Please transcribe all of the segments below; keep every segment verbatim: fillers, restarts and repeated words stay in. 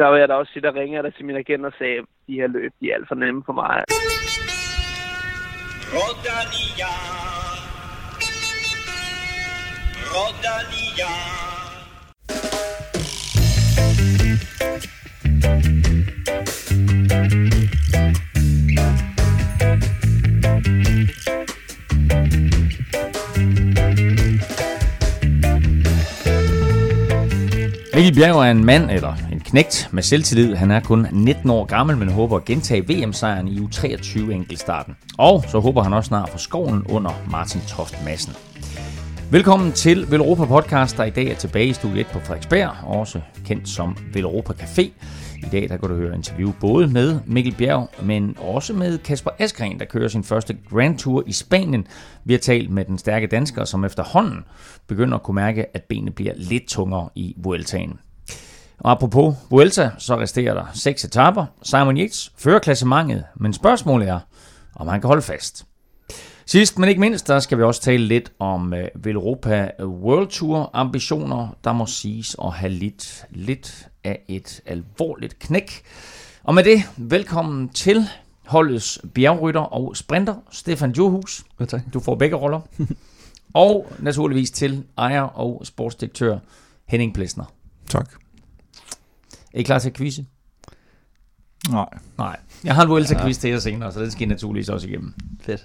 der var jeg da også sige, der ringer der til min agent og sagde, de her løb, de er alt for nemme for mig. Rodalia. Rodalia. Mikkel Bjerg er en mand, eller en knægt med selvtillid. Han er kun nitten år gammel, men håber at gentage V M-sejren i U treogtyve enkeltstarten. Og så håber han også snart for skoven under Martin Toft Madsen. Velkommen til Velropa Podcast, der i dag er tilbage i studie et på Frederiksberg, også kendt som Velropa Café. I dag der kan du høre interview både med Mikkel Bjerg, men også med Kasper Asgreen, der kører sin første Grand Tour i Spanien. Vi har talt med den stærke dansker, som efterhånden begynder at kunne mærke, at benene bliver lidt tungere i Vueltaen. Og apropos Vuelta, så resterer der seks etaper. Simon Yates fører klassementet, men spørgsmålet er, om han kan holde fast. Sidst, men ikke mindst, der skal vi også tale lidt om uh, Velropa World Tour ambitioner, der må siges at have lidt, lidt af et alvorligt knæk. Og med det, velkommen til holdets bjergrytter og sprinter, Stefan Djurhus. Ja, tak. Du får begge roller. Og naturligvis til ejer og sportsdirektør Henning Plesner. Tak. Er I klar til at quizze? Nej. Nej. Jeg har en Vuelta-quiz til jer senere, så den skal I naturligvis også igennem. Fedt.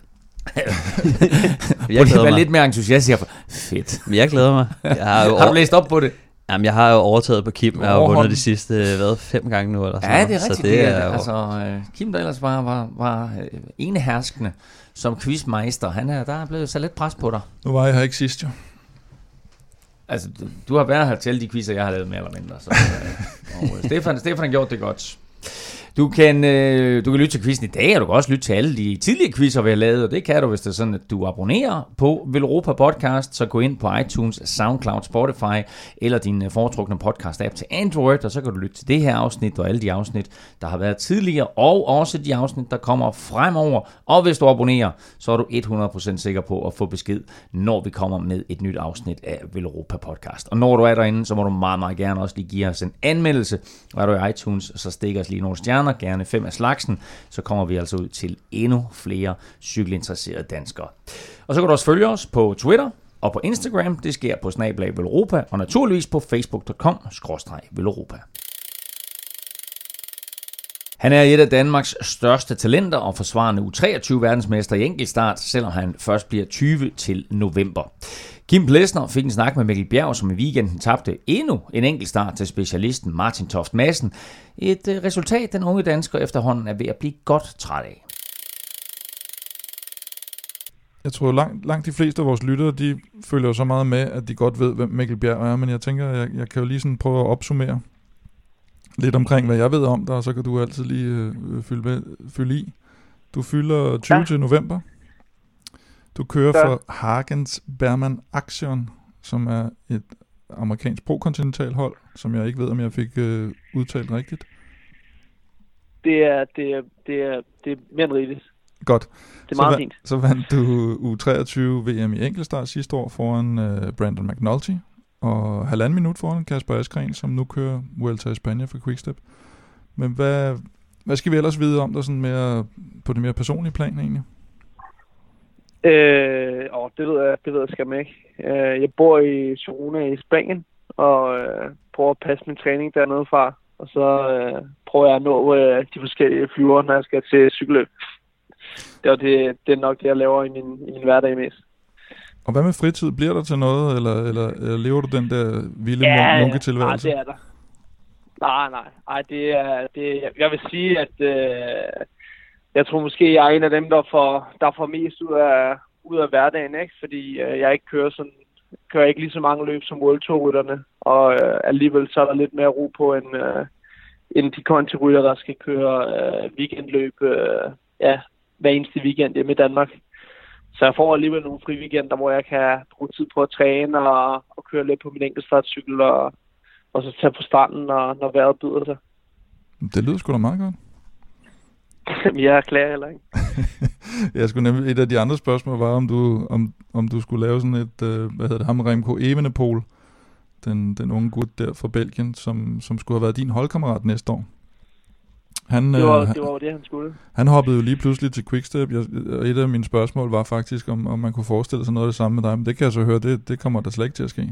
jeg glæder mig. Lidt mere entusiastisk. Fedt. Men jeg glæder mig. Jeg har, jo har du læst op på det? Jamen, jeg har jo overtaget på Kim. Jeg har jo vundet de sidste, hvad, fem gange nu. Eller sådan. Ja, det er rigtigt. Så det er jo... Altså, Kim, der ellers var, var, var eneherskende som quizmeister, han er, der er blevet så lidt pres på dig. Nu var jeg her ikke sidst, jo. Altså, du, du har været her til de quizzer, jeg har lavet mere eller mindre. Så, og Stefan, Stefan har gjort det godt. Du kan, øh, du kan lytte til quizzen i dag, og du kan også lytte til alle de tidligere quizzer, vi har lavet, og det kan du, hvis det er sådan, at du abonnerer på Velropa Podcast, så gå ind på iTunes, SoundCloud, Spotify, eller din foretrukne podcast-app til Android, og så kan du lytte til det her afsnit, og alle de afsnit, der har været tidligere, og også de afsnit, der kommer fremover. Og hvis du abonnerer, så er du hundrede procent sikker på at få besked, når vi kommer med et nyt afsnit af Velropa Podcast. Og når du er derinde, så må du meget, meget gerne også lige give os en anmeldelse, og er du i iTunes, så stik os lige nogle stjerner, gerne fem af slagsen, så kommer vi altså ud til endnu flere cykelinteresserede danskere. Og så kan du også følge os på Twitter og på Instagram. Det sker på snabel-a Velropa og naturligvis på facebook punktum com skråstreg velropa. Han er et af Danmarks største talenter og forsvarende U treogtyve verdensmester i enkeltstart, selvom han først bliver tyve til november. Kim Plesner fik en snak med Mikkel Bjerg, som i weekenden tabte endnu en enkeltstart til specialisten Martin Toft Madsen. Et resultat, den unge dansker efterhånden er ved at blive godt træt af. Jeg tror langt, langt de fleste af vores lyttere, de følger jo så meget med, at de godt ved, hvem Mikkel Bjerg er, men jeg tænker, jeg, jeg kan jo lige sådan prøve at opsummere lidt omkring, hvad jeg ved om dig, og så kan du altid lige øh, fylde, med, fylde i. Du fylder tyve ja. til november. Du kører ja. for Hagens Berman Axion, som er et amerikansk pro-kontinental hold, som jeg ikke ved, om jeg fik øh, udtalt rigtigt. Det er, det er, det er, det er mere end rigtigt. Godt. Det er meget så, fint. Så vandt du U treogtyve V M i enkeltstart sidste år foran øh, Brandon McNulty, og halvanden minut foran Kasper Asgreen, som nu kører Vuelta i Spanien for Quickstep. Men hvad, hvad skal vi ellers vide om dig sådan mere, på det mere personlige plan egentlig? Øh, åh, det ved jeg, det ved jeg skam ikke. Øh, jeg bor i Girona i Spanien, og øh, prøver at passe min træning dernede fra. Og så øh, prøver jeg at nå øh, de forskellige flyver, når jeg skal til cykelløb. Det er, det, det er nok det, jeg laver i min, i min hverdag mest. Og hvad med fritid? Bliver der til noget, eller, eller, eller lever du den der vilde ja, munketilværelse? Nej, det er der. Nej, nej. Ej, det er, det, jeg vil sige, at øh, jeg tror måske, jeg er en af dem, der får, der får mest ud af, ud af hverdagen, ikke? Fordi øh, jeg ikke kører, sådan, kører ikke lige så mange løb som World Tour-rytterne, og øh, alligevel så er der lidt mere ro på, end, øh, end de konti-rytter, der skal køre øh, weekendløb øh, ja, hver eneste weekend hjemme i Danmark. Så jeg får alligevel nogle fri weekender, hvor jeg kan bruge tid på at træne og, og køre lidt på min enkeltstartcykel og, og så tage på stranden, når, når vejret byder sig. Det lyder sgu da meget godt. Jeg klager heller ikke. Jeg skulle nemlig, et af de andre spørgsmål var, om du, om, om du skulle lave sådan et, øh, hvad hedder det, ham Remco Evenepoel, den, den unge gut der fra Belgien, som, som skulle have været din holdkammerat næste år. Han, det, var, øh, det var jo det, han skulle. Han hoppede jo lige pludselig til Quickstep, jeg, og et af mine spørgsmål var faktisk, om, om man kunne forestille sig noget af det samme med dig, men det kan jeg så høre, det, det kommer der slet ikke til at ske.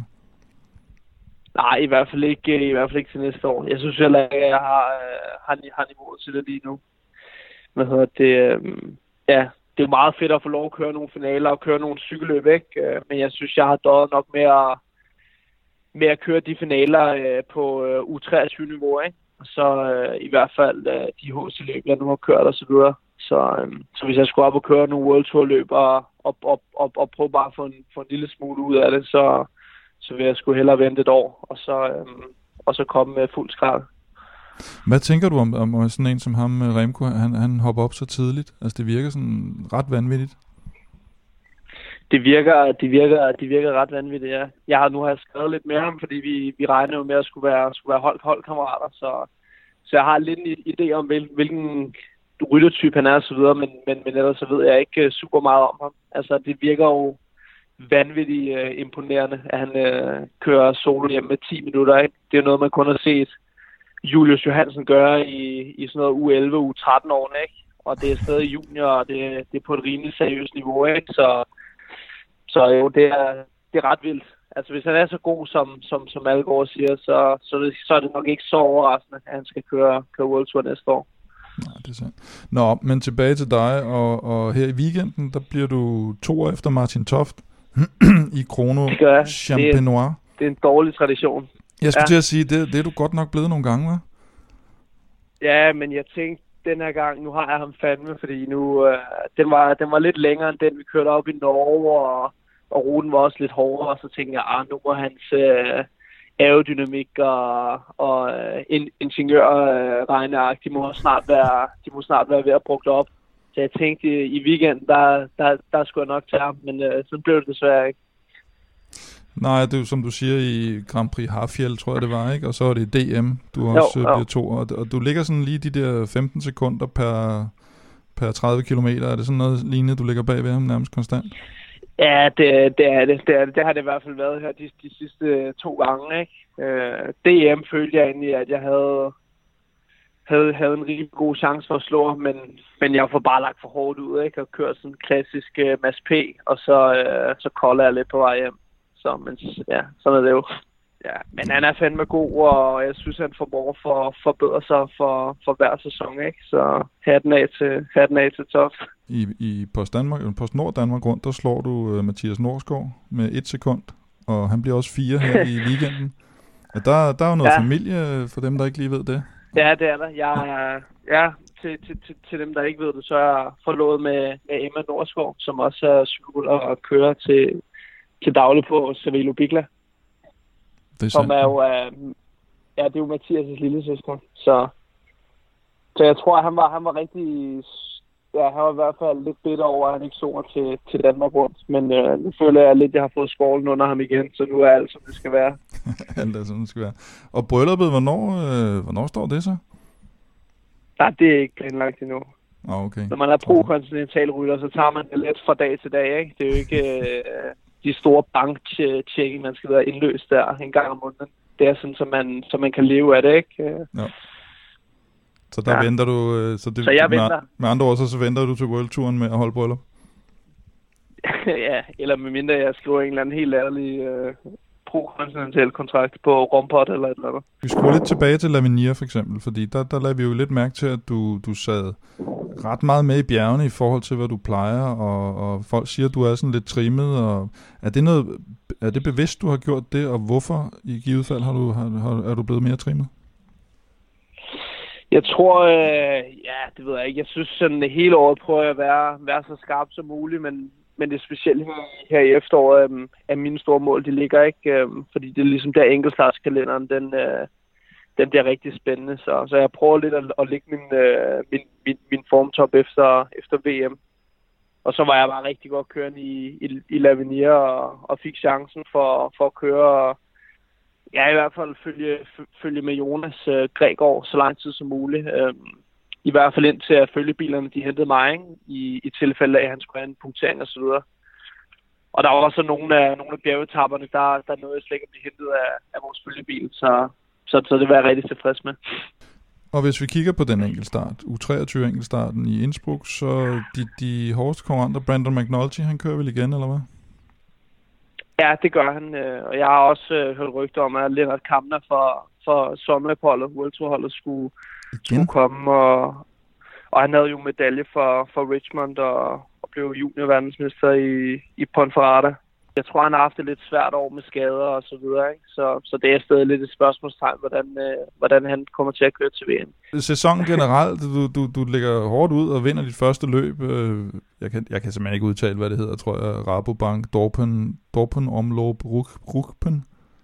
Nej, i hvert fald ikke, i hvert fald ikke til næste år. Jeg synes heller ikke, at jeg har, har, har niveauet til det lige nu. Hvad hedder det? Øh, ja, det er meget fedt at få lov at køre nogle finaler og køre nogle cykelløb, ikke? Øh, men jeg synes, jeg har døjet nok med at, med at køre de finaler øh, på øh, U treogtyve-niveau, ikke? Og så øh, i hvert fald øh, de H C-løb, jeg nu har kørt og så videre. Så, øh, så hvis jeg skulle op og køre nogle World Tour-løb og, og, og, og, og prøve bare at få en, få en lille smule ud af det, så, så vil jeg sgu hellere vente et år, og så, øh, og så komme med fuld skrald. Hvad tænker du om, om sådan en som ham, Remco, han, han hopper op så tidligt? Altså det virker sådan ret vanvittigt. Det virker, det virker, det virker ret vanvittigt, ja. Jeg har nu har jeg skrevet lidt med ham, fordi vi, vi regner jo med at skulle være, skulle være hold, holdkammerater, så, så jeg har lidt en idé om, hvil, hvilken ryttertype han er og så videre, men, men, men ellers så ved jeg ikke super meget om ham. Altså det virker jo vanvittigt uh, imponerende, at han uh, kører solo hjem med ti minutter, ikke? Det er noget, man kun har set Julius Johansen gøre i, i sådan noget U elleve, U tretten år, ikke? Og det er stadig junior, og det, det er på et rimelig seriøst niveau, ikke? Så Så jo, det er, det er ret vildt. Altså, hvis han er så god, som, som, som Algaard siger, så, så, det, så er det nok ikke så overraskende, at han skal køre, køre World Tour næste år. Nej, det er sandt. Nå, men tilbage til dig, og, og her i weekenden, der bliver du to år efter Martin Toft i Chrono Champenois. Det, det er en dårlig tradition. Jeg skulle ja. til at sige, det, det er du godt nok blevet nogle gange, hva'? Ja, men jeg tænkte, den her gang, nu har jeg ham fandme, fordi nu, øh, den, var, den var lidt længere end den, vi kørte op i Norge, og, og ruten var også lidt hårdere, og så tænkte jeg, ah, nu må hans øh, aerodynamik og, og øh, in, ingeniørregneark, de må snart være, de må snart være ved at brugt op. Så jeg tænkte, i, i weekenden, der, der, der skulle jeg nok tage ham, men øh, sådan blev det desværre ikke. Nej, det er jo som du siger i Grand Prix Harfjell, tror jeg det var, ikke? Og så er det D M, du også jo, jo. bliver to. Og, og du ligger sådan lige de der femten sekunder per, per tredive kilometer. Er det sådan noget lignende, du ligger bag ved ham nærmest konstant? Ja, det, det er det. Det, er det. det har det i hvert fald været her de, de sidste to gange, ikke? Uh, D M følte jeg egentlig, at jeg havde, havde, havde en rigtig god chance for at slå, men, men jeg får bare lagt for hårdt ud, ikke? Og kørt sådan en klassisk uh, Mads P, og så, uh, så kolder jeg lidt på vej hjem. Så, men ja, sådan er det jo. Ja, men han er fandme god, og jeg synes, han formår for at forbedre sig for, for hver sæson, ikke? Så hatten af til, hatten af til Toft. I, i Post, Danmark, Post Nord Danmark rundt, der slår du uh, Mathias Norsgaard med et sekund, og han bliver også fire her i weekenden. Ja, der, der er jo noget ja. familie for dem, der ikke lige ved det. Ja, det er der. Jeg, ja, til, til, til, til dem, der ikke ved det, så er jeg forlovet med, med Emma Norsgaard, som også er cykel og kører til... til daglig på Cervelo Bigla. Det er som er jo, uh, ja, det er jo Mathias' lille søster. Så, så jeg tror, at han var, han var rigtig, ja, han var i hvert fald lidt bitter over, at han ikke så mig til, til Danmark rundt. Men uh, nu føler jeg lidt, at jeg har fået skålen under ham igen, så nu er alt, som det skal være. Alt er, som det skal være. Og brylluppet, hvornår, øh, hvornår står det så? Nej, det er ikke planlagt endnu. Oh, okay. Når man er pro-kontinental rytter, så tager man det lidt fra dag til dag, ikke? Det er jo ikke... Øh, de store banktjekke, man skal være indløst der en gang om måneden. Det er sådan, så man, så man kan leve af det, ikke? Ja. Så der ja. venter du... Så, det, så jeg med, venter. Med andre ord, så, så venter du til World-turen med at holde bryllup? Ja, eller med mindre jeg skriver en eller anden helt ærlig øh, pro-kontinental kontrakt på Rompot eller et eller andet. Vi skruer lidt tilbage til Lavinia for eksempel, fordi der, der lavede vi jo lidt mærke til, at du, du sad ret meget med i bjergene i forhold til, hvad du plejer, og, og folk siger, at du er sådan lidt trimmet, og er det noget, er det bevidst, du har gjort det, og hvorfor i givet fald har du, har, har, er du blevet mere trimmet? Jeg tror, øh, ja, det ved jeg ikke. Jeg synes sådan hele året prøver jeg at være, være så skarp som muligt, men, men det er specielt her i efteråret, øh, at mine store mål, de ligger ikke, øh, fordi det er ligesom der enkeltstartskalenderen, den, øh, den bliver rigtig spændende. Så, så jeg prøver lidt at, at lægge min, øh, min, min, min formtop efter, efter V M. Og så var jeg bare rigtig godt kørende i, i, i Lavinia og, og fik chancen for, for at køre, ja, i hvert fald følge, følge med Jonas øh, Gregor så lang tid som muligt. Øh, I hvert fald indtil at følgebilerne, de hentede mig, ikke? I, i tilfælde af, at han skulle have en punktering og så videre. og der var også nogle af, nogle af bjergetapperne, der, der nåede slet ikke at blive hentet af, af vores følgebil, så, så, så det var jeg rigtig tilfreds med. Og hvis vi kigger på den enkeltstart, U treogtyve enkeltstarten i Innsbruck, så de, de hårdeste konkurrenter, Brandon McNulty, han kører vel igen, eller hvad? Ja, det gør han, og jeg har også øh, hørt rygter om, at Lennart Kamner for, for sommerholdet, World Tour-holdet, skulle, skulle komme, og, og han havde jo medalje for, for Richmond og, og blev junior-verdensmester i, i Ponferrada. Jeg tror, han har haft det lidt svært over med skader og så videre, ikke? Så, så det er stadig lidt et spørgsmålstegn, hvordan, øh, hvordan han kommer til at køre til V M. Sæsonen generelt, du, du, du ligger hårdt ud og vinder dit første løb. Jeg kan, jeg kan simpelthen ikke udtale, hvad det hedder, tror jeg. Rabobank, Dorpen, Dorpen Omloop, Rukpen.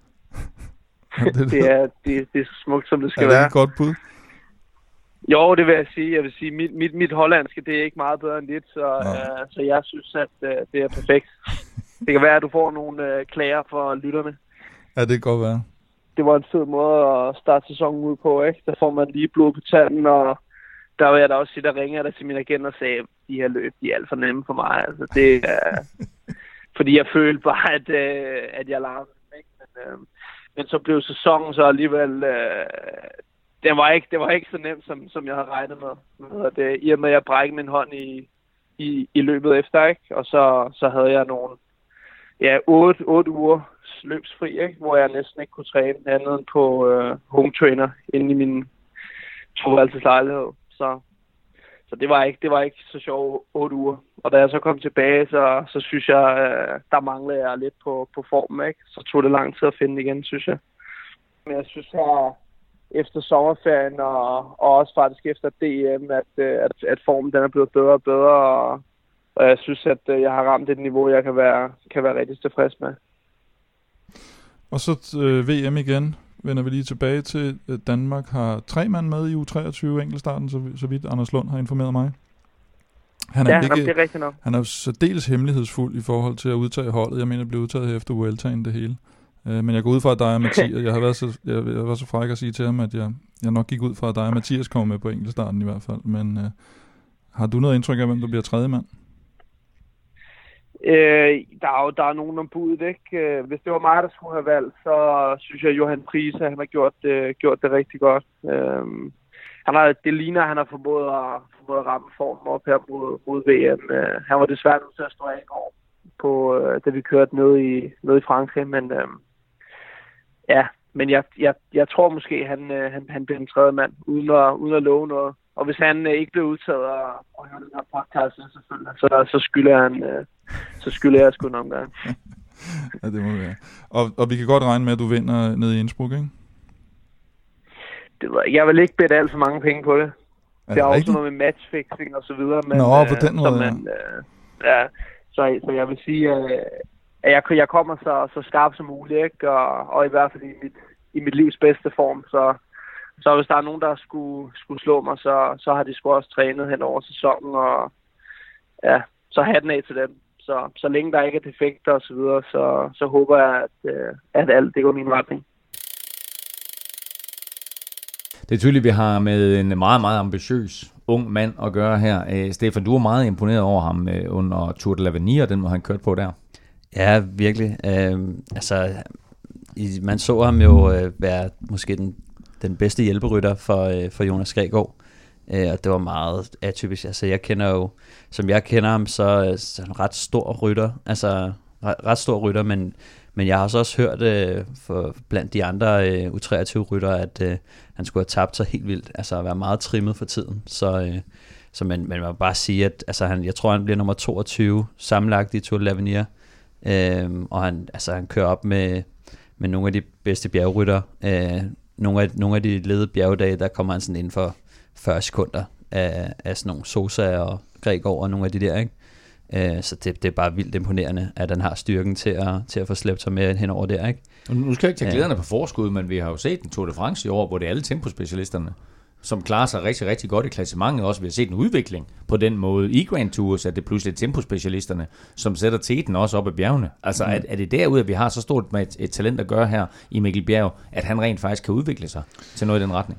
det, det, det, er, det, det er så smukt, som det skal være. Er det et godt bud? Jo, det vil jeg sige. Jeg vil sige, mit, mit, mit hollandske, det er ikke meget bedre end dit, så, øh, så jeg synes, at øh, det er perfekt. Det kan være, at du får nogle øh, klager for lytterne. Ja, det kan godt være. Det var en fed måde at starte sæsonen ud på, ikke? Der får man lige blod på tanden, og der vil jeg da også sige, der ringer der til min agent og sagde, de her løb, de er alt for nemme for mig. Altså, det er, øh, fordi jeg følte bare, at, øh, at jeg lavede dem, ikke? Men, øh, men så blev sæsonen så alligevel... Øh, det, var ikke, det var ikke så nemt, som, som jeg havde regnet med. Det, I og med, at jeg brækkede min hånd i, i, i løbet efter, ikke? Og så, så havde jeg nogle... Ja, otte, otte uger løbsfri, ikke? Hvor jeg næsten ikke kunne træne andet end på øh, home trainer inde i min toværelseslejlighed. Så, så det var ikke det var ikke så sjovt otte uger. Og da jeg så kom tilbage, så, så synes jeg, øh, der manglede jeg lidt på, på formen, ikke? Så tog det lang tid at finde igen, synes jeg. Men jeg synes her efter sommerferien og, og også faktisk efter D M, at, at, at formen den er blevet bedre og bedre, og Og jeg synes, at jeg har ramt et niveau, jeg kan være, kan være rigtig tilfreds med. Og så øh, V M igen, vender vi lige tilbage til. Danmark har tre mand med i U treogtyve enkeltstarten, så, så vidt Anders Lund har informeret mig. Han er ja, ikke, det er rigtigt nok. Han er særdeles hemmelighedsfuld i forhold til at udtage holdet. Jeg mener, det blev udtaget efter Vueltaen det hele. Øh, men jeg går ud fra, at dig og Mathias, jeg har været så, jeg, jeg var så fræk at sige til ham, at jeg, jeg nok gik ud fra, at dig og Mathias kommer med på enkeltstarten i hvert fald. Men øh, har du noget indtryk af, hvem der bliver tredje mand? Øh, der, er jo, der er nogen om budet, ikke? Hvis det var mig, der skulle have valgt, så synes jeg, at Johan Prise, han har gjort, øh, gjort det rigtig godt. Øh, han har, det ligner, han har formået at, formået at ramme formen op her mod, mod V M. Øh, han var desværre nødt til at stå af i går, på, øh, da vi kørte ned i, ned i Frankrig, men øh, ja, men jeg, jeg, jeg tror måske, han, øh, han, han bliver en tredje mand, uden at, uden at love noget. Og hvis han øh, ikke bliver udtaget og, og hører den her podcast, selvfølgelig, så, så skylder han... Øh, så skylder jeg sgu en omgang. Ja, det må være. Og, og vi kan godt regne med, at du vinder nede i Innsbruck, ikke? Det ved jeg. Jeg vil ikke bede alt for mange penge på det. Er det, det er også noget med matchfixing og så videre. Men, Nå, på den måde, man, øh, ja. Så, så jeg vil sige, øh, at jeg, jeg kommer så, så skarp som muligt, ikke? Og, og i hvert fald i mit, i mit livs bedste form. Så, så hvis der er nogen, der skulle, skulle slå mig, så, så har de sgu også trænet hen over sæsonen. Og ja, så hatten af til dem. Så, så længe der ikke er defekter og så videre, så, så håber jeg, at, at alt det går min retning. Det er tydeligt, at vi har med en meget, meget ambitiøs ung mand at gøre her. Stefan, du er meget imponeret over ham under Tour de l'Avenir, den må han kørt på der. Ja, virkelig. Øh, altså, man så ham jo øh, være måske den, den bedste hjælperytter for, øh, for Jonas Gregor. Uh, og det var meget atypisk. Altså, jeg kender jo, som jeg kender ham, så, så er han ret stor rytter. Altså, ret, ret stor rytter, men, men jeg har så også hørt uh, for, blandt de andre uh, U treogtyve-rytter, at uh, han skulle have tabt sig helt vildt. Altså, at være meget trimmet for tiden. Så, uh, så man, man må bare sige, at altså, han, jeg tror, han bliver nummer toogtyve sammenlagt i Tour de l'Avenir. Uh, og han, altså, han kører op med, med nogle af de bedste bjergrytter. Uh, nogle, af, nogle af de ledede bjergdage, der kommer han sådan inden for fyrre sekunder af, af sådan nogle Sosa og Gregor og nogle af de der, ikke? Uh, så det, det er bare vildt imponerende, at han har styrken til at, til at få slæbt sig med hen over der, ikke? Nu skal jeg ikke tage glæderne på forskud, men vi har jo set en Tour de France i år, hvor det er alle tempospecialisterne, som klarer sig rigtig, rigtig godt i klassementet. Også vi har set en udvikling på den måde i Grand Tours, at det pludselig er tempospecialisterne, som sætter teten også op ad bjergene. Altså mm. er, er det derude, at vi har så stort med et, et talent at gøre her i Mikkel Bjerg, at han rent faktisk kan udvikle sig til noget i den retning?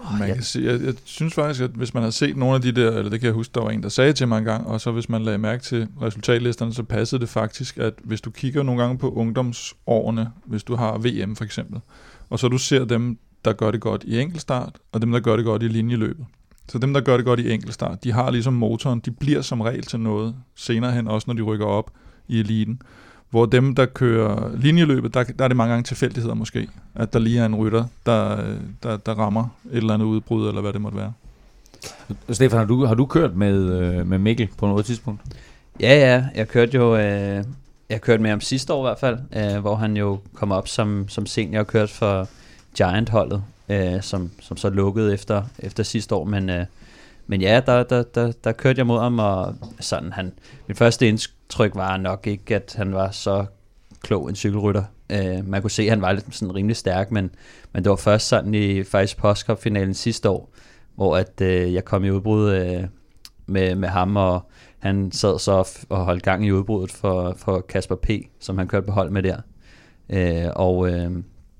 Man kan sige, jeg, jeg synes faktisk, at hvis man har set nogle af de der, eller det kan jeg huske, der var en, der sagde til mig engang, og så hvis man lagde mærke til resultatlisterne, så passede det faktisk, at hvis du kigger nogle gange på ungdomsårene, hvis du har V M for eksempel, og så du ser dem, der gør det godt i enkeltstart, og dem, der gør det godt i linjeløbet. Så dem, der gør det godt i enkeltstart, de har ligesom motoren, de bliver som regel til noget senere hen, også når de rykker op i eliten. Hvor dem, der kører linjeløbet, der, der er det mange gange tilfældigheder måske. At der lige er en rytter, der, der, der rammer et eller andet udbrud, eller hvad det måtte være. Stefan, har du, har du kørt med, med Mikkel på noget tidspunkt? Ja, ja. Jeg kørte jo øh, jeg kørte med ham sidste år i hvert fald, øh, hvor han jo kom op som, som senior og kørte for Giant-holdet, øh, som, som så lukkede efter, efter sidste år. Men, øh, men ja, der, der, der, der kørte jeg mod ham, og sådan, han, min første indtryk var nok ikke, at han var så klog en cykelrytter. Uh, man kunne se, at han var lidt sådan rimelig stærk, men, men det var først sådan i faktisk Postcup-finalen sidste år, hvor at, uh, jeg kom i udbrud uh, med, med ham, og han sad så og holdt gang i udbruddet for, for Kasper P., som han kørte på hold med der. Uh, og, uh,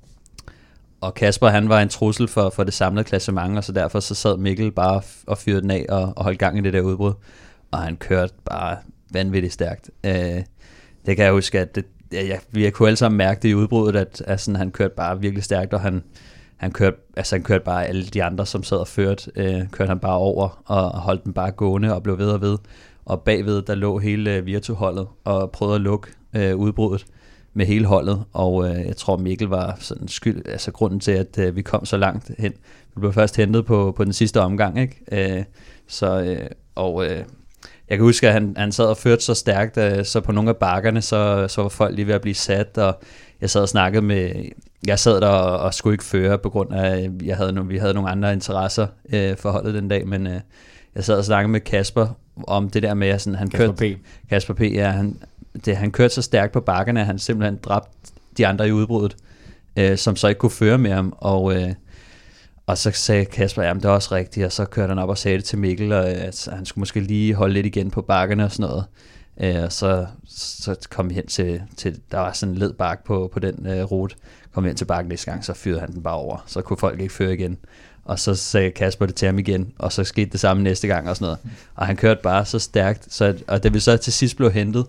og Kasper, han var en trussel for, for det samlede klassement, og så derfor så sad Mikkel bare og fyrede den af og, og holdt gang i det der udbrud, og han kørte bare vanvittigt stærkt. Uh, det kan jeg huske, at det, jeg, jeg kunne alle sammen mærke det i udbruddet, at, at sådan, han kørte bare virkelig stærkt, og han, han, kørte, altså, han kørte bare alle de andre, som sad og førte, øh, kørte han bare over, og, og holdt dem bare gående, og blev ved og ved. Og bagved, der lå hele Virtu-holdet, og prøvede at lukke øh, udbruddet med hele holdet, og øh, jeg tror Mikkel var sådan skyld, altså grunden til, at øh, vi kom så langt hen. Vi blev først hentet på, på den sidste omgang, ikke? Øh, så, øh, og... Øh, Jeg kan huske, at han, han sad og førte så stærkt, uh, så på nogle af bakkerne, så, så var folk lige ved at blive sat, og jeg sad og snakkede med, jeg sad der og, og skulle ikke føre, på grund af, jeg havde no, vi havde nogle andre interesser uh, for holdet den dag, men uh, jeg sad og snakkede med Kasper om det der med, at sådan, han Kasper kørte, P. Kasper P, ja, han, det, han kørte så stærkt på bakkerne, at han simpelthen dræbte de andre i udbruddet, uh, som så ikke kunne føre med ham, og... Uh, Og så sagde Kasper, jamen det er også rigtigt, og så kørte han op og sagde det til Mikkel, og at han skulle måske lige holde lidt igen på bakkerne og sådan noget. Øh, og så, så kom vi hen til, til, der var sådan en led bakke på, på den øh, rute, kom vi hen til bakken næste gang, så fyrede han den bare over, så kunne folk ikke føre igen. Og så sagde Kasper det til ham igen, og så skete det samme næste gang og sådan noget. Og han kørte bare så stærkt, så, og da vi så til sidst blev hentet,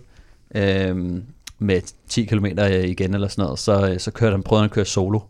øh, med ti kilometer igen eller sådan noget, så, så kørte han, prøvede han at køre solo.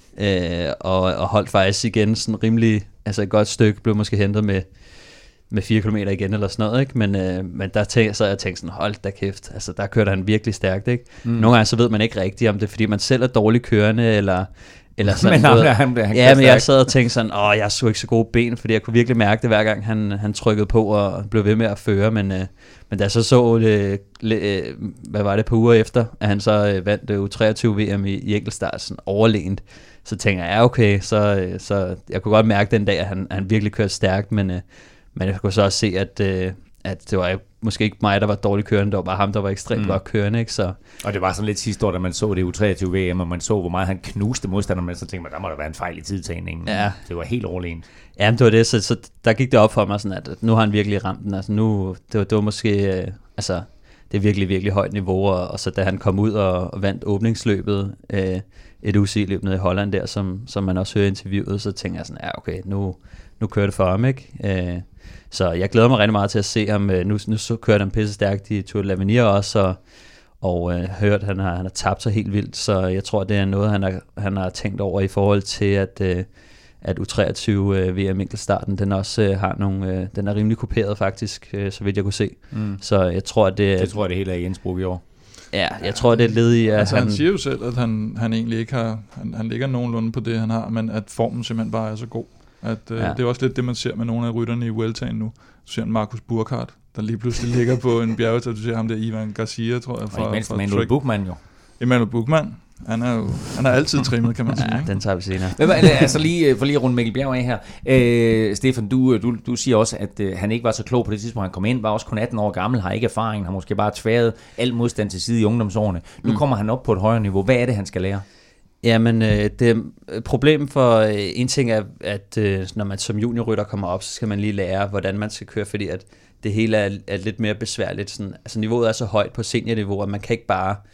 Øh, og, og holdt faktisk igen sådan rimelig, altså et godt stykke, blev måske hentet med, med fire kilometer igen eller sådan noget, ikke? Men, øh, men der tænkte, så jeg tænkte sådan, hold da kæft, altså der kørte han virkelig stærkt, ikke? Mm. Nogle gange så ved man ikke rigtigt, om det er fordi man selv er dårlig kørende, eller, eller sådan men, noget. Han, han ja, men jeg sad og tænkte sådan, åh, jeg så ikke så gode ben, fordi jeg kunne virkelig mærke det, hver gang han, han trykkede på og blev ved med at føre, men, øh, men da jeg så så det, øh, hvad var det, på uger efter, at han så øh, vandt U treogtyve V M i, i enkeltstart, sådan overlegent, så tænker jeg, ja okay, så, så jeg kunne godt mærke den dag, at han, han virkelig kørte stærkt, men, øh, men jeg kunne så også se, at, øh, at det var måske ikke mig, der var dårlig kørende, det var bare ham, der var ekstremt mm. godt kørende, ikke? Så. Og det var sådan lidt sidste år, da man så det U treogtyve V M, og man så, hvor meget han knuste modstanderen, men så tænkte man, der må der være en fejl i tidtagningen. Ja. Det var helt overlegent. Ja, det var det, så, så der gik det op for mig, sådan at nu har han virkelig ramt den, altså nu, det var, det var måske, øh, altså, det er virkelig, virkelig højt niveau, og, og så da han kom ud og, og vandt åbningsløbet, øh, et U C I-løb nede i Holland der, som, som man også hører i interviewet, så tænker jeg sådan, ja okay, nu, nu kører det for ham, ikke? Øh, så jeg glæder mig rigtig meget til at se ham. Nu, nu så kørte han pisse stærkt i Tour de l'Avenir også, og, og øh, hørt, at han har, han har tabt sig helt vildt, så jeg tror, det er noget, han har, han har tænkt over i forhold til, at, øh, at U treogtyve øh, V M enkeltstarten, den også øh, har nogle, øh, den er rimelig kuperet faktisk, øh, så vidt jeg kunne se. Mm. Så jeg tror, at det... Det tror jeg, det hele er i Innsbruck i år. Ja, jeg tror, det er led i, at altså, han... han siger jo selv, at han, han egentlig ikke har... Han, han ligger nogenlunde på det, han har, men at formen simpelthen bare er så god. At, øh, ja. Det er også lidt det, man ser med nogle af rytterne i Vueltaen nu. Du ser en Markus Burkhardt, der lige pludselig ligger på en bjergetab. Du ser ham der, Ivan Garcia, tror jeg. Fra, og imens Emanuel Buchmann jo. Emanuel Buchmann. Han er jo han er altid trimmet, kan man sige. Ja, ikke? den tager vi senere. Men, altså lige, for lige at runde Mikkel Bjerg af her. Øh, Stefan, du, du, du siger også, at øh, han ikke var så klog på det tidspunkt, han kom ind, var også kun atten år gammel, har ikke erfaring, har måske bare tværet al modstand til side i ungdomsårene. Nu mm. kommer han op på et højere niveau. Hvad er det, han skal lære? Jamen, øh, det problem for øh, en ting er, at øh, når man som juniorrytter kommer op, så skal man lige lære, hvordan man skal køre, fordi at det hele er, er lidt mere besværligt. Sådan, altså niveauet er så højt på seniorniveau, at man kan ikke bare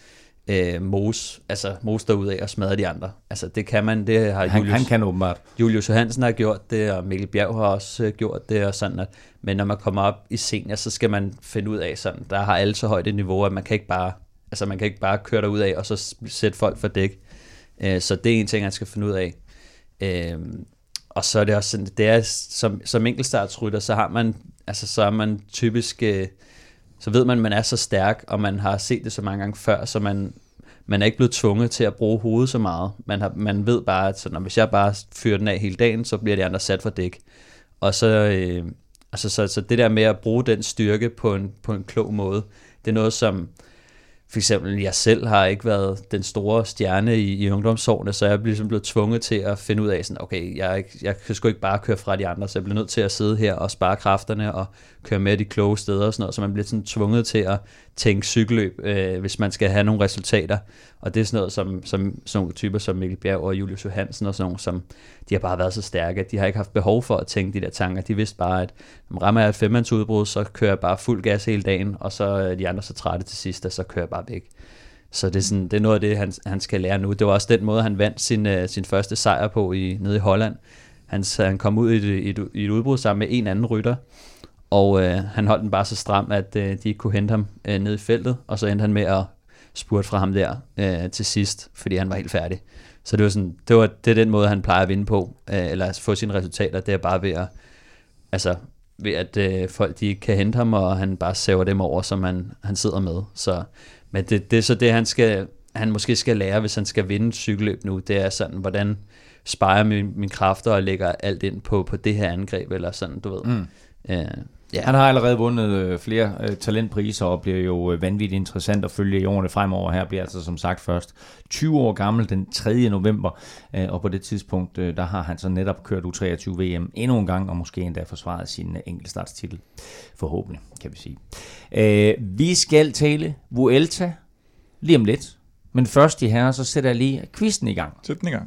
øh, mose, altså mose derudad og smadre de andre. Altså det kan man, det har han, Julius, han kan åbenbart. Julius Johansen har gjort det, og Mikkel Bjerg har også øh, gjort det, og sådan at, men når man kommer op i senior, så skal man finde ud af sådan, der har alle så højt et niveau, at man kan ikke bare, altså man kan ikke bare køre derud af, og så sætte folk for dæk. Øh, så det er en ting, han skal finde ud af. Øh, og så er det også sådan, det er som, som enkeltstartsrytter, så har man, altså så er man typisk, øh, så ved man, at man er så stærk, og man har set det så mange gange før, så man, man er ikke blevet tvunget til at bruge hovedet så meget. Man, har, man ved bare, at sådan, hvis jeg bare fyrer den af hele dagen, så bliver de andre sat for dæk. Og så, øh, altså, så, så det der med at bruge den styrke på en, på en klog måde, det er noget, som for eksempel jeg selv har ikke været den store stjerne i, i ungdomsårene, så jeg er ligesom blevet tvunget til at finde ud af, sådan, okay, jeg, ikke, jeg kan sgu ikke bare køre fra de andre, så jeg bliver nødt til at sidde her og spare kræfterne og køre med de kloge steder og sådan noget, så man bliver sådan tvunget til at tænke cykelløb, øh, hvis man skal have nogle resultater. Og det er sådan noget, som, som sådan nogle typer som Mikkel Bjerg og Julius Johansen og sådan nogle, som de har bare været så stærke, at de har ikke haft behov for at tænke de der tanker. De vidste bare, at når rammer jeg et femmandsudbrud, så kører jeg bare fuld gas hele dagen, og så er de andre så trætte til sidst, og så kører jeg bare væk. Så det er, sådan, det er noget af det, han, han skal lære nu. Det var også den måde, han vandt sin, uh, sin første sejr på i, nede i Holland. Han, han kom ud i et, i, et, i et udbrud sammen med en anden rytter, og uh, han holdt den bare så stram, at uh, de ikke kunne hente ham uh, ned i feltet, og så endte han med at spurte fra ham der uh, til sidst, fordi han var helt færdig. Så det var sådan, det var det er den måde, han plejer at vinde på, uh, eller få sine resultater, det er bare ved at, altså, ved at uh, folk de kan hente ham, og han bare saver dem over, som han, han sidder med. Så men det, det er så det, han skal, han måske skal lære, hvis han skal vinde cykelløb nu, det er sådan, hvordan sparer jeg mine, mine kræfter og lægger alt ind på, på det her angreb, eller sådan, du ved. Mm. Uh, Ja. Han har allerede vundet øh, flere øh, talentpriser og bliver jo øh, vanvittigt interessant at følge i årene fremover. Her bliver altså som sagt først tyve år gammel den tredje november, øh, og på det tidspunkt, øh, der har han så netop kørt U treogtyve V M endnu en gang, og måske endda forsvaret sin øh, enkeltstartstitel. Forhåbentlig, kan vi sige. Øh, vi skal tale Vuelta lige om lidt, men først de her, så sætter jeg lige quizzen i gang. Sæt den i gang.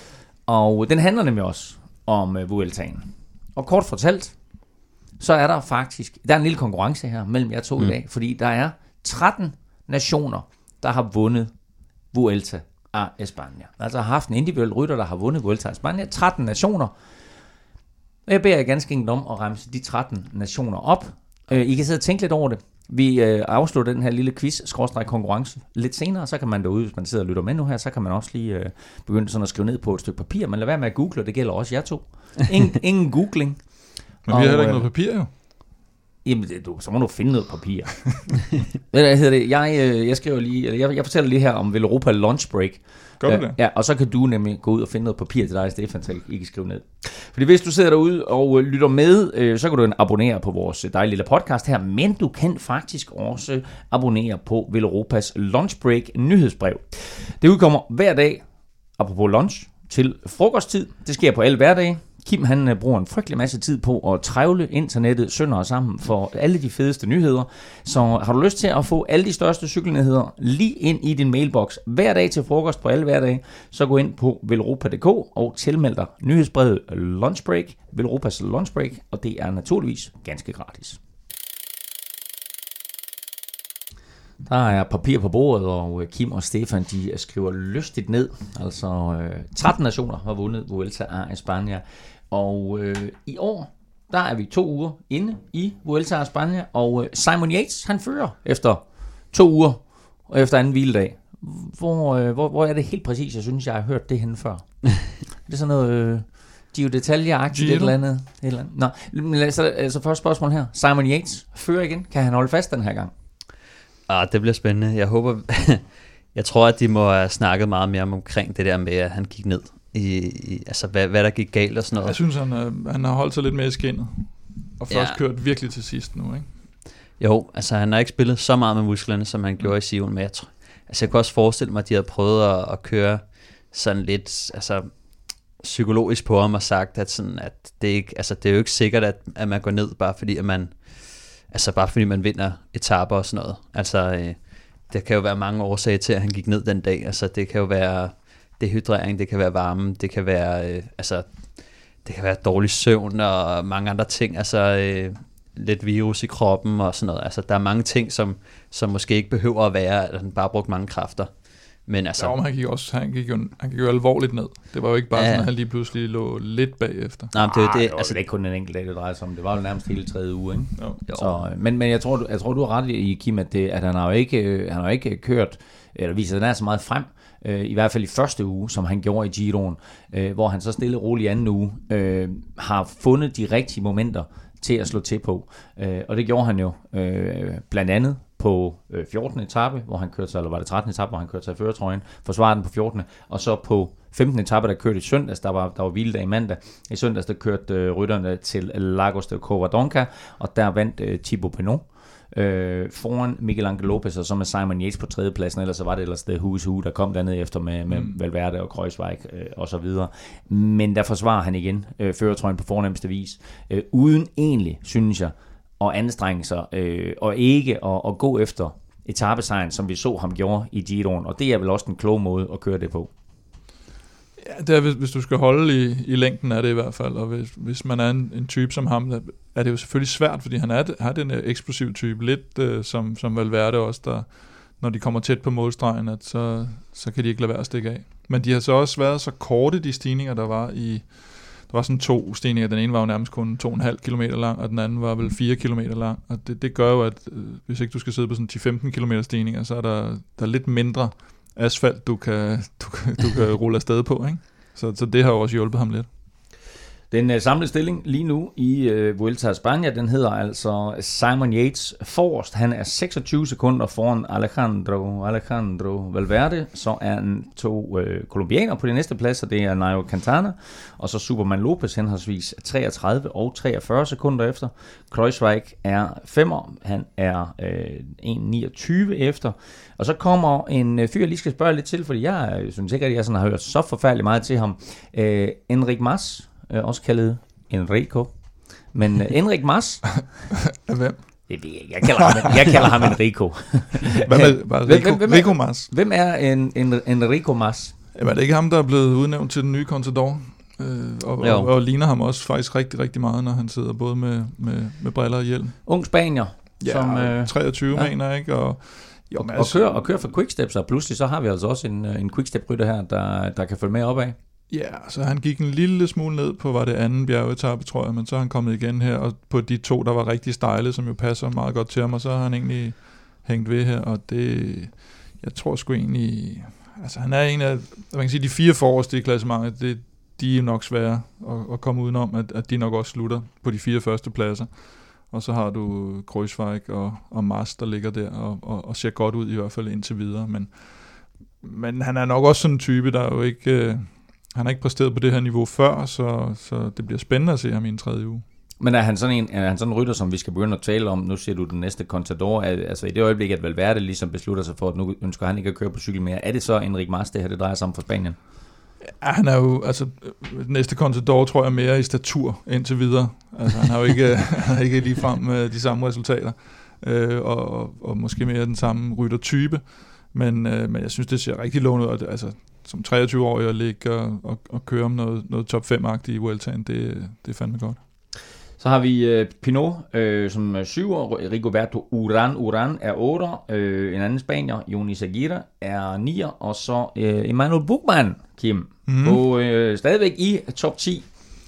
Og den handler nemlig også om øh, Vueltaen. Og kort fortalt, så er der faktisk, der er en lille konkurrence her mellem jer to mm. i dag, fordi der er tretten nationer, der har vundet Vuelta a España. Altså har haft en individuel rytter, der har vundet Vuelta a España. tretten nationer. Og jeg beder jer ganske enkelt om at remse de tretten nationer op. I kan sidde og tænke lidt over det. Vi afslutter den her lille quiz-konkurrence lidt senere, så kan man derude, hvis man sidder og lytter med nu her, så kan man også lige begynde sådan at skrive ned på et stykke papir, men lad være med at google, det gælder også jer to. Ingen, ingen googling. Men vi har heller ikke noget papir, jo. Jamen, det, du, så må du finde noget papir. Hvad hedder det? Jeg, jeg skriver lige, eller jeg, jeg fortæller lige her om Velropa Lunch Break. Gør du det? Ja, og så kan du nemlig gå ud og finde noget papir til dig, Stefan, så I kan skrive ned. Fordi hvis du sidder derude og lytter med, så kan du abonnere på vores dejlige lille podcast her, men du kan faktisk også abonnere på Velropas Lunch Break nyhedsbrev. Det udkommer hver dag, apropos lunch, til frokosttid. Det sker på alle hverdage. Kim han bruger en frygtelig masse tid på at trævle internettet sønder og sammen for alle de fedeste nyheder. Så har du lyst til at få alle de største cykelnyheder lige ind i din mailbox hver dag til frokost på alle hverdage, så gå ind på velropa punktum d k og tilmeld dig nyhedsbrevet Lunchbreak, Velropas Lunchbreak, og det er naturligvis ganske gratis. Der er papir på bordet, og Kim og Stefan de skriver lystigt ned. Altså tretten nationer har vundet Vuelta a España. Og øh, i år, der er vi to uger inde i Vuelta a España, og øh, Simon Yates, han fører efter to uger, og efter anden hviledag. Hvor, øh, hvor, hvor er det helt præcis, jeg synes, jeg har hørt det henne før? Er det sådan noget øh, Gio Detalje-agtigt, et eller andet? Et eller andet? Nå, men altså, altså første spørgsmål her. Simon Yates fører igen. Kan han holde fast den her gang? Ah, det bliver spændende. Jeg håber, jeg tror, at de må have snakket meget mere om omkring det der med, at han gik ned. I, i, altså hvad, hvad der gik galt og sådan noget. Jeg synes han, øh, han har holdt sig lidt mere i skinnet og først ja. kørt virkelig til sidst nu, ikke? Jo, altså han har ikke spillet så meget med musklerne, som han mm. gjorde i Sion, men jeg, tror, altså jeg kan også forestille mig, at de havde prøvet at, at køre sådan lidt altså psykologisk på ham og sagt, at sådan at det ikke, altså det er jo ikke sikkert, at, at man går ned bare fordi at man altså bare fordi man vinder etaper og sådan noget. Altså øh, der kan jo være mange årsager til, at han gik ned den dag. Altså det kan jo være dehydrering, det kan være varme, det kan være øh, altså det kan være dårlig søvn og mange andre ting. Altså øh, lidt virus i kroppen og sådan noget. Altså, der er mange ting, som, som måske ikke behøver at være, at han bare brugt mange kræfter. Men altså... Ja, men han gik, også, han, gik jo, han gik jo alvorligt ned. Det var jo ikke bare ja. sådan, at han lige pludselig lå lidt bagefter. Nej, men det, det, det, altså, det er ikke kun en enkelt dag, det drejer sig om. Det var jo nærmest hele tredje uge, ikke? Jo. Så, men, men jeg tror, du, jeg tror, du har ret i, Kim, at, det, at han har jo ikke, han har ikke kørt, eller viser, at den er så meget frem, øh, i hvert fald i første uge, som han gjorde i Giroen, øh, hvor han så stille og roligt i anden uge, øh, har fundet de rigtige momenter til at slå til på. Øh, og det gjorde han jo øh, blandt andet på øh, fjortende etape, hvor han kørte sig, eller var det trettende etape, hvor han kørte sig i førertrøjen, forsvarede den på fjortende, og så på femtende etape, der kørte i søndags, der var, der var hviledag i mandag. I søndags, der kørte øh, rytterne til Lagos de Covadonga, og der vandt øh, Thibaut Pinot øh, foran Miguel Angel Lopez, og så med Simon Yates på tredjepladsen, ellers så var det ellers det who's who, der kom dernede efter med, med mm. Valverde og Kreuzweig øh, og så videre. Men der forsvarer han igen øh, førertrøjen på fornemmeste vis, øh, uden egentlig, synes jeg, og anstrenge sig, øh, og ikke at, at gå efter etapesejren, som vi så ham gjorde i Giroen, og det er vel også en klog måde at køre det på. Ja, det er, hvis, hvis du skal holde i, i længden af det i hvert fald, og hvis, hvis man er en, en type som ham, er det jo selvfølgelig svært, fordi han er, har den eksplosive type, lidt øh, som, som Valverde også, der, når de kommer tæt på målstregen, at så, så kan de ikke lade være at stikke af. Men de har så også været så korte, de stigninger, der var i... Der var sådan to stigninger. Den ene var jo nærmest kun to komma fem kilometer lang, og den anden var vel fire kilometer lang. Og det, det gør jo, at øh, hvis ikke du skal sidde på sådan ti til femten kilometer stigninger, så er der, der er lidt mindre asfalt, du kan, du, du kan rulle afsted på. Ikke? Så, så det har jo også hjulpet ham lidt. Den uh, samlede stilling lige nu i uh, Vuelta a España, den hedder altså Simon Yates forrest. Han er seksogtyve sekunder foran Alejandro, Alejandro Valverde. Så er han to uh, kolumbianer på de næste pladser. Det er Nairo Quintana og så Superman Lopez henholdsvis treogtredive og treogfyrre sekunder efter. Kreuzweig er femmer. Han er uh, en niogtyve efter. Og så kommer en uh, fyr, jeg lige skal spørge lidt til, fordi jeg uh, synes ikke, at jeg sådan har hørt så forfærdeligt meget til ham. Uh, Enric Mas. Også kaldet Enrico. Men uh, Enric Mas... Hvem? Jeg, jeg, kalder ham, jeg kalder ham Enrico. Hvem er Rico, hvem, hvem, Rico Mas? Hvem er en, en, Enrico Mas? Jamen, er det ikke ham, der er blevet udnævnt til den nye Contador? Øh, og, og, og ligner ham også faktisk rigtig, rigtig meget, når han sidder både med, med, med briller og hjelm. Ung spanier. Ja, som, øh, treogtyve ja. mener, ikke? Og, jo, og, altså, og, kører, og kører for Quickstep, så pludselig så har vi altså også en, en Quickstep-rytter her, der, der kan følge med opad. Ja, så han gik en lille smule ned på, var det anden bjergetappe, tror jeg, men så er han kommet igen her, og på de to, der var rigtig stejle, som jo passer meget godt til ham, og så har han egentlig hængt ved her, og det, jeg tror sgu egentlig, altså han er en af, man kan sige, de fire forreste i klassementet, det, de er nok svære at, at komme udenom, at, at de nok også slutter på de fire første pladser, og så har du Kreuzweig og, og Mas, der ligger der, og, og, og ser godt ud i hvert fald indtil videre, men, men han er nok også sådan en type, der jo ikke... Øh, Han har ikke præsteret på det her niveau før, så, så det bliver spændende at se ham i en tredje uge. Men er han sådan en, er han sådan en rytter, som vi skal begynde at tale om? Nu siger du den næste Contador. Altså i det øjeblik, at Valverde ligesom beslutter sig for, at nu ønsker han ikke at køre på cykel mere. Er det så Enric Mas, det her det drejer sig om for Spanien? Ja, han er jo, altså næste Contador tror jeg mere i statur indtil videre. Altså han har jo ikke, han har ikke ligefrem de samme resultater, øh, og, og måske mere den samme ryttertype. Men, øh, men jeg synes, det ser rigtig lovende ud. Altså som treogtyve-årig at ligge og, og, og køre om noget, noget top fem-agtigt i Vueltaen, det, det er fandme godt. Så har vi øh, Pinot, øh, som er syver, Rigoberto Uran, Uran er otter, øh, en anden spanier, Jonis Aguirre, er nier, og så øh, Emmanuel Buchmann, Kim, mm. på, øh, stadigvæk i top ti.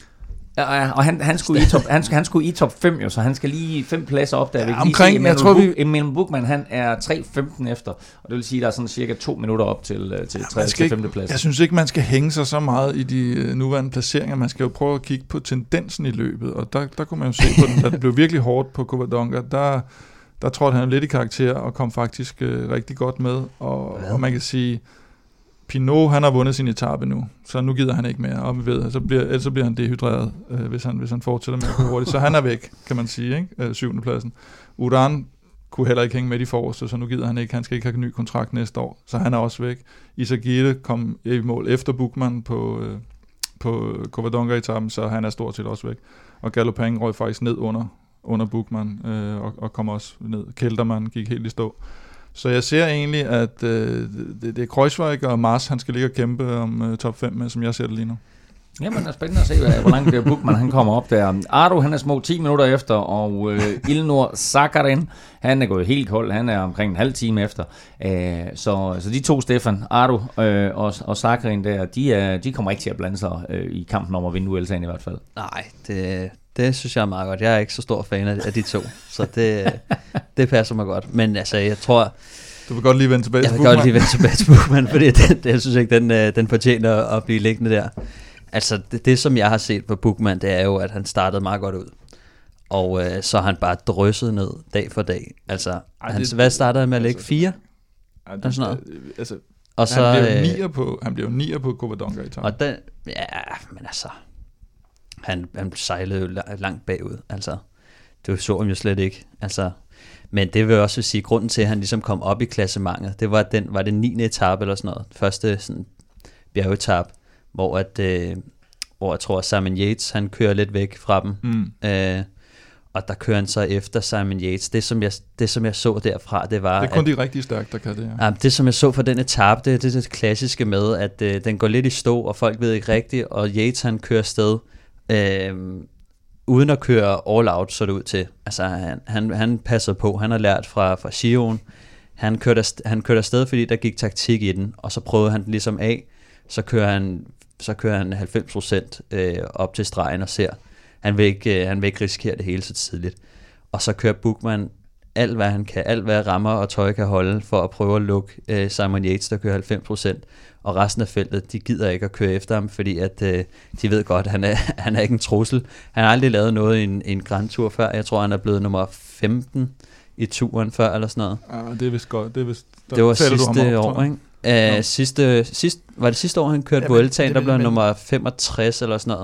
Ja, og han, han, skulle i top, han, han skulle i top fem, jo, så han skal lige fem pladser op der. Ja, omkring, Emmanuel, jeg tror vi... Emmanuel Buchmann, han er tre femten efter, og det vil sige, at der er sådan cirka to minutter op til, til tredje til femte plads. Jeg synes ikke, man skal hænge sig så meget i de nuværende placeringer. Man skal jo prøve at kigge på tendensen i løbet, og der, der kunne man jo se på den, da det blev virkelig hårdt på Covadonga. Der, der trådte han lidt i karakter og kom faktisk øh, rigtig godt med, og, ja. og man kan sige... Pinot, han har vundet sin etape nu, så nu gider han ikke mere, og vi ved, så bliver, ellers så bliver han dehydreret, øh, hvis, han, hvis han fortsætter med at køre hurtigt. Så han er væk, kan man sige, ikke? Øh, syvende pladsen. Uran kunne heller ikke hænge med i forreste, så nu gider han ikke, han skal ikke have en ny kontrakt næste år, så han er også væk. Izagirre kom i mål efter Buchmann på, øh, på Covadonga-etappen, så han er stort set også væk. Og Galopin røg faktisk ned under, under Buchmann, øh, og, og kom også ned. Keltermann gik helt i stå. Så jeg ser egentlig, at øh, det, det er Kreuzweig og Mars, han skal ligge og kæmpe om øh, top fem med, som jeg ser det lige nu. Jamen, det er spændende at se, hvor langt Buchmann han kommer op der. Ardo, han er små ti minutter efter, og øh, Ilnur Zakarin, han er gået helt kold. Han er omkring en halv time efter. Æh, så, så de to, Stefan, Ardo øh, og, og Zakarin der, de, er, de kommer ikke til at blande sig øh, i kampen om at vinde U L T'en i hvert fald. Nej, det, det synes jeg er meget godt. Jeg er ikke så stor fan af de to, så det, det passer mig godt. Men altså, jeg tror... Du vil godt lige vende tilbage jeg til Buchmann. Jeg vil godt lige Buchmann. vende tilbage til Buchmann, fordi det, det, jeg synes ikke, den, den fortjener at blive liggende der. Altså, det, det som jeg har set på Buchmann, det er jo, at han startede meget godt ud. Og øh, så har han bare drysset ned dag for dag. Altså, Ej, han, det, hvad startede han med at lægge? Fire? Ja, det, sådan noget. Altså, og så, han blev jo nier på, han blev jo nier på Covadonga i og den, ja, men altså, han, han sejlede jo langt bagud. Altså, det så han jo slet ikke. Altså, men det vil også sige, grunden til, at han ligesom kom op i klassementet, det var den, var det niende etape eller sådan noget. Første sådan bjergetape, hvor at, øh, hvor jeg tror, Simon Yates, han kører lidt væk fra dem. Mm. Øh, og der kører han så efter Simon Yates. Det som jeg, det, som jeg så derfra, det var... Det er kun at, de rigtig stærke, der kan det, ja. Ja, det, som jeg så fra den etape, det er det, det klassiske med, at øh, den går lidt i stå, og folk ved ikke rigtigt, og Yates, han kører sted, øh, uden at køre all out, så det ud til. Altså, han, han, han passer på. Han har lært fra, fra Giron. Han kørte, han kørte afsted, fordi der gik taktik i den, og så prøvede han den ligesom af. Så kører han, så kører han halvfems procent øh, op til stregen og ser. Han vil, ikke, øh, han vil ikke risikere det hele så tidligt. Og så kører Buchmann alt, hvad han kan, alt hvad rammer og tøj kan holde, for at prøve at lukke øh, Simon Yates, der kører halvfems procent. Og resten af feltet, de gider ikke at køre efter ham, fordi at, øh, de ved godt, at han er, han er ikke en trussel. Han har aldrig lavet noget i en, en Grand Tour før. Jeg tror, han er blevet nummer femten i turen før, eller sådan noget. Ja, det er vist godt. Det, er vist, det var sidste op, år, ikke? Uh, no. sidste, sidst, var det sidste år, han kørte ja, Vueltaen, der blev han nummer femogtres eller sådan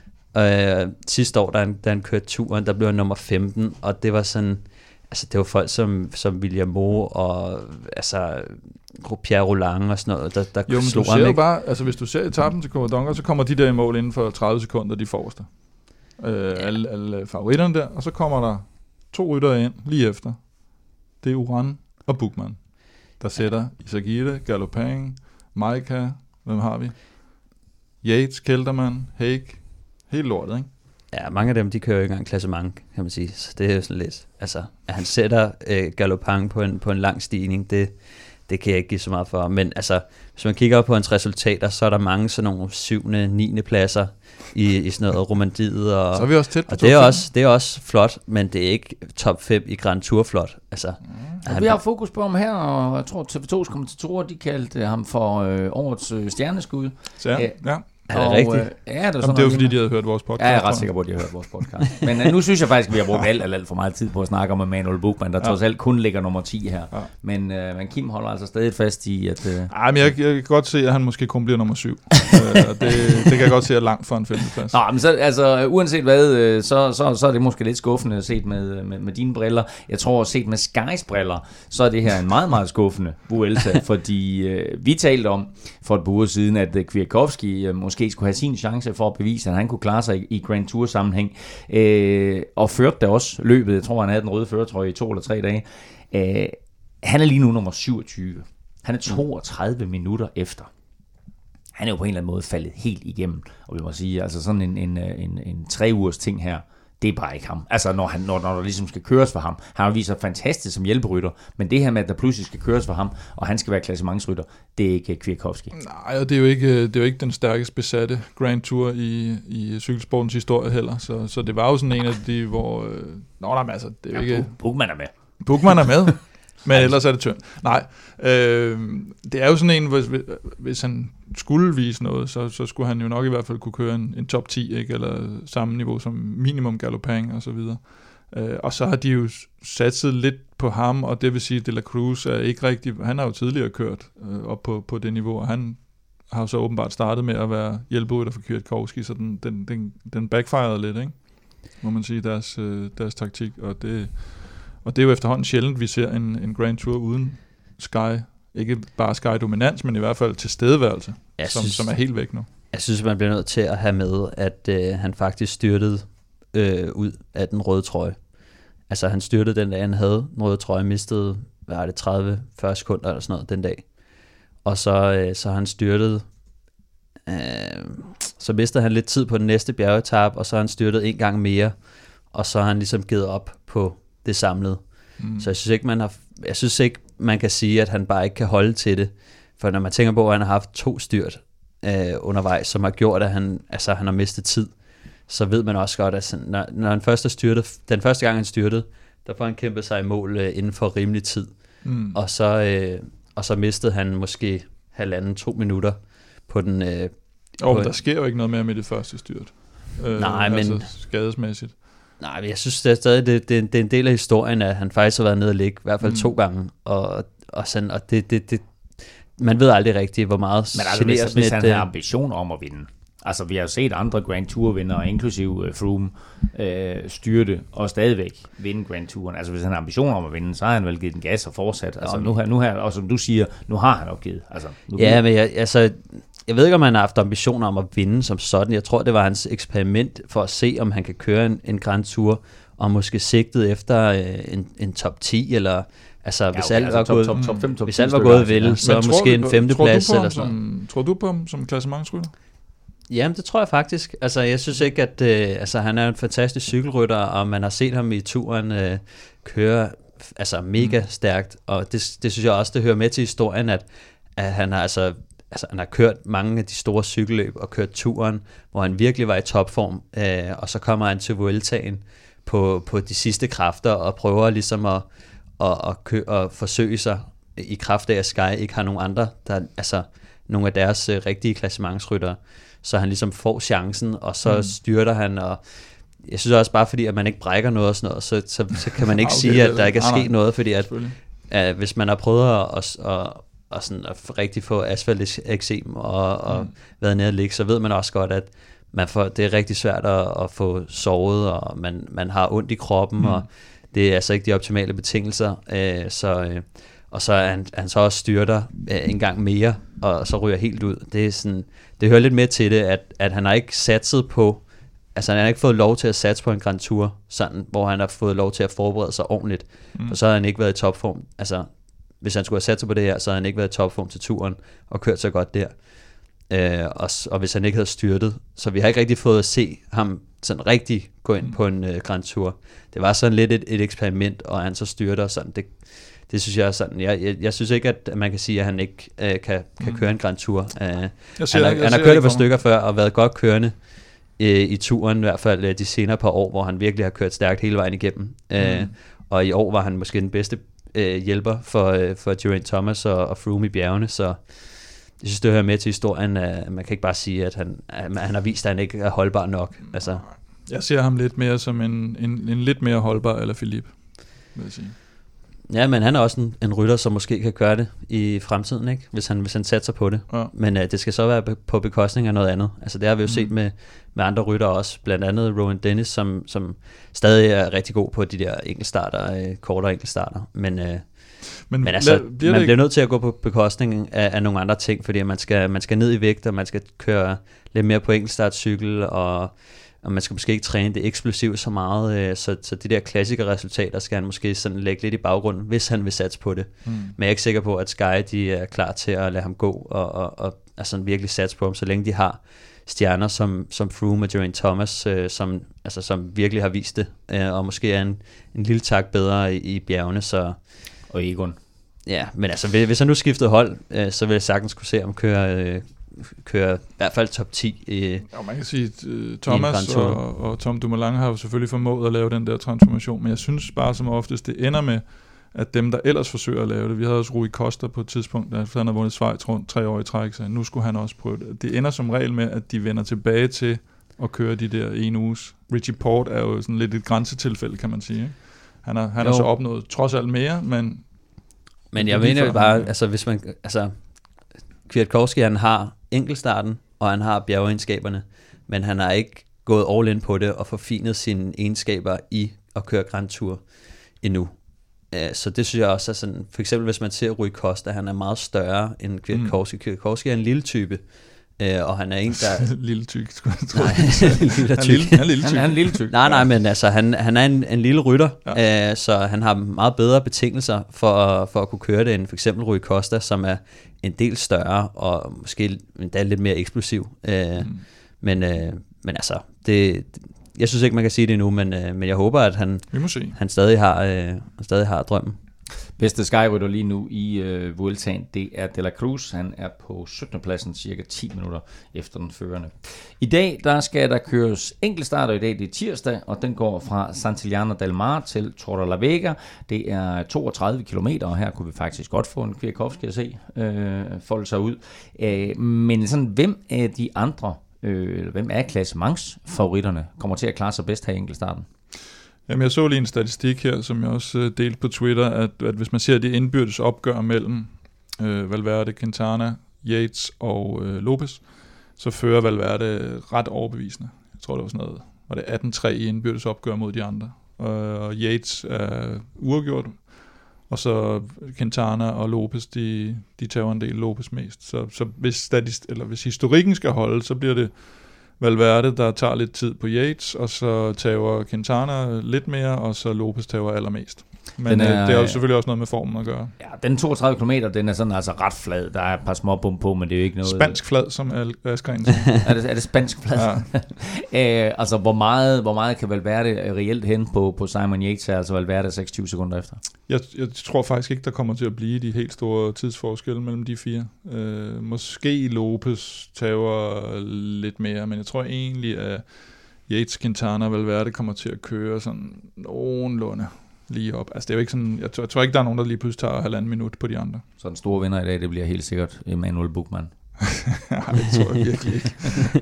noget. Uh, sidste år, da han, da han kørte turen, der blev han nummer femten, og det var sådan, altså det var folk som, som William Moe og altså Pierre Roland og sådan noget, der, der jo, men slog du ham, ser jo ikke? bare, altså hvis du ser etappen til Covadonga, så kommer de der i mål inden for tredive sekunder, de forreste. Uh, ja. alle, alle favoritterne der, og så kommer der to ryttere ind lige efter. Det er Uran og Buchmann, der sætter Izagirre, Galopin, Maika, hvem har vi? Yates, Kelderman, Haig, helt lortet, ikke? Ja, mange af dem, de kører jo ikke engang klassement, kan man sige. Så det er jo sådan lidt, altså, at han sætter øh, Galopin på en, på en lang stigning, det, det kan jeg ikke give så meget for. Men altså, hvis man kigger op på hans resultater, så er der mange sådan nogle syvende, niende pladser i, i sådan noget Romandiet. Og, så er vi også tæt på og det er også, det er også flot, men det er ikke top fem i Grand Tour flot. Altså, ja, han, vi har fokus på ham her, og jeg tror, T V to's kommentatorer, de kaldte ham for øh, årets øh, stjerneskud. Så ja, ja. Er det og, rigtigt? Øh, ja, det, Jamen, det er jo fordi, de havde hørt vores podcast. Ja, jeg er ret sikker på, at de har hørt vores podcast. Men uh, nu synes jeg faktisk, at vi har brugt alt, alt, alt for meget tid på at snakke om Emanuel Buchmann, der ja. trods alt kun ligger nummer ti her. Ja. Men, uh, men Kim holder altså stadig fast i, at... Uh... Ej, men jeg, jeg kan godt se, at han måske kun bliver nummer syv. uh, det, det kan jeg godt se er langt for en femteplads. Nå, men så, altså, uanset hvad, så, så, så er det måske lidt skuffende set med, med, med dine briller. Jeg tror, set med Skys briller, så er det her en meget, meget skuffende Vuelta, fordi uh, vi talte om for et par uger siden, at Kwiatkowski uh, måske skulle have sin chance for at bevise, at han kunne klare sig i, i Grand Tour sammenhæng, øh, og førte da også løbet. Jeg tror, han havde den røde førertrøje i to eller tre dage. Øh, han er lige nu nummer syvogtyve. Han er toogtredive minutter efter. Han er jo på en eller anden måde faldet helt igennem, og vi må sige, altså sådan en, en, en, en tre ugers ting her, det er bare ikke ham. Altså, når, han, når, når der ligesom skal køres for ham. Han har vist sig fantastisk som hjælperytter, men det her med, at der pludselig skal køres for ham, og han skal være klassementsrytter, det er ikke Kwiatkowski. Nej, og det er jo ikke, det er jo ikke den stærkest besatte Grand Tour i, i cykelsportens historie heller. Så, så det var jo sådan en af de, hvor... Øh, nå, nej, men altså, det er jo ja, ikke... Buchmann er med. Buchmann er med, men ellers er det tyndt. Nej, øh, det er jo sådan en, hvis, hvis han skulle vise noget, så, så skulle han jo nok i hvert fald kunne køre en, en top ti, ikke? Eller samme niveau som minimum Galopin og så videre. Øh, og så har de jo satset lidt på ham, og det vil sige, at De La Cruz er ikke rigtig... Han har jo tidligere kørt øh, op på, på det niveau, og han har jo så åbenbart startet med at være hjælperytter for Kwiatkowski, så den, den, den, den backfirede lidt, ikke? Må man sige, deres, øh, deres taktik, og det... Og det er jo efterhånden sjældent, vi ser en, en Grand Tour uden Sky. Ikke bare Sky-dominans, men i hvert fald tilstedeværelse, som, som er helt væk nu. Jeg synes, man bliver nødt til at have med, at øh, han faktisk styrtede øh, ud af den røde trøje. Altså han styrtede den dag, han havde den røde trøje, mistede, hvad er det, tredive til fyrre sekunder eller sådan noget den dag. Og så, øh, så han styrtede øh, så mistede han lidt tid på den næste bjergetap, og så har han styrtet en gang mere, og så har han ligesom givet op på det samlede. Mm. Så jeg synes ikke, man har, jeg synes ikke, man kan sige, at han bare ikke kan holde til det. For når man tænker på, at han har haft to styrt øh, undervejs, som har gjort, at han, altså, han har mistet tid, så ved man også godt, at sådan, når, når han først har styrtet, den første gang han styrtede, der får han kæmpet sig i mål øh, inden for rimelig tid. Mm. Og, så, øh, og så mistede han måske halvanden, to minutter på den... Øh, og på der sker jo ikke noget mere med det første styrt. Øh, nej, men... Altså skadesmæssigt. Nej, men jeg synes det er stadig, det, det, det er en del af historien, at han faktisk har været nede og ligge, i hvert fald mm. to gange, og, og, sådan, og det, det, det, man ved aldrig rigtigt, hvor meget... Men altså, hvis, hvis han har ambitioner om at vinde, altså vi har jo set andre Grand Tour-vindere, inklusive uh, Froome, øh, styrte og stadigvæk vinde Grand Touren. Altså hvis han har ambitioner om at vinde, så har han vel givet den gas og fortsat. Altså nu her, nu her, og som du siger, nu har han opgivet. Altså, nu ja, givet. men jeg, altså... Jeg ved ikke, om han har haft ambitioner om at vinde som sådan. Jeg tror, det var hans eksperiment for at se, om han kan køre en, en Grand Tour, og måske sigtet efter øh, en, en top ti, eller altså, ja, hvis okay, alt var altså, gået, top, top fem, top hvis alt var gået vel, ja. så måske en femteplads eller sådan som, tror du på ham som klassementsrytter? Jamen, det tror jeg faktisk. Altså, jeg synes ikke, at øh, altså, han er en fantastisk cykelrytter, og man har set ham i turen øh, køre altså, mega mm. stærkt, og det, det synes jeg også, det hører med til historien, at, at han har altså Altså, han har kørt mange af de store cykelløb og kørt turen, hvor han virkelig var i topform, øh, og så kommer han til Vueltaen på, på de sidste kræfter og prøver ligesom at, at, at, kø, at forsøge sig i kraft af, at Sky ikke har nogen andre, der, altså nogle af deres øh, rigtige klassementsryttere, så han ligesom får chancen, og så mm. styrter han, og jeg synes også bare, fordi at man ikke brækker noget og sådan noget, så, så, så kan man ikke okay, sige, at der ikke er sket noget, fordi at, at hvis man har prøvet at, at, at og sådan at rigtig få asfalteksem og, og mm. været nede og ligge, så ved man også godt, at man får, det er rigtig svært at, at få sovet, og man, man har ondt i kroppen, mm. og det er altså ikke de optimale betingelser. Øh, så, øh, og så er han, han så også styrter øh, en gang mere, og så ryger helt ud. Det, er sådan, det hører lidt med til det, at, at han har ikke satset på, altså han har ikke fået lov til at satse på en Grand Tour, sådan, hvor han har fået lov til at forberede sig ordentligt, mm. for så har han ikke været i topform. Altså, hvis han skulle have sat sig på det her, så havde han ikke været i topform til turen og kørt så godt der. Øh, og, og hvis han ikke havde styrtet, så vi har ikke rigtig fået at se ham sådan rigtig gå ind på en uh, Grand Tour. Det var sådan lidt et, et eksperiment, og han så styrter sådan. Det, det synes jeg er sådan. Jeg, jeg, jeg synes ikke, at man kan sige, at han ikke uh, kan, kan køre en Grand Tour. Uh, han, har, han har kørt et par stykker før og været godt kørende uh, i turen, i hvert fald uh, de senere par år, hvor han virkelig har kørt stærkt hele vejen igennem. Uh, mm. Og i år var han måske den bedste øh, hjælper for, øh, for Geraint Thomas og, og Froome i bjergene, så jeg synes, det hører med til historien, at man kan ikke bare sige, at han, at han har vist, at han ikke er holdbar nok. Altså. Jeg ser ham lidt mere som en, en, en lidt mere holdbar eller Philippe, vil jeg sige. Ja, men han er også en, en rytter, som måske kan gøre det i fremtiden, ikke? Hvis han, hvis han satser på det. Ja. Men uh, det skal så være på bekostning af noget andet. Altså det har vi jo mm. set med, med andre rytter også. Blandt andet Rowan Dennis, som, som stadig er rigtig god på de der enkeltstarter, øh, kortere enkeltstarter. Men, øh, men, men altså, lad, bliver man bliver nødt til at gå på bekostning af, af nogle andre ting, fordi man skal, man skal ned i vægt, og man skal køre lidt mere på enkeltstartcykel, og og man skal måske ikke træne det eksplosivt så meget, øh, så, så de der klassiske resultater skal han måske sådan lægge lidt i baggrunden, hvis han vil satse på det. Mm. Men jeg er ikke sikker på, at Sky de er klar til at lade ham gå, og, og, og altså virkelig satse på ham, så længe de har stjerner som, som Froome og Geraint Thomas, øh, som, altså, som virkelig har vist det, øh, og måske er en, en lille tak bedre i, i bjergene. Så. Og Egon. Ja, men altså, hvis han nu skiftede hold, øh, så vil jeg sagtens kunne se, om kører... Øh, kører i hvert fald top ti i, ja, man kan sige, at uh, Thomas og, og Tom Dumoulin har jo selvfølgelig formået at lave den der transformation, men jeg synes bare som oftest, det ender med, at dem, der ellers forsøger at lave det, vi havde også Rui Costa på et tidspunkt, da han har vundet Schweiz rundt tre år i træk, så nu skulle han også prøve det. Det ender som regel med, at de vender tilbage til at køre de der en uges. Richie Porte er jo sådan lidt et grænsetilfælde, kan man sige. Ikke? Han har, han har så opnået trods alt mere, men... Men jeg mener jo bare, altså hvis man... Altså, Kwiatkowski, han har enkeltstarten, og han har bjergeegenskaberne, men han har ikke gået all in på det og forfinet sine egenskaber i at køre Grand Tour endnu. Så det synes jeg også er sådan, for eksempel hvis man ser Rui Costa, han er meget større end Kwiatkowski. Mm. Kwiatkowski er en lille type, øh, og han er en, der... lille tyk, skulle jeg tro. Nej, lille tyk. Han er lille tyk. Han, han er en lille tyk. Nej, nej, men altså, han, han er en, en lille rytter, ja. øh, så han har meget bedre betingelser for, for at kunne køre det, end for eksempel Rui Costa, som er en del større, og måske endda lidt mere eksplosiv. Øh, mm. men, øh, men altså, det... Jeg synes ikke, man kan sige det endnu, men, øh, men jeg håber, at han, Vi må se. han stadig, har, øh, stadig har drømmen. Bedste skyrytter lige nu i øh, Vueltaen, det er De La Cruz. Han er på syttende pladsen, cirka ti minutter efter den førende. I dag, der skal der køres enkeltstarter i dag, det er tirsdag, og den går fra Santillana del Mar til Torrelavega. Det er toogtredive kilometer, og her kunne vi faktisk godt få en Kwiatkowski at se øh, folde sig ud. Øh, men sådan, hvem af de andre, øh, hvem er klassementsfavoritterne, kommer til at klare sig bedst her i enkeltstarten? Jamen, jeg så lige en statistik her, som jeg også øh, delte på Twitter, at, at hvis man ser de indbyrdes opgør mellem øh, Valverde, Quintana, Yates og øh, Lopez, så fører Valverde ret overbevisende. Jeg tror, det var sådan noget, var det atten tre i indbyrdes opgør mod de andre. Og, og Yates er uafgjort, og så Quintana og Lopez, de, de tager en del Lopez mest. Så, så hvis, statist, eller hvis historikken skal holde, så bliver det Valverde, der tager lidt tid på Yates, og så tager Quintana lidt mere, og så Lopez tager allermest. Men er, det er jo selvfølgelig også noget med formen at gøre. Ja, den toogtredive kilometer, den er sådan altså ret flad. Der er et par små bum på, men det er jo ikke noget... Spansk flad, som Askren er, det, er det spansk flad? Ja. Æ, altså, hvor meget, hvor meget kan Valverde reelt hen på, på Simon Yates, altså Valverde seksogtyve sekunder efter? Jeg, jeg tror faktisk ikke, der kommer til at blive de helt store tidsforskelle mellem de fire. Øh, måske Lopez tager lidt mere, men jeg tror egentlig, at Yates, Quintana og Valverde kommer til at køre sådan nogenlunde lige op. Altså det er jo ikke sådan, jeg tror, jeg tror ikke, der er nogen, der lige pludselig tager halvanden minut på de andre. Så den store vinder i dag, det bliver helt sikkert Emanuel Buchmann. Nej, det tror jeg virkelig ikke.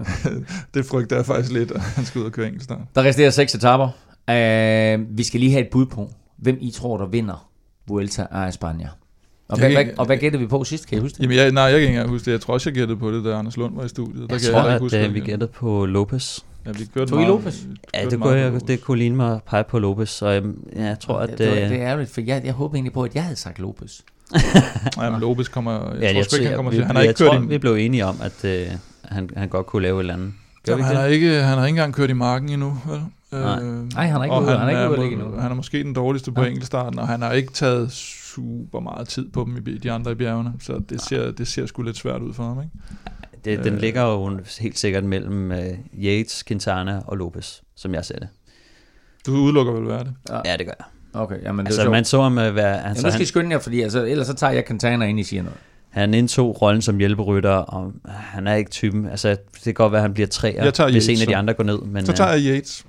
Det frygter jeg faktisk lidt, at han skal ud og køre enkeltstart. Der resterer seks etaper. Uh, vi skal lige have et bud på, hvem I tror, der vinder Vuelta a España. Og, hvad, hvad, og hvad gættede vi på sidst? Kan I huske det? Jamen, jeg, nej, jeg kan ikke engang huske det. Jeg tror også, jeg gættede på det, da Anders Lund var i studiet. Der Jeg kan tror, jeg at huske, øh, vi gættede på Lopez. Ja, vi kørte Tog I Lopez? Ja, det kunne, jeg, det kunne ligne mig at pege på Lopez, så jeg, jeg tror, at... Det, det, det er ærgerligt, for jeg, jeg håber egentlig på, at jeg havde sagt Lopez. Ja, men Lopez kommer... Jeg ja, tror jeg sgu ikke, han kommer til... Han har ikke jeg kørt tror, i... vi blev enige om, at øh, han, han godt kunne lave et eller andet. Jamen, han, har ikke, han har ikke engang kørt i marken endnu, vel? Nej, øh, Nej han har ikke ude, han, han er ikke ude at endnu. Han er måske den dårligste på ja. enkeltstarten, og han har ikke taget super meget tid på dem i de andre i bjergene, så det ser, det ser sgu lidt svært ud for ham, ikke? Det, den øh, ligger jo helt sikkert mellem uh, Yates, Quintana og Lopez, som jeg ser det. Du udelukker vel være det? Ja. Ja, det gør jeg. Okay, jamen det altså, er man så ham uh, være... Altså, ja, nu skal I skynde jer, fordi altså, ellers så tager jeg Quintana ind, I siger noget. Han indtog rollen som hjælperytter, og han er ikke typen... Altså, det kan godt være, at han bliver træer, hvis en af de andre går ned. Men, så tager jeg Yates.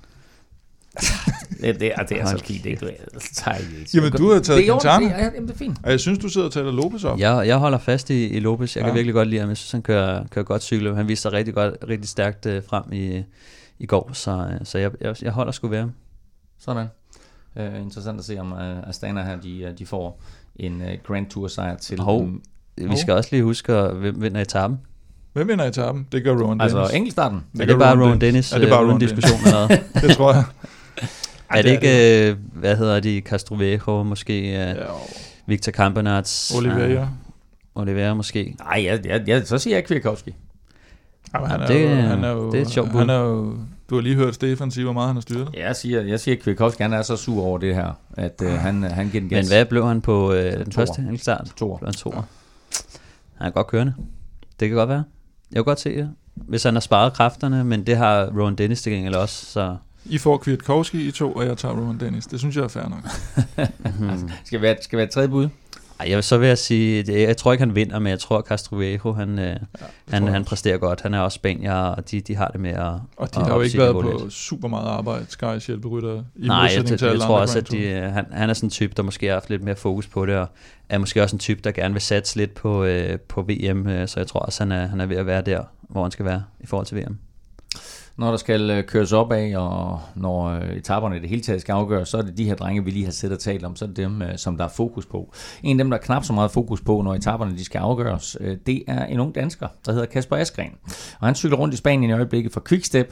det, det, er, det er så fint, ikke? Så tager jeg Yates. Jamen, du har taget Quintana. Det, ja, det er fint. Og jeg synes, du sidder og taler Lopez op. Jeg, jeg holder fast i, i Lopez. Jeg ja. kan virkelig godt lide ham. Jeg synes, han kører, kører godt cykel. Han viste sig rigtig, godt, rigtig stærkt uh, frem i, i går, så, så jeg, jeg, jeg holder sgu ved ham. Sådan. Uh, interessant at se, om uh, Astana her, de, de får en uh, Grand Tour sejr til... Hov, vi skal også lige huske, hvem vinder etappen. Hvem vinder etappen? Det gør Rowan Dennis. Altså enkeltstarten? Det er det bare Rowan Dennis, er det bare uden diskussion eller noget? Det tror jeg. Er det ikke, øh, hvad hedder de, Castroviejo, måske øh, ja. Victor Campenaerts? Oliveira. Øh, Oliveira måske. Nej, ja, ja, ja, så siger jeg Kwiatkowski. Jamen, han, er det, jo, han er jo... Det er et sjovt bud. Han er jo, du har lige hørt Stefan sige, hvor meget han har styret. Ja, jeg siger, jeg siger Kwiatkowski, han er så sur over det her, at øh, han, han giver den gas. Men hvad blev han på øh, den første enkeltstart? To. Han to. Han er godt kørende. Det kan godt være. Jeg kan godt se det. Hvis han har sparet kræfterne, men det har Rowan Dennis til gengæld også, så... I får Kwiatkowski i to, og jeg tager Rowan Dennis. Det synes jeg er fair nok. hmm. Skal være skal være et tredje bud? Ej, jeg, så vil jeg sige, det, jeg tror ikke han vinder, men jeg tror Castroviejo, han, ja, han, han præsterer godt. Han er også spanier, og de, de har det med at... Og de har jo ikke været på lidt. Super meget arbejde, Sky's hjælperytter. Nej, jeg, jeg, jeg tror også, at de, han, han er sådan en type, der måske har haft lidt mere fokus på det, og er måske også en type, der gerne vil satse lidt på, øh, på V M, øh, så jeg tror også, han er, han er ved at være der, hvor han skal være i forhold til V M. Når der skal køres op af, og når etaperne i det hele taget skal afgøres, så er det de her drenge, vi lige har siddet og talt om, så er det dem, som der er fokus på. En af dem, der er knap så meget fokus på, når etaperne de skal afgøres, det er en ung dansker, der hedder Kasper Askren. Og han cykler rundt i Spanien i øjeblikket for Quickstep,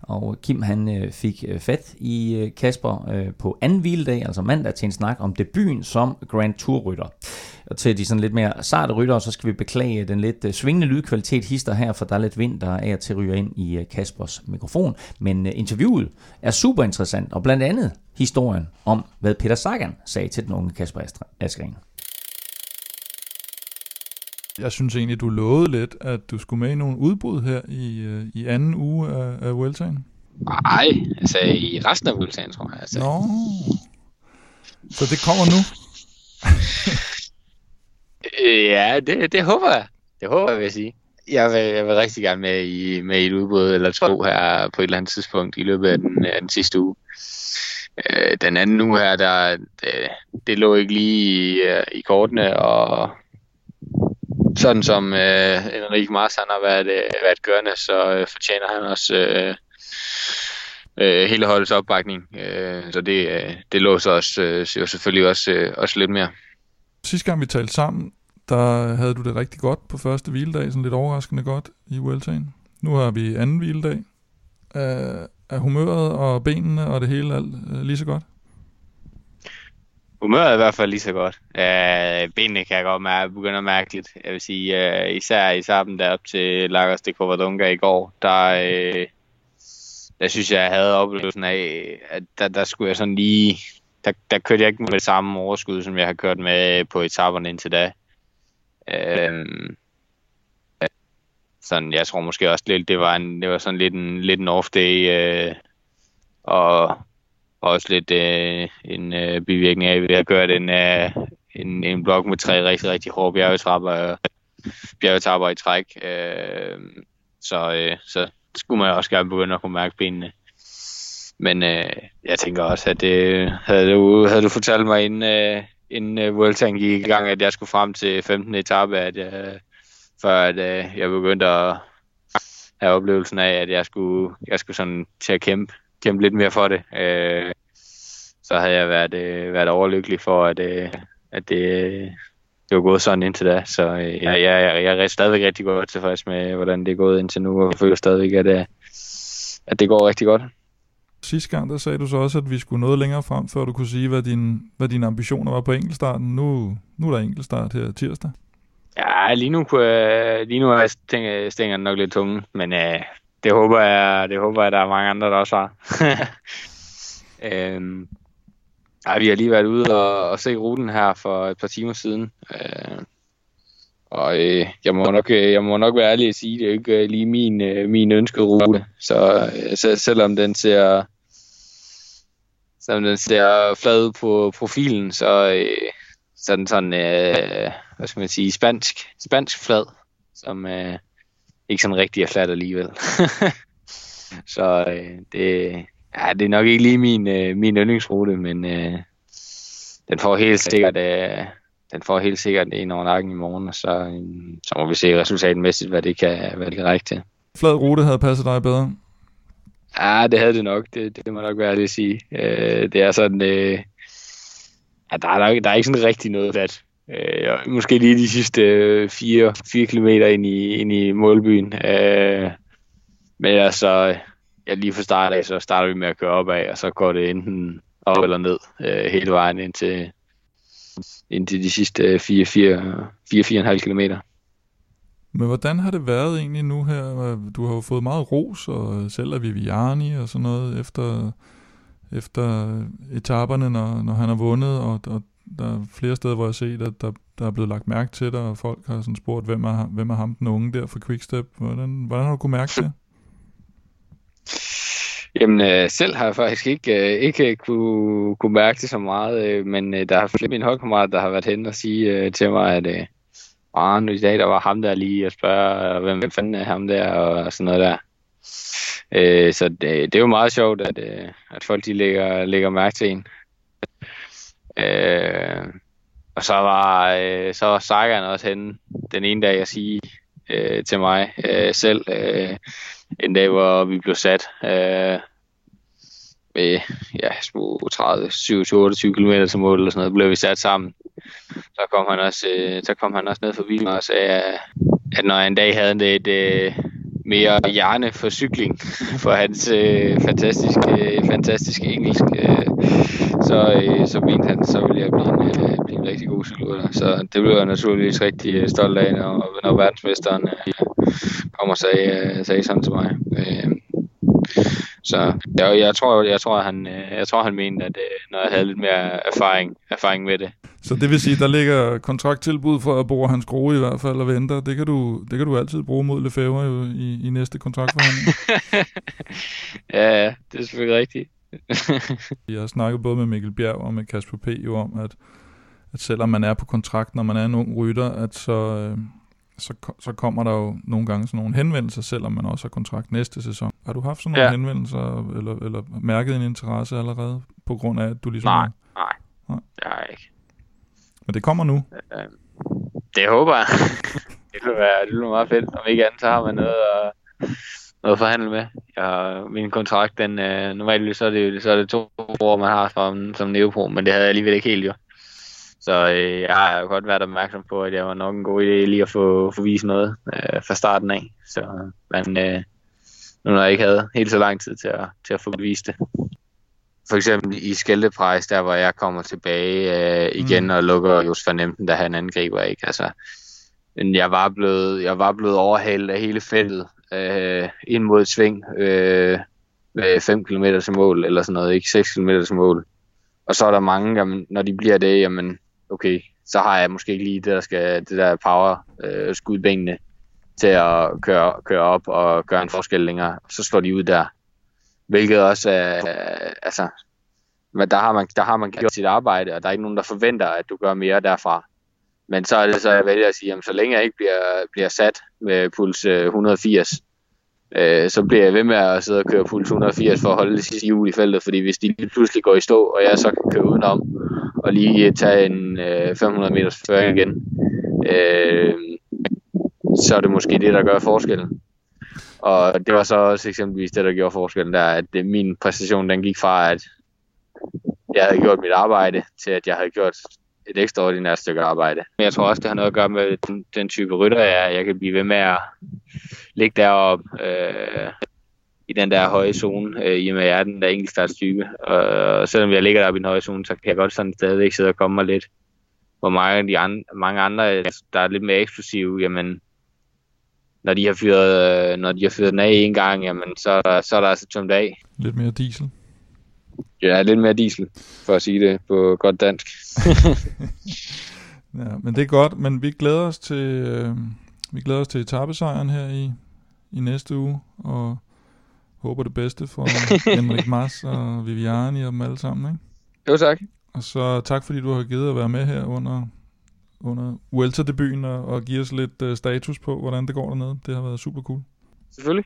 Og Kim han øh, fik øh, fat i øh, Kasper øh, på anden hviledag, altså mandag, til en snak om debuten som Grand Tour-rytter. Og til de sådan lidt mere sarte ryttere, så skal vi beklage den lidt øh, svingende lydkvalitet hister her, for der er lidt vind, der er til at ryge ind i øh, Kaspers mikrofon. Men øh, interviewet er super interessant, og blandt andet historien om, hvad Peter Sagan sagde til den unge Kasper Asgreen. Jeg synes egentlig, du lovede lidt, at du skulle med i nogle udbrud her i, øh, i anden uge af, af Vueltaen. Nej, altså i resten af Vueltaen, tror jeg. Altså. Nå, så det kommer nu? Ja, det, det håber jeg. Det håber jeg, vil jeg sige. Jeg vil, jeg vil rigtig gerne med i, med i et udbrud eller to her på et eller andet tidspunkt i løbet af den, af den sidste uge. Øh, den anden uge her, der, det, det lå ikke lige i, i kortene, og sådan som øh, Enrique Mas han har været, øh, været gørende, så øh, fortjener han også øh, øh, hele holdets opbakning. Øh, så det, øh, det låser os øh, jo selvfølgelig også, øh, også lidt mere. Sidste gang vi talte sammen, der havde du det rigtig godt på første hviledag, sådan lidt overraskende godt i Vueltaen. Nu har vi anden hviledag. Er, er humøret og benene og det hele alt, øh, lige så godt? Humøret er i hvert fald lige så godt. Øh, benene kan jeg godt mærke, begynder at mærke lidt. Jeg vil sige, øh, især i sammen derop til Lagos de Covadonga i går, der, øh, der synes jeg, jeg havde oplevelsen af, at der, der skulle jeg sådan lige, der, der kørte jeg ikke med det samme overskud, som jeg har kørt med på etaperne indtil da. Øh, sådan, jeg tror måske også lidt, det var, en, det var sådan lidt en, lidt en off day, øh, og også lidt øh, en øh, bivirkning af, at jeg gjorde en, øh, en, en blok med tre rigtig, rigtig hårde bjergetapper, bjergetapper i træk. Øh, så, øh, så skulle man også gerne begynde at kunne mærke benene. Men øh, jeg tænker også, at det, havde, du, havde du fortalt mig inden, øh, inden øh, Vueltaen gik i gang, at jeg skulle frem til femtende etape, at jeg, før at, øh, jeg begyndte at have oplevelsen af, at jeg skulle, jeg skulle sådan til at kæmpe. kæmpe lidt mere for det, øh, så havde jeg været, øh, været overlykkelig for, at, øh, at det, det var gået sådan indtil da. Så øh, jeg, jeg, jeg er stadigvæk rigtig godt tilfreds med, hvordan det er gået indtil nu, og jeg føler stadigvæk, at, øh, at det går rigtig godt. Sidste gang, der sagde du så også, at vi skulle noget længere frem, før du kunne sige, hvad, din, hvad dine ambitioner var på enkeltstarten. Nu, nu er der enkeltstart her tirsdag. Ja, lige nu, kunne, lige nu er stængerne nok lidt tunge, men øh, det håber jeg, det håber jeg, der er mange andre, der også har. øhm, ej, vi har lige været ude og, og se ruten her for et par timer siden. Øh, og øh, jeg, må nok, jeg må nok være ærlig at sige, det er ikke lige min, øh, min ønskede rute. Så øh, selv, selvom den ser, selvom den ser flad ud på profilen, så, øh, så er den sådan, øh, hvad skal man sige, spansk, spansk flad, som øh, ikke sådan rigtig er flat alligevel. Så øh, det, ja, det er nok ikke lige min, øh, min yndlingsrute, men øh, den får helt sikkert øh, den får helt sikkert en over nakken i morgen, og så, øh, så må vi se resultatmæssigt, hvad det kan, hvad det kan række til. Flad rute havde passet dig bedre? Ja, det havde det nok. Det, det må nok være det at sige. Øh, det er sådan, øh, ja, der er, der, der er ikke sådan rigtig noget flat. Øh, måske lige de sidste øh, fire, fire kilometer ind i, ind i målbyen. Øh, men altså, ja, lige fra start af, så starter vi med at køre opad, og så går det enten op eller ned øh, hele vejen indtil, indtil de sidste fire, fire, fire, fire og en halv kilometer. Men hvordan har det været egentlig nu her? Du har jo fået meget ros, og selv af Viviani og sådan noget, efter, efter etaperne, når, når han har vundet, og, og der er flere steder, hvor jeg har set, at der, der er blevet lagt mærke til dig, og folk har sådan spurgt, hvem er, hvem er ham den unge der fra Quickstep? Hvordan, hvordan har du kunnet mærke det? Jamen, øh, selv har jeg faktisk ikke, øh, ikke kunne, kunne mærke det så meget, øh, men øh, der er flere mine holdkammerater, der har været hen og sige øh, til mig, at øh, ah, nu i dag, der var ham der lige og spørge, hvem, hvem fanden er ham der, og sådan noget der. Øh, så det, det er jo meget sjovt, at, øh, at folk de lægger, lægger mærke til en. Øh, og så var, øh, så var Sagan også henne den ene dag at sige øh, til mig øh, selv, øh, en dag, hvor vi blev sat øh, med ja, små tredive, syvogtyve, otteogtyve kilometer til mål, eller sådan noget, blev vi sat sammen. Så kom han også, øh, så kom han også ned forbi mig og sagde, at når jeg en dag havde et, et, mere hjerne for cykling, for hans øh, fantastiske, øh, fantastiske engelsk, øh, så, øh, så mente han, så ville jeg blive en, øh, blive en rigtig god cykelrytter. Så det blev jeg naturligvis rigtig øh, stolt af, når, når verdensmesteren øh, kom og sagde, øh, sagde sådan til mig. Øh, så jeg, jeg tror, jeg tror, han, øh, jeg tror, han mente, at øh, når jeg havde lidt mere erfaring, erfaring med det. Så det vil sige, der ligger kontrakttilbud for at bruge hans skrue i hvert fald og venter. Det kan du, det kan du altid bruge mod Lefebvre jo i, i næste kontraktforhandling. Ja, ja, det er selvfølgelig rigtigt. Jeg har snakket både med Mikkel Bjerg og med Kasper P. jo om, at, at selvom man er på kontrakt, når man er en ung rytter, at så, øh, så, så kommer der jo nogle gange sådan nogle henvendelser, selvom man også har kontrakt næste sæson. Har du haft sådan nogle ja. henvendelser, eller, eller mærket en interesse allerede, på grund af, at du ligesom... Nej, nej, nej. Det har jeg ikke. Men det kommer nu. Øh, det håber jeg. det vil være, det vil være meget fedt. Om ikke andet, så har man noget at, noget at forhandle med. Jeg, min kontrakt, den, øh, normalt så er, det, så er det to år, man har som, som neopro, men det havde jeg alligevel ikke helt jo. Så øh, jeg har jo godt været opmærksom på, at jeg var nok en god idé lige at få, få vist noget øh, fra starten af. Så, men øh, nu når jeg ikke havde helt så lang tid til at, til at få bevist det. For eksempel i Skelteprejs, der hvor jeg kommer tilbage øh, igen mm. og lukker Jos van Emden, da han angriber, ikke? Altså, jeg var blevet, jeg var blevet overhalet af hele feltet øh, ind mod et sving øh, med fem kilometer til mål, eller sådan noget, ikke seks kilometer til mål. Og så er der mange, jamen, når de bliver det, jamen okay, så har jeg måske ikke lige det der skal, det der power øh, skud benene til at køre, køre op og gøre en forskel længere. Så slår de ud der. Hvilket også er, altså, men der har man, der har man gjort sit arbejde, og der er ikke nogen, der forventer, at du gør mere derfra. Men så er det så, jeg vælger at sige, jamen, så længe jeg ikke bliver, bliver sat med puls et hundrede og firs, øh, så bliver jeg ved med at sidde og køre puls et hundrede og firs for at holde det sidste hjul i feltet, fordi hvis de pludselig går i stå, og jeg så kan køre udenom, og lige tage en øh, fem hundrede meters føring igen, øh, så er det måske det, der gør forskellen. Og det var så også eksempelvis det, der gjorde forskellen der, at det, min præstation, den gik fra, at jeg havde gjort mit arbejde, til at jeg havde gjort et ekstraordinært stykke arbejde. Men jeg tror også, det har noget at gøre med den, den type rytter, jeg, jeg kan blive ved med at ligge deroppe øh, i den der høje zone, øh, i og med at jeg er den der enkeltstartstype. Og selvom jeg ligger deroppe i den høje zone, så kan jeg godt sådan stadigvæk sidde og komme mig lidt. Hvor mange af de andre, mange andre, der er lidt mere eksplosive, jamen, når de har fyret, når de har fyret den af en gang, jamen, så, er der, så er der altså tømt af. Lidt mere diesel. Ja, lidt mere diesel, for at sige det på godt dansk. Ja, men det er godt, men vi glæder os til, øh, vi glæder os til etapesejren her i, i næste uge, og håber det bedste for Enric Mas og Viviani og dem alle sammen, ikke? Jo, tak. Og så tak, fordi du har givet at være med her under, under Vuelta-debuten og, og give os lidt uh, status på, hvordan det går dernede. Det har været super cool. Selvfølgelig.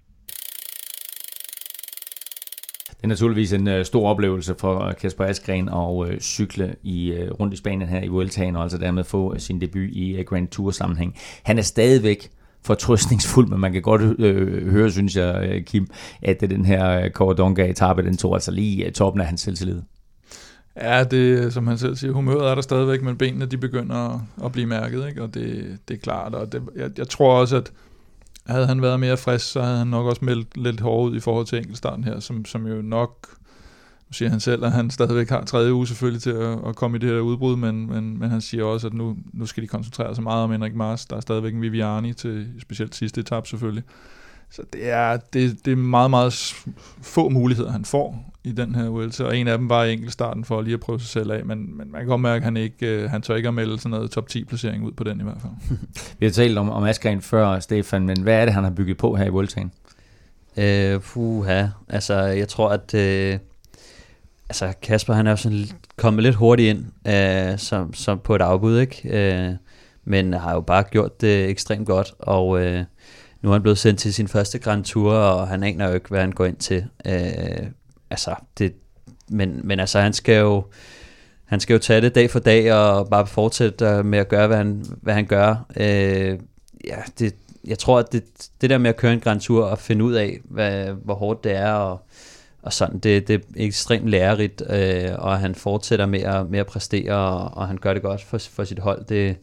Det er naturligvis en uh, stor oplevelse for Kasper Asgreen at uh, cykle i, uh, rundt i Spanien her i Vueltaen, og altså dermed få uh, sin debut i uh, Grand Tour sammenhæng. Han er stadigvæk fortrøstningsfuld, men man kan godt uh, høre, synes jeg, uh, Kim, at den her uh, Covadonga-etape, den tog altså lige uh, toppen af hans selvtillid. Ja, det, som han selv siger, humøret er der stadigvæk, men benene de begynder at, at blive mærket, ikke? Og det, det er klart. Og det, jeg, jeg tror også, at havde han været mere frisk, så havde han nok også meldt lidt hårdt ud i forhold til enkeltstarten her, som, som jo nok, nu siger han selv, at han stadigvæk har tredje uge selvfølgelig til at, at komme i det her udbrud, men, men, men han siger også, at nu, nu skal de koncentrere sig meget om Enric Mas. Der er stadigvæk en Viviani til specielt sidste etape selvfølgelig. Så det er, det, det er meget, meget få muligheder, han får i den her Vuelta, og en af dem var i enkeltstarten for lige at prøve sig selv af, men, men man kan godt mærke, at han, ikke, han tør ikke at melde sådan noget top ti placering ud på den i hvert fald. Vi har talt om, om Asgreen før, Stefan, men hvad er det, han har bygget på her i Vueltaen? Øh, puha, altså jeg tror, at øh, altså Kasper, han er jo sådan kommet lidt hurtigt ind øh, som, som på et afbud, ikke? Øh, men har jo bare gjort det ekstremt godt, og øh, nu er han blevet sendt til sin første Grand Tour, og han aner jo ikke, hvad han går ind til. Øh, altså, det, men, men altså, han skal jo han skal jo tage det dag for dag, og bare fortsætte med at gøre, hvad han, hvad han gør. Øh, ja, det, jeg tror, at det, det der med at køre en Grand Tour, og finde ud af, hvad, hvor hårdt det er, og, og sådan, det, det er ekstremt lærerigt, øh, og han fortsætter med at, med at præstere, og, og han gør det godt for, for sit hold. Det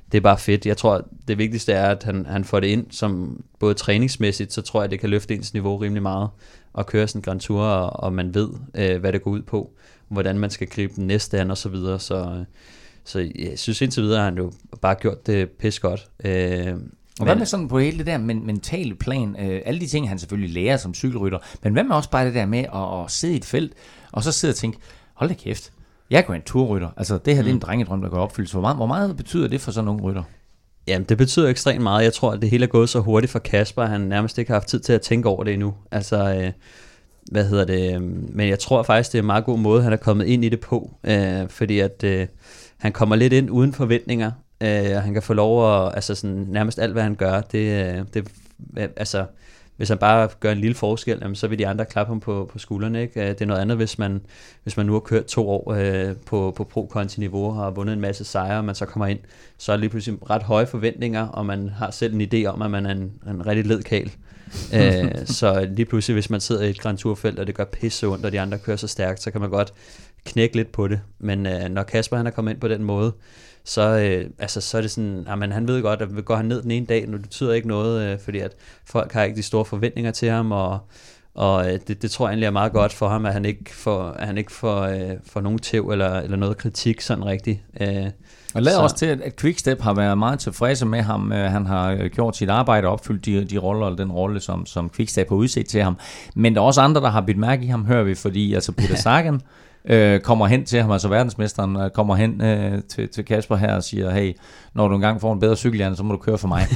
det er bare fedt. Jeg tror, det vigtigste er, at han, han får det ind, som både træningsmæssigt, så tror jeg, det kan løfte ens niveau rimelig meget, og køre sådan en Grand Tour, og, og man ved, øh, hvad det går ud på, hvordan man skal gribe den næste an, og så videre, så, så jeg synes indtil videre, har han jo bare gjort det pis godt. Øh, og hvad med sådan på hele det der men, mentale plan, øh, alle de ting, han selvfølgelig lærer som cykelrytter, men hvad med også bare det der med at, at sidde i et felt, og så sidde og tænke, hold da kæft, jeg er en turrytter. Altså, det her mm. det er en drengedrøm, der går opfyldes. Hvor meget, hvor meget betyder det for sådan nogle rytter? Jamen, det betyder ekstremt meget. Jeg tror, at det hele er gået så hurtigt for Kasper, han nærmest ikke har haft tid til at tænke over det endnu. Altså, øh, hvad hedder det? Men jeg tror faktisk, det er en meget god måde, han er kommet ind i det på. Øh, fordi at øh, han kommer lidt ind uden forventninger. Øh, og han kan få lov at, altså sådan, nærmest alt, hvad han gør, det, det altså... Hvis han bare gør en lille forskel, jamen, så vil de andre klappe ham på, på skuldrene. Ikke? Det er noget andet, hvis man, hvis man nu har kørt to år øh, på, på pro-konti-niveau og har vundet en masse sejre, og man så kommer ind, så er det lige pludselig ret høje forventninger, og man har selv en idé om, at man er en, en rigtig led kæl. øh, så lige pludselig, hvis man sidder i et Grand Tour-felt, og det gør pisse ondt, og de andre kører så stærkt, så kan man godt knække lidt på det. Men øh, når Kasper han er kommet ind på den måde, så, øh, altså, så er det sådan, jamen, han ved godt, at går han ned den ene dag, det betyder ikke noget, øh, fordi at folk har ikke de store forventninger til ham, og, og øh, det, det tror jeg egentlig er meget godt for ham, at han ikke får, at han ikke får, øh, får nogen tæv eller, eller noget kritik sådan rigtigt. Øh, og lader også til, at Quickstep har været meget tilfredse med ham. Han har gjort sit arbejde og opfyldt de, de roller, eller den rolle, som, som Quickstep har udset til ham. Men der er også andre, der har bidt mærke i ham, hører vi, fordi altså Peter Sagan øh, kommer hen til ham, altså verdensmesteren kommer hen øh, til, til Kasper her og siger, hey, når du engang får en bedre cykelhjerne, så må du køre for mig.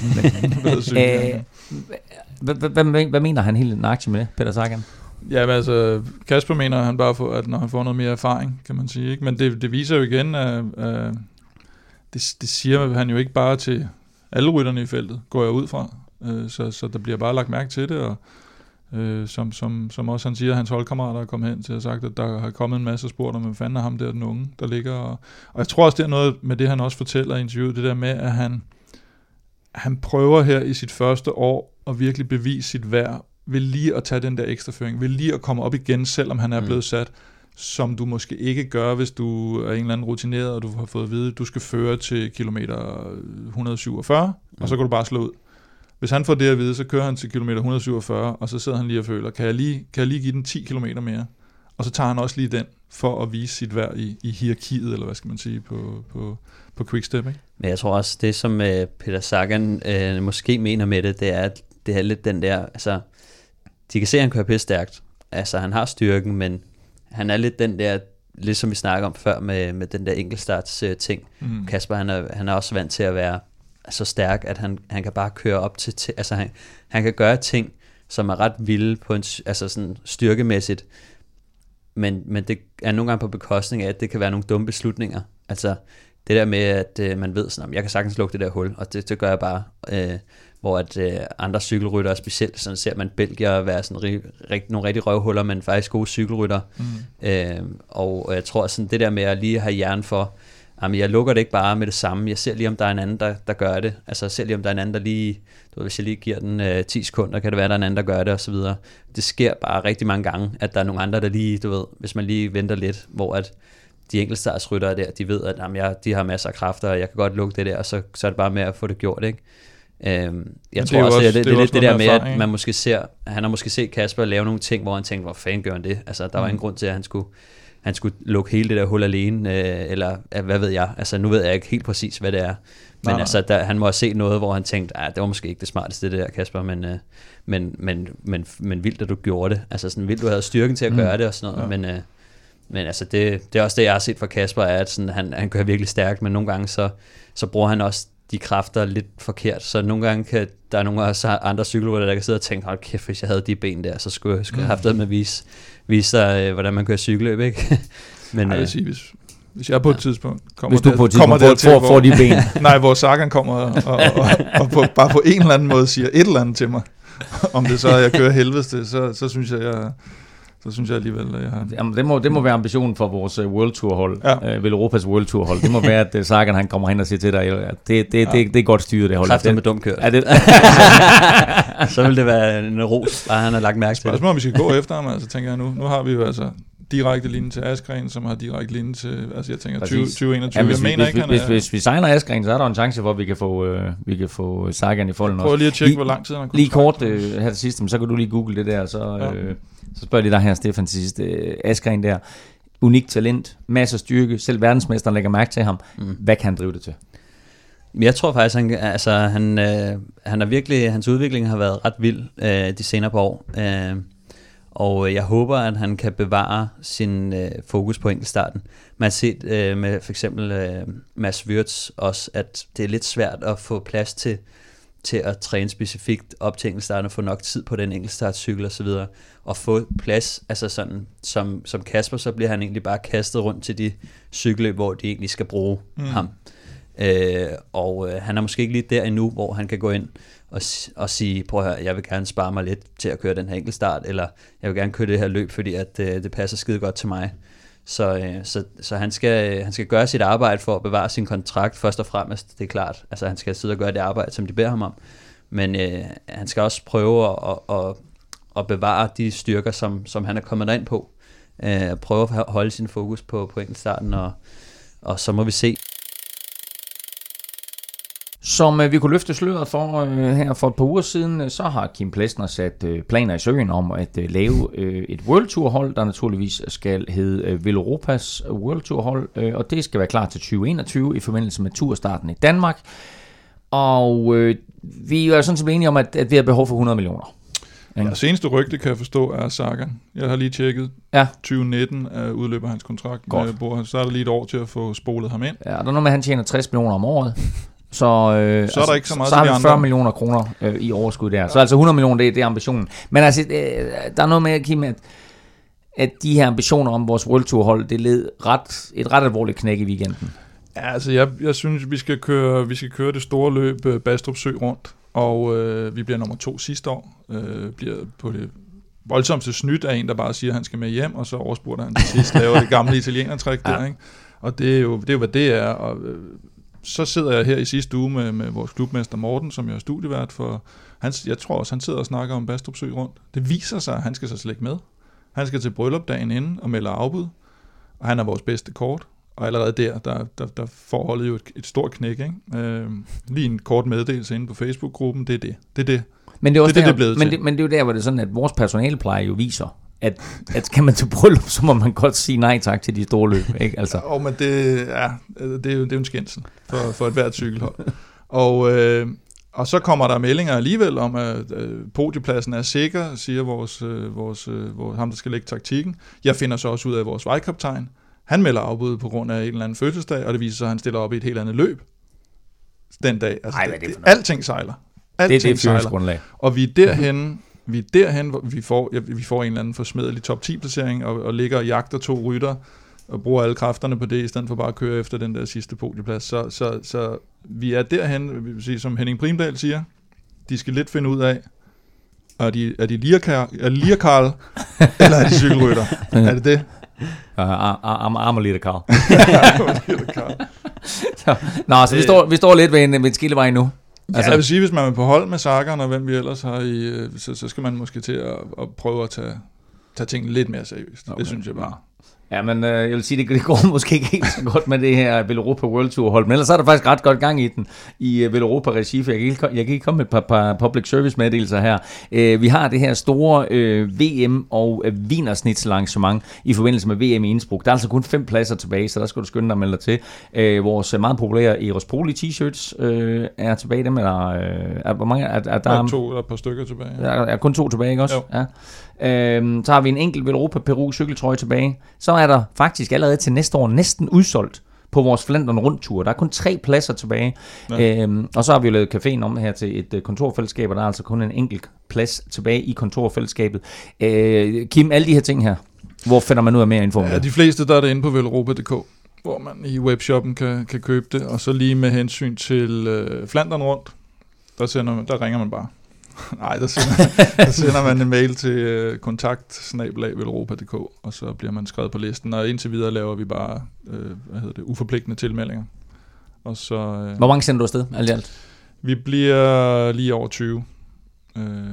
Hvad mener han helt nøjagtigt med, Peter Sagan? Ja, men altså, Kasper mener han bare, for, at når han får noget mere erfaring, kan man sige, ikke? Men det, det viser jo igen, at, at det, det siger han jo ikke bare til alle rytterne i feltet, går jeg ud fra. Så, så der bliver bare lagt mærke til det, og øh, som, som, som også han siger, hans holdkammerater er kommet hen til at sagt, at der har kommet en masse spurgt om, hvem fanden er ham der, den unge, der ligger. Og, og jeg tror også, det er noget med det, han også fortæller i interviewet, det der med, at han, han prøver her i sit første år at virkelig bevise sit værd, vil lige at tage den der ekstra føring, vil lige at komme op igen, selvom han er blevet mm. sat, som du måske ikke gør, hvis du er en eller anden rutineret, og du har fået at vide, at du skal føre til kilometer et hundrede syvogfyrre, mm. og så kan du bare slå ud. Hvis han får det at vide, så kører han til kilometer et hundrede syvogfyrre, og så sidder han lige og føler, kan jeg lige, kan jeg lige give den ti kilometer mere? Og så tager han også lige den, for at vise sit værd i, i hierarkiet, eller hvad skal man sige, på, på, på Quickstep, ikke? Men jeg tror også, det som uh, Peter Sagan uh, måske mener med det, det er, at det er lidt den der, altså, de kan se, at han kører pisse stærkt. Altså, han har styrken, men han er lidt den der, lidt som vi snakker om før, med, med den der enkeltstarts uh, ting. Mm. Kasper, han er, han er også vant til at være så stærk, at han, han kan bare køre op til, til altså han, han kan gøre ting, som er ret vilde på en, altså sådan styrkemæssigt, men, men det er nogle gange på bekostning af, at det kan være nogle dumme beslutninger. Altså det der med, at øh, man ved sådan, jeg kan sagtens lukke det der hul, og det, det gør jeg bare, øh, hvor at øh, andre cykelryttere, specielt sådan ser man Belgier være sådan rig, rig, nogle rigtig røvhuller, men faktisk gode cykelryttere. Mm. Øh, og jeg tror sådan det der med at lige have hjernen for, jamen jeg lukker det ikke bare med det samme, jeg ser lige om der er en anden, der, der gør det, altså jeg ser lige om der er en anden, der lige, du ved, hvis jeg lige giver den øh, ti sekunder, kan det være, der er en anden, der gør det, og så videre. Det sker bare rigtig mange gange, at der er nogle andre, der lige, du ved, hvis man lige venter lidt, hvor at de enkeltstartsryttere der, de ved, at jamen, jeg, de har masser af kræfter, og jeg kan godt lukke det der, og så, så er det bare med at få det gjort, ikke? Øhm, jeg tror også, også, det, det, det er lidt det der med, at man måske ser, han har måske set Kasper lave nogle ting, hvor han tænkte, hvor fanden gør han det? Altså, der var mm. ingen grund til, at han skulle han skulle lukke hele det der hul alene, øh, eller hvad ved jeg, altså nu ved jeg ikke helt præcis, hvad det er, men nej, altså der, han må have set noget, hvor han tænkte, ah, det var måske ikke det smarteste det der, Kasper, men, øh, men, men, men, men vildt, at du gjorde det, altså sådan vildt, du havde styrken til at gøre mm. det og sådan noget, ja. men, øh, men altså det, det er også det, jeg har set fra Kasper, er, at sådan, han, han kører virkelig stærkt, men nogle gange så, så bruger han også de kræfter lidt forkert, så nogle gange kan der er nogle af andre cykelryttere, der kan sidde og tænke, hold kæft, hvis jeg havde de ben der, så skulle jeg, skulle jeg have haft det med at vise, vise sig, øh, hvordan man kører cykelløb, ikke? Men, Ej, jeg vil sige, hvis, hvis jeg på et tidspunkt kommer hvis du der, på et tidspunkt får, til, får, får de ben. Nej, hvor Sagan kommer og, og, og, og på, bare på en eller anden måde siger et eller andet til mig, om det så er, jeg kører helvedes til, så, så synes jeg, jeg så synes jeg alligevel, at jeg har... Jamen, det må, det må være ambitionen for vores uh, World Tour hold, ja. uh, Europas World Tour hold. Det må være, at uh, Sagan han kommer hen og siger til dig, at det, det, ja. det, det, det er godt styret, det hold. Kræfter med dumkørt. Ja, det... Så vil det være en ros, bare han har lagt mærke til det. Spørgsmål, om vi skal gå efter ham, altså tænker jeg nu. Nu har vi jo altså direkte linje til Askren, som har direkte linje til, altså jeg tænker tyve enogtyve. Ja, hvis, jeg vi, mener hvis, ikke, han hvis, er... hvis vi signer Askren, så er der en chance for, at vi kan få, øh, vi kan få Sagan i folden også. Prøv lige at tjekke, lige, hvor lang tid han har lige kort øh, her til sidst, så kan du lige google det der, så, ja. øh, så spørger de dig her, Stefan, til sidst. Øh, Askren der, unik talent, masser af styrke, selv verdensmesteren lægger mærke til ham. Mm. Hvad kan han drive det til? Jeg tror faktisk, han, altså, han, øh, han er virkelig, hans udvikling har været ret vild øh, de senere par år. Øh, og jeg håber, at han kan bevare sin øh, fokus på enkeltstarten. Man har set øh, med for eksempel øh, Mads Wirtz også, at det er lidt svært at få plads til, til at træne specifikt op til enkeltstarten og få nok tid på den enkeltstartcykel osv. Og få plads, altså sådan, som, som Kasper, så bliver han egentlig bare kastet rundt til de cykelløb, hvor de egentlig skal bruge mm. ham. Øh, og øh, han er måske ikke lige der endnu, hvor han kan gå ind og, og sige, prøv at høre, jeg vil gerne spare mig lidt til at køre den her enkeltstart, eller jeg vil gerne køre det her løb, fordi at, øh, det passer skide godt til mig. Så, øh, så, så han, skal, han skal gøre sit arbejde for at bevare sin kontrakt, først og fremmest, det er klart. Altså han skal sidde og gøre det arbejde, som de beder ham om. Men øh, han skal også prøve at, at, at bevare de styrker, som, som han er kommet derind på. Øh, prøve at holde sin fokus på, på enkeltstarten, og, og så må vi se. Som øh, vi kunne løfte sløret for øh, her for et par uger siden, øh, så har Kim Plesner sat øh, planer i søen om at øh, lave øh, et World Tour hold, der naturligvis skal hedde øh, Veloropas World Tour hold, øh, og det skal være klar til tyve enogtyve i forbindelse med turstarten i Danmark. Og øh, vi er sådan set enige om, at, at vi har behov for hundrede millioner. Ja, seneste rygte kan jeg forstå er Sagan. Jeg har lige tjekket. Ja. tyve nitten er udløber hans kontrakt med Bora. Så er der lige et år til at få spolet ham ind. Ja, der er noget med, at han tjener tres millioner om året. Så, øh, så er der ikke så meget så har vi fyrre andre. millioner kroner øh, i overskud der. Ja. Så altså hundrede millioner, det, det er ambitionen. Men altså, øh, der er noget med, Kim, at, at de her ambitioner om vores World Tour hold, det led ret, et ret alvorligt knæk i weekenden. Ja, altså jeg, jeg synes, vi skal køre, vi skal køre det store løb uh, Bastrup Sø rundt, og øh, vi bliver nummer to sidste år. Øh, bliver på det voldsomste snydt af en, der bare siger, at han skal med hjem, og så overspurgte han til sidst, laver det gamle italienertræk ja. der, ikke? Og det er, jo, det er jo, hvad det er, og øh, så sidder jeg her i sidste uge med, med vores klubmester Morten, som jeg er studievært for. Han, jeg tror også, han sidder og snakker om Bastrup Sø rundt. Det viser sig, at han skal så slet ikke med. Han skal til bryllup dagen inden og melder afbud, og han er vores bedste kort. Og allerede der, der, der, der forholdet jo et, et stort knæk, ikke? Øh, lige en kort meddelelse inde på Facebook-gruppen, det er det. Det er det. Men det er, også det, der, det, det, men, det, men det er jo der, hvor det er sådan, at vores personalepleje jo viser, at, at kan man til bryllup, så må man godt sige nej tak til de store løb, ikke? Altså. Ja, men det, ja, det, er jo, det er jo en skændsel for, for et hvert cykelhold. og, øh, og så kommer der meldinger alligevel om, at øh, podiepladsen er sikker, siger vores, øh, vores, øh, vores, ham, der skal lægge taktikken. Jeg finder så også ud af vores vejkaptajn. Han melder afbud på grund af en eller anden fødselsdag, og det viser sig, at han stiller op i et helt andet løb den dag. Altså, Ej, det, det, alting sejler. Alting det er det sejler. Og vi er derhen, vi er derhen, hvor vi får, ja, vi får en eller anden forsmedelig top ti placering og, og ligger og jagter to rytter og bruger alle kræfterne på det, i stedet for bare at køre efter den der sidste podieplads. Så, så, så vi er derhen, vil sige, som Henning Primdal siger, de skal lidt finde ud af, er de, er de lierkarl, eller er de cykelrytter? Er det det? Armer lidt af Karl. Nå, så vi står, vi står lidt ved en, ved en skillevej nu. Altså, jeg vil sige, hvis man er på hold med Sagan, og hvem vi ellers har i, så, så skal man måske til at, at prøve at tage, tage tingene lidt mere seriøst. Okay. Det synes jeg bare. Ja, men øh, jeg vil sige, det, det går måske ikke helt så godt med det her Veloropa World Tour hold, men ellers er der faktisk ret godt gang i den i uh, Veloropa regi, for jeg kan, ikke, jeg kan ikke komme med et par, par public service meddelelser her. Uh, vi har det her store uh, V M og uh, Wienersnitzel-arrangement i forbindelse med V M i Innsbruck. Der er altså kun fem pladser tilbage, så der skal du skynde dig at melde dig til. Uh, vores uh, meget populære Eros Poli t-shirts uh, er tilbage. Dem er der, uh, er, hvor mange er, er der? Er to, der er et par stykker tilbage. Ja. Der er, er kun to tilbage, ikke også? Jo. Ja. Øhm, så har vi en enkelt Veloropa Peru cykeltrøje tilbage. Så er der faktisk allerede til næste år næsten udsolgt på vores Flandern Rundtur. Der er kun tre pladser tilbage. Ja. Øhm, og så har vi jo lavet caféen om her til et uh, kontorfællesskab, og der er altså kun en enkelt plads tilbage i kontorfællesskabet. Øh, Kim, alle de her ting her, hvor finder man ud af mere info om ja, det? De fleste, der er det inde på veloropa punktum d k, hvor man i webshoppen kan, kan købe det. Og så lige med hensyn til øh, Flandern Rundt, der, sender man, der ringer man bare. Nej, der sender, der sender man en mail til uh, kontakt snabel-a veloropa punktum d k, og så bliver man skrevet på listen, og indtil videre laver vi bare uh, hvad hedder det, uforpligtende tilmeldinger. Og så, uh, Hvor mange sender du afsted, alt i alt? Vi bliver lige over tyve. Uh,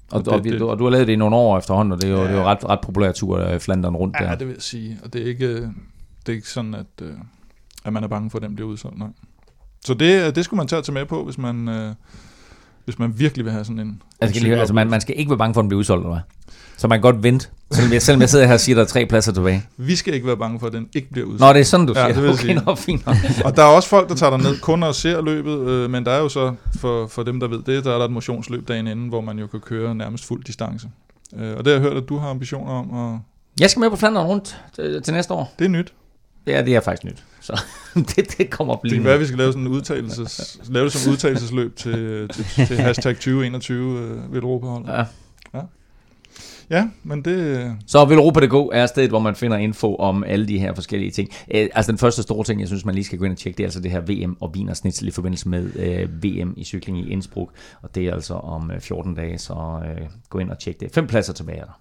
Og, og, det, og du har lavet det i nogle år efterhånden, og det er jo, ja. det er jo ret, ret populær tur af Flandern rundt ja, der. Ja, det vil jeg sige. Og det er ikke, det er ikke sådan, at, at man er bange for, at dem bliver udsolgt. Nej. Så det, det skulle man tage til med på, hvis man, hvis man virkelig vil have sådan en... Altså, en altså man, man skal ikke være bange for, at den bliver udsolgt, eller hvad? Så man kan godt vente, selvom jeg, selvom jeg sidder her og siger, at der er tre pladser tilbage. Vi skal ikke være bange for, at den ikke bliver udsolgt. Nå, det er sådan, du siger. Ja, det vil okay, nå, fint nok. Og der er også folk, der tager ned kun og ser løbet, øh, men der er jo så, for, for dem, der ved det, der er der et motionsløb dagen inden, hvor man jo kan køre nærmest fuld distance. Øh, og det har jeg hørt, at du har ambitioner om. Og jeg skal med på Flandern rundt til, til næste år. Det er nyt. Ja, det er faktisk nyt. Så det, det kommer at blive... Det kan være, at vi skal lave, sådan en udtalelses, lave det som udtalelsesløb til, til, til hashtag tyve enogtyve øh, ved Europaholdet. Ja. Ja. Ja, men det... Så Velropa punktum d k er stedet, hvor man finder info om alle de her forskellige ting. Øh, altså den første store ting, jeg synes, man lige skal gå ind og tjekke, det er altså det her V M og Wiener Schnitzel i forbindelse med øh, V M i cykling i Innsbruck. Og det er altså om øh, fjorten dage, så øh, gå ind og tjek det. Fem pladser tilbage der.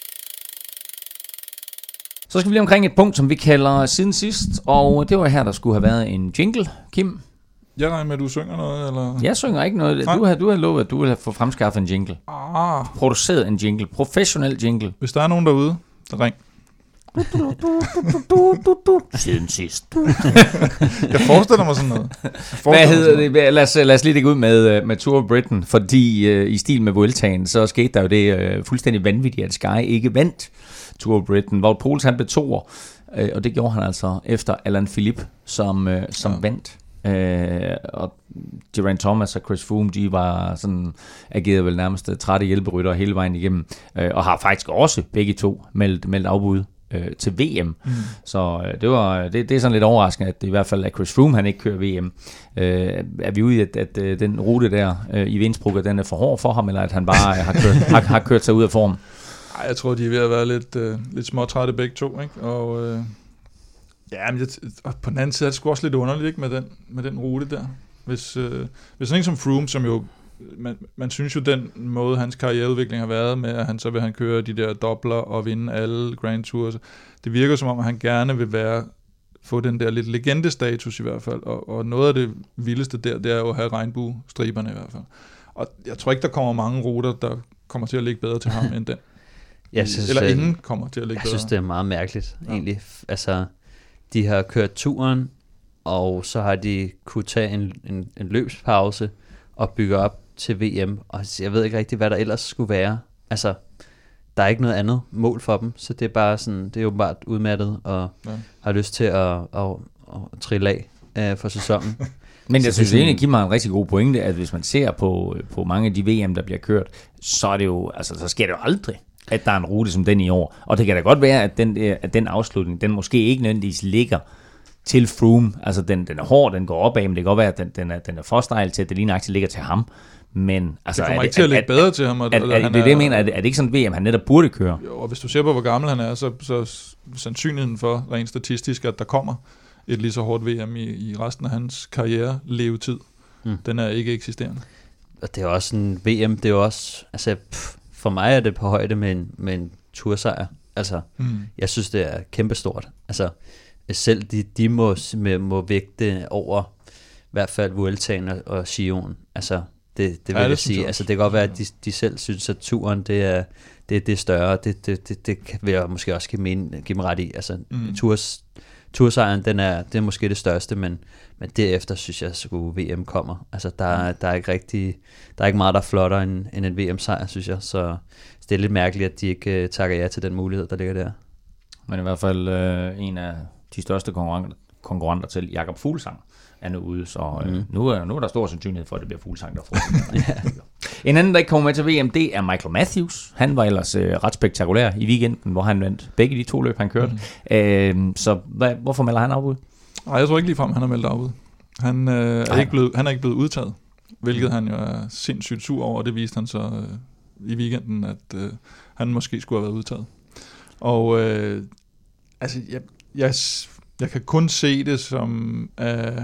Så skal vi lige omkring et punkt, som vi kalder siden sidst. Og det var her, der skulle have været en jingle. Kim? Jeg regner med, at du synger noget, eller? Jeg synger ikke noget. Du har, du har lovet, at du vil få fremskaffet en jingle. Ah. Produceret en jingle. Professionel jingle. Hvis der er nogen derude, der ring. Siden sidst. Jeg forestiller mig sådan noget. Hvad hedder det? Lad os, lad os lige lægge ud med, med Tour of Britain, fordi uh, i stil med Vueltaen, så skete der jo det uh, fuldstændig vanvittigt, at Sky ikke vandt Tour of Britain. Wout Poels, han blev toer, uh, og det gjorde han altså efter Alain Philippe, som, uh, som ja. vandt. Uh, og Geraint Thomas og Chris Froome, de var sådan, agerede vel nærmest trætte hjælperytter hele vejen igennem, uh, og har faktisk også begge to meldt, meldt afbud uh, til V M. Mm. Så uh, det, var, det, det er sådan lidt overraskende, at det i hvert fald er Chris Froome, han ikke kører V M. Uh, er vi ude i, at, at uh, den rute der uh, i Innsbruck, den er for hård for ham, eller at han bare uh, har, kørt, har, har kørt sig ud af form? Ej, jeg tror, de er ved at være lidt, uh, lidt småtrætte begge to, ikke? Og... Uh ja, men jeg, og på den anden side er det sgu også lidt underligt, ikke, med den, med den rute der. Hvis, øh, hvis sådan en som Froome, som jo, man, man synes jo den måde, hans karriereudvikling har været med, at han så vil han køre de der dobler og vinde alle Grand Tours. Det virker som om, at han gerne vil være, få den der lidt legendestatus i hvert fald. Og, og noget af det vildeste der, det er jo at have regnbuestriberne i hvert fald. Og jeg tror ikke, der kommer mange ruter, der kommer til at ligge bedre til ham end den. Jeg synes, Eller ingen kommer til at ligge jeg bedre. Jeg synes, det er meget mærkeligt, ja. egentlig. Altså... De har kørt turen, og så har de kunne tage en, en, en løbspause og bygge op til V M. Og jeg ved ikke rigtig, hvad der ellers skulle være. Altså, der er ikke noget andet mål for dem, så det er bare sådan, det er jo bare udmattet og ja. har lyst til at, at, at, at trille af uh, for sæsonen. Men jeg synes egentlig, giver mig en rigtig god pointe, at hvis man ser på, på mange af de V M, der bliver kørt, så er det jo, altså, så sker det jo aldrig, at der er en rute som den i år. Og det kan da godt være, at den, at den afslutning, den måske ikke nødvendigvis ligger til Froome. Altså, den, den er hård, den går opad, men det kan godt være, at den, den, er, den er for stejl til, at det lige nøjagtigt ligger til ham. Men altså, det kommer er ikke til at ligge at, bedre til ham. At, at, at, er, det er det, jeg mener. Er det, er det ikke sådan et V M, han netop burde køre? Jo, og hvis du ser på, hvor gammel han er, så, så sandsynligheden for, rent statistisk, at der kommer et lige så hårdt V M i, i resten af hans karriere levetid, mm. den er ikke eksisterende. Og det er også en V M, det er også, altså pff, for mig er det på højde med en, med en tursejr. Altså, mm. jeg synes, det er kæmpestort. Altså, selv de, de må, må vægte over i hvert fald Vueltaen og, og Giroen. Altså, det, det vil ja, jeg det sige. Altså, det kan godt være, at de, de selv synes, at turen, det er, det, det er større. Det, det, det, det vil jeg måske også give, mene, give mig ret i. Altså, mm. turs, tursejren, den er, det er måske det største, men, men derefter synes jeg, at V M kommer. Altså, der, der, er ikke rigtig, der er ikke meget, der er flottere end, end en V M-sejr, synes jeg. Så det er lidt mærkeligt, at de ikke uh, takker ja til den mulighed, der ligger der. Men i hvert fald øh, en af de største konkurrenter, konkurrenter til Jakob Fuglsang er nu ude, så øh, mm. nu, er, nu er der stor sandsynlighed for, at det bliver Fuglsang, der får det. Ja. En anden, der ikke kommer med til V M, det er Michael Matthews. Han var ellers øh, ret spektakulær i weekenden, hvor han vandt begge de to løb, han kørte. Mm. Øh, så hvad, hvorfor melder han afbud? Nej, jeg tror ikke ligefrem, han har meldt afbud. Han, øh, er ikke blevet, han er ikke blevet udtaget, hvilket han jo er sindssygt sur over, og det viste han så øh, i weekenden, at øh, han måske skulle have været udtaget. Og øh, altså, jeg, jeg, jeg kan kun se det som, øh,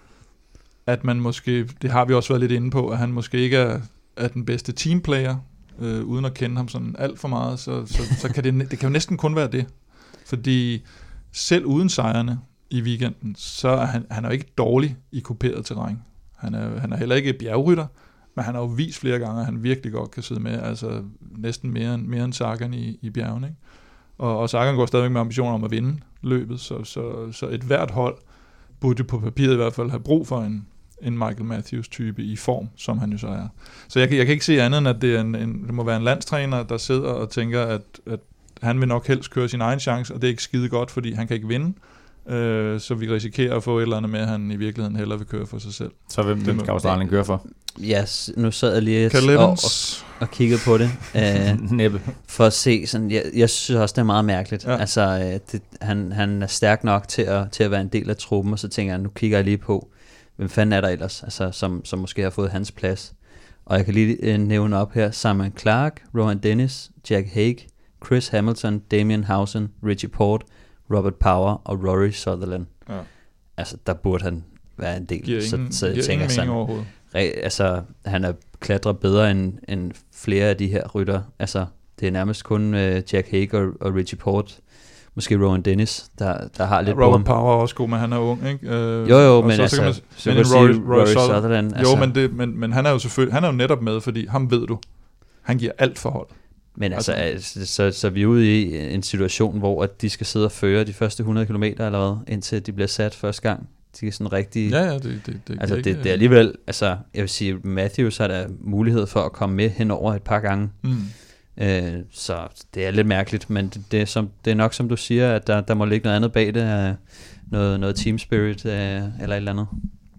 at man måske, det har vi også været lidt inde på, at han måske ikke er, er den bedste teamplayer, øh, uden at kende ham sådan alt for meget, så, så, så kan det, det kan jo næsten kun være det. Fordi selv uden sejrene i weekenden, så er han, han er jo ikke dårlig i kuperet terræn. Han er, han er heller ikke bjergrytter, Men han har jo vist flere gange, at han virkelig godt kan sidde med, altså næsten mere end, mere end Sagan i, i bjergene. Ikke? Og, og Sagan går stadigvæk med ambitioner om at vinde løbet, så, så, så et hvert hold burde på papiret i hvert fald have brug for en, en Michael Matthews-type i form, som han jo så er. Så jeg, jeg kan ikke se andet end, at det, er en, en, det må være en landstræner, der sidder og tænker, at, at han vil nok helst køre sin egen chance, og det er ikke skide godt, fordi han kan ikke vinde. Øh, så vi risikerer at få et eller andet med, at han i virkeligheden hellere vil køre for sig selv. Så hvem, hvem skal Australien køre for? Ja, yes, nu sad jeg lige og, og, og kiggede på det. Uh, Næppe. For at se, sådan, jeg, jeg synes også, det er meget mærkeligt. Ja. Altså, det, han, han er stærk nok til at, til at være en del af truppen, og så tænker jeg, nu kigger jeg lige på, hvem fanden er der ellers, altså, som, som måske har fået hans plads. Og jeg kan lige uh, nævne op her, Simon Clark, Rohan Dennis, Jack Haig, Chris Hamilton, Damien Howson, Richie Porte, Robert Power og Rory Sutherland. Ja. Altså, der burde han være en del. Giver ingen, så, så jeg giver tænker ingen sådan, overhovedet. Re, altså, han er klatret bedre end, end flere af de her rytter. Altså, det er nærmest kun uh, Jack Haig og, og Richie Porte, måske Rowan Dennis, der, der har lidt ja, Robert Power er også god, men han er ung, ikke? Uh, jo, jo, men så, altså, så kan man, så men kan Rory, sige Rory, Rory Sutherland. Sutherland. Jo, altså. men, det, men, men han er jo selvfølgelig, han er jo netop med, fordi ham ved du, han giver alt for hold. Men altså, altså så, så vi er ude i en situation, hvor at de skal sidde og føre de første hundrede kilometer eller hvad, indtil de bliver sat første gang. De er sådan rigtig... Ja, ja, det, det, det, altså, det, det, det er alligevel... Altså, jeg vil sige, Matthews har der mulighed for at komme med hen over et par gange. Mm. Øh, så det er lidt mærkeligt, men det, det, er som, det er nok, som du siger, at der, der må ligge noget andet bag det. Uh, noget, noget team spirit uh, eller et eller andet.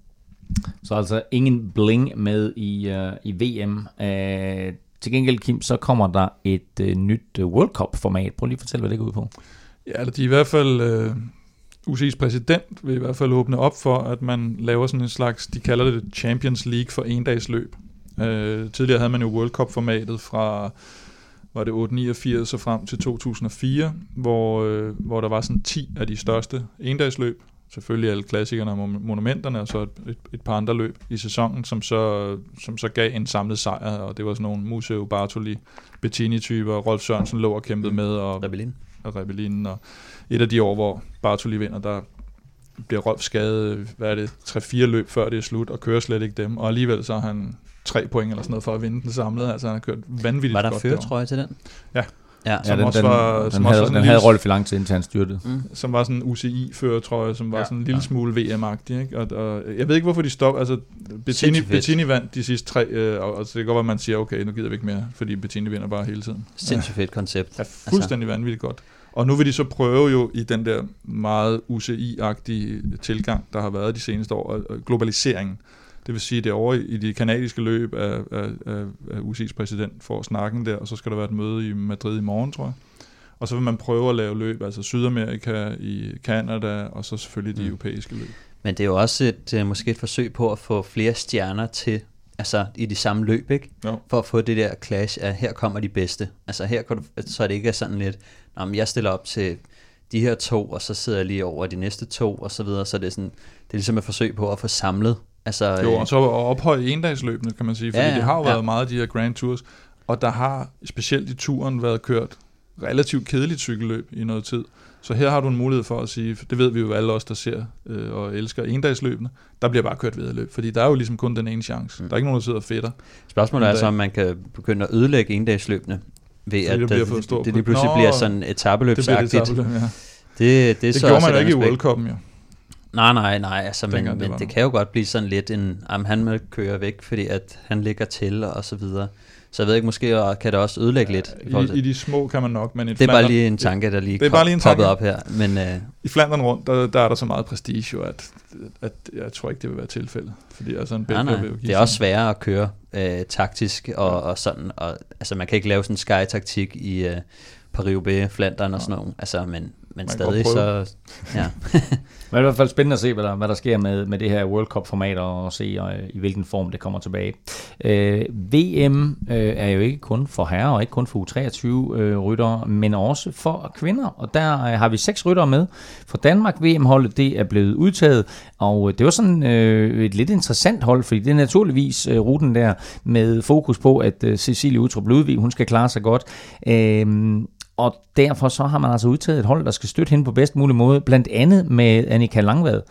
Så altså ingen bling med i, uh, i V M. Uh, Til gengæld, Kim, så kommer der et øh, nyt øh, World Cup-format. Prøv lige at fortælle, hvad det går ud på. Ja, de er i hvert fald... Øh, U C I's præsident vil i hvert fald åbne op for, at man laver sådan en slags... De kalder det Champions League for endagsløb. Øh, tidligere havde man jo World Cup-formatet fra... Var det otte niogfirs og frem til to tusind og fire, hvor, øh, hvor der var sådan ti af de største endagsløb. Selvfølgelig alle klassikerne og monumenterne, og så et, et, et par andre løb i sæsonen, som så, som så gav en samlet sejr, og det var sådan nogle Museo, Bartoli, Bettini-typer, Rolf Sørensen lå og kæmpede med, og Rebellin. Og Rebellin, og et af de år, hvor Bartoli vinder, der bliver Rolf skadet, hvad er det, tre-fire løb før det er slut, og kører slet ikke dem, og alligevel så har han tre point eller sådan noget for at vinde den samlede, altså han har kørt vanvittigt godt. Var der førertrøje til den? Ja. Ja, som ja, den, også var, den, som den også havde, var den havde Rolf i lang tid, indtil han styrtede. Mm. Som var sådan en U C I-førertrøje, som var ja, sådan en lille ja. smule V M-agtig. Ikke? Og, og, jeg ved ikke, hvorfor de stopper. Altså, Bettini, Bettini vandt de sidste tre, øh, og, og så det går, at man siger, okay, nu gider vi ikke mere, fordi Bettini vinder bare hele tiden. Sindssygt fedt koncept. Ja, fuldstændig altså. Vanvittigt godt. Og nu vil de så prøve jo i den der meget U C I-agtige tilgang, der har været de seneste år, og globaliseringen. Det vil sige, det er over i de kanadiske løb af, af, af, af U C I's præsident for snakken der, og så skal der være et møde i Madrid i morgen, tror jeg. Og så vil man prøve at lave løb, altså Sydamerika, i Canada, og så selvfølgelig de mm. europæiske løb. Men det er jo også et, måske et forsøg på at få flere stjerner til, altså i de samme løb, ikke? Jo. For at få det der clash af, her kommer de bedste. Altså her kan du, så er det ikke sådan lidt, nå, men jeg stiller op til de her to, og så sidder jeg lige over de næste to, og så videre. Så det er sådan, det er ligesom et forsøg på at få samlet. Altså, jo, og så at ophøje endagsløbene, kan man sige, fordi ja, ja, det har jo været ja. meget af de her Grand Tours, og der har specielt i turen været kørt relativt kedeligt cykelløb i noget tid. Så her har du en mulighed for at sige, det ved vi jo alle os, der ser øh, og elsker endagsløbene, der bliver bare kørt vedløb, fordi der er jo ligesom kun den ene chance. Mm. Der er ikke nogen, der sidder og fedter. Spørgsmålet er altså, om man kan begynde at ødelægge endagsløbene, ved at det, det, det lige pludselig Nå, bliver sådan etabeløbsagtigt. Det, det, ja. det, det, det så gjorde man jo ikke i World Cup'en, jo. Nej, nej, nej, altså, men, Dengang, men det, det kan jo godt blive sådan lidt en, om han må køre væk, fordi at han ligger til og så videre. Så jeg ved ikke, måske kan det også ødelægge ja, lidt. I, I, I de små kan man nok, men i det er Flandern, bare lige en tanke, der lige, kom, lige poppet op her. Men, uh, i Flandern rundt, der, der er der så meget prestige, jo, at, at jeg tror ikke, det vil være tilfældet. Fordi altså en nej, nej. Vil jo give det er også sværere at køre uh, taktisk og, ja. og sådan. Og, altså man kan ikke lave sådan en sky-taktik i uh, Paris-Roubaix, Flandern ja. og sådan noget. Altså, men men stadig så... Ja. Men det er i hvert fald spændende at se, hvad der, hvad der sker med, med det her World Cup-format, og se og, i hvilken form det kommer tilbage. Øh, V M øh, er jo ikke kun for herrer, og ikke kun for U treogtyve-ryttere, øh, men også for kvinder. Og der øh, har vi seks ryttere med. For Danmark V M-holdet, det er blevet udtaget, og det var sådan øh, et lidt interessant hold, fordi det er naturligvis øh, ruten der med fokus på, at øh, Cecilie Uttrup Ludvig, hun skal klare sig godt. Øh, Og derfor så har man altså udtaget et hold, der skal støtte hende på bedst mulig måde, blandt andet med Annika Langvad.